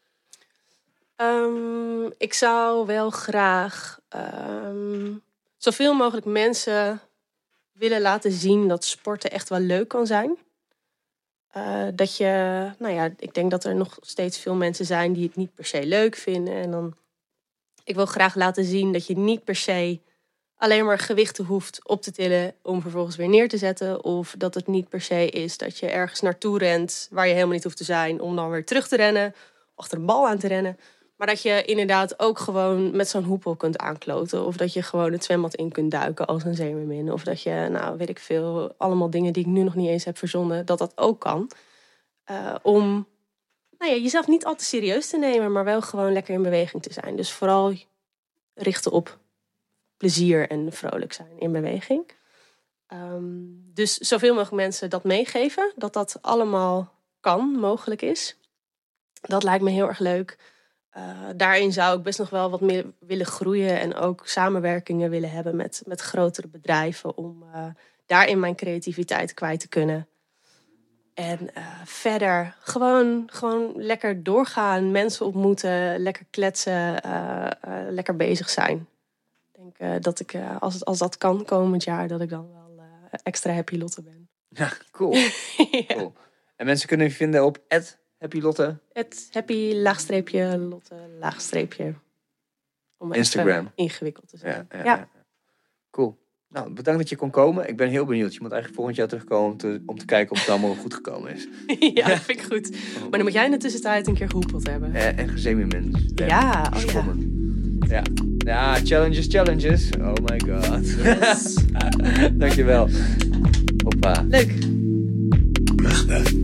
Um, ik zou wel graag um, zoveel mogelijk mensen willen laten zien dat sporten echt wel leuk kan zijn. Uh, dat je, nou ja, ik denk dat er nog steeds veel mensen zijn die het niet per se leuk vinden. En dan, ik wil graag laten zien dat je niet per se alleen maar gewichten hoeft op te tillen om vervolgens weer neer te zetten. Of dat het niet per se is dat je ergens naartoe rent waar je helemaal niet hoeft te zijn om dan weer terug te rennen. Achter een bal aan te rennen. Maar dat je inderdaad ook gewoon met zo'n hoepel kunt aankloten. Of dat je gewoon het zwembad in kunt duiken als een zeemermin. Of dat je, nou weet ik veel, allemaal dingen die ik nu nog niet eens heb verzonnen, dat dat ook kan. Uh, om nou ja, jezelf niet al te serieus te nemen, maar wel gewoon lekker in beweging te zijn. Dus vooral richten op plezier en vrolijk zijn in beweging. Um, dus zoveel mogelijk mensen dat meegeven. Dat dat allemaal kan, mogelijk is. Dat lijkt me heel erg leuk. Uh, daarin zou ik best nog wel wat meer willen groeien. En ook samenwerkingen willen hebben met, met grotere bedrijven. Om uh, daarin mijn creativiteit kwijt te kunnen. En uh, verder gewoon, gewoon lekker doorgaan. Mensen ontmoeten. Lekker kletsen. Uh, uh, lekker bezig zijn. Ik denk uh, dat ik, uh, als, als dat kan komend jaar, dat ik dan wel uh, extra happy Lotte ben. Ja, cool. Ja. Cool. En mensen kunnen je vinden op at Happy Lotte. Het happy laagstreepje Lotte laagstreepje. Om Instagram. Ingewikkeld te zijn. Ja, ja, ja. ja. Cool. Nou, bedankt dat je kon komen. Ik ben heel benieuwd. Je moet eigenlijk volgend jaar terugkomen om te, om te kijken of het allemaal goed gekomen is. Ja, dat vind ik goed. Maar dan moet jij in de tussentijd een keer gehoepeld hebben. Eh, en gezeemermin. Ja, oh ja. Ja. Ja, challenges, challenges. Oh my god. Yes. Dankjewel. Hoppa. Leuk. Magda.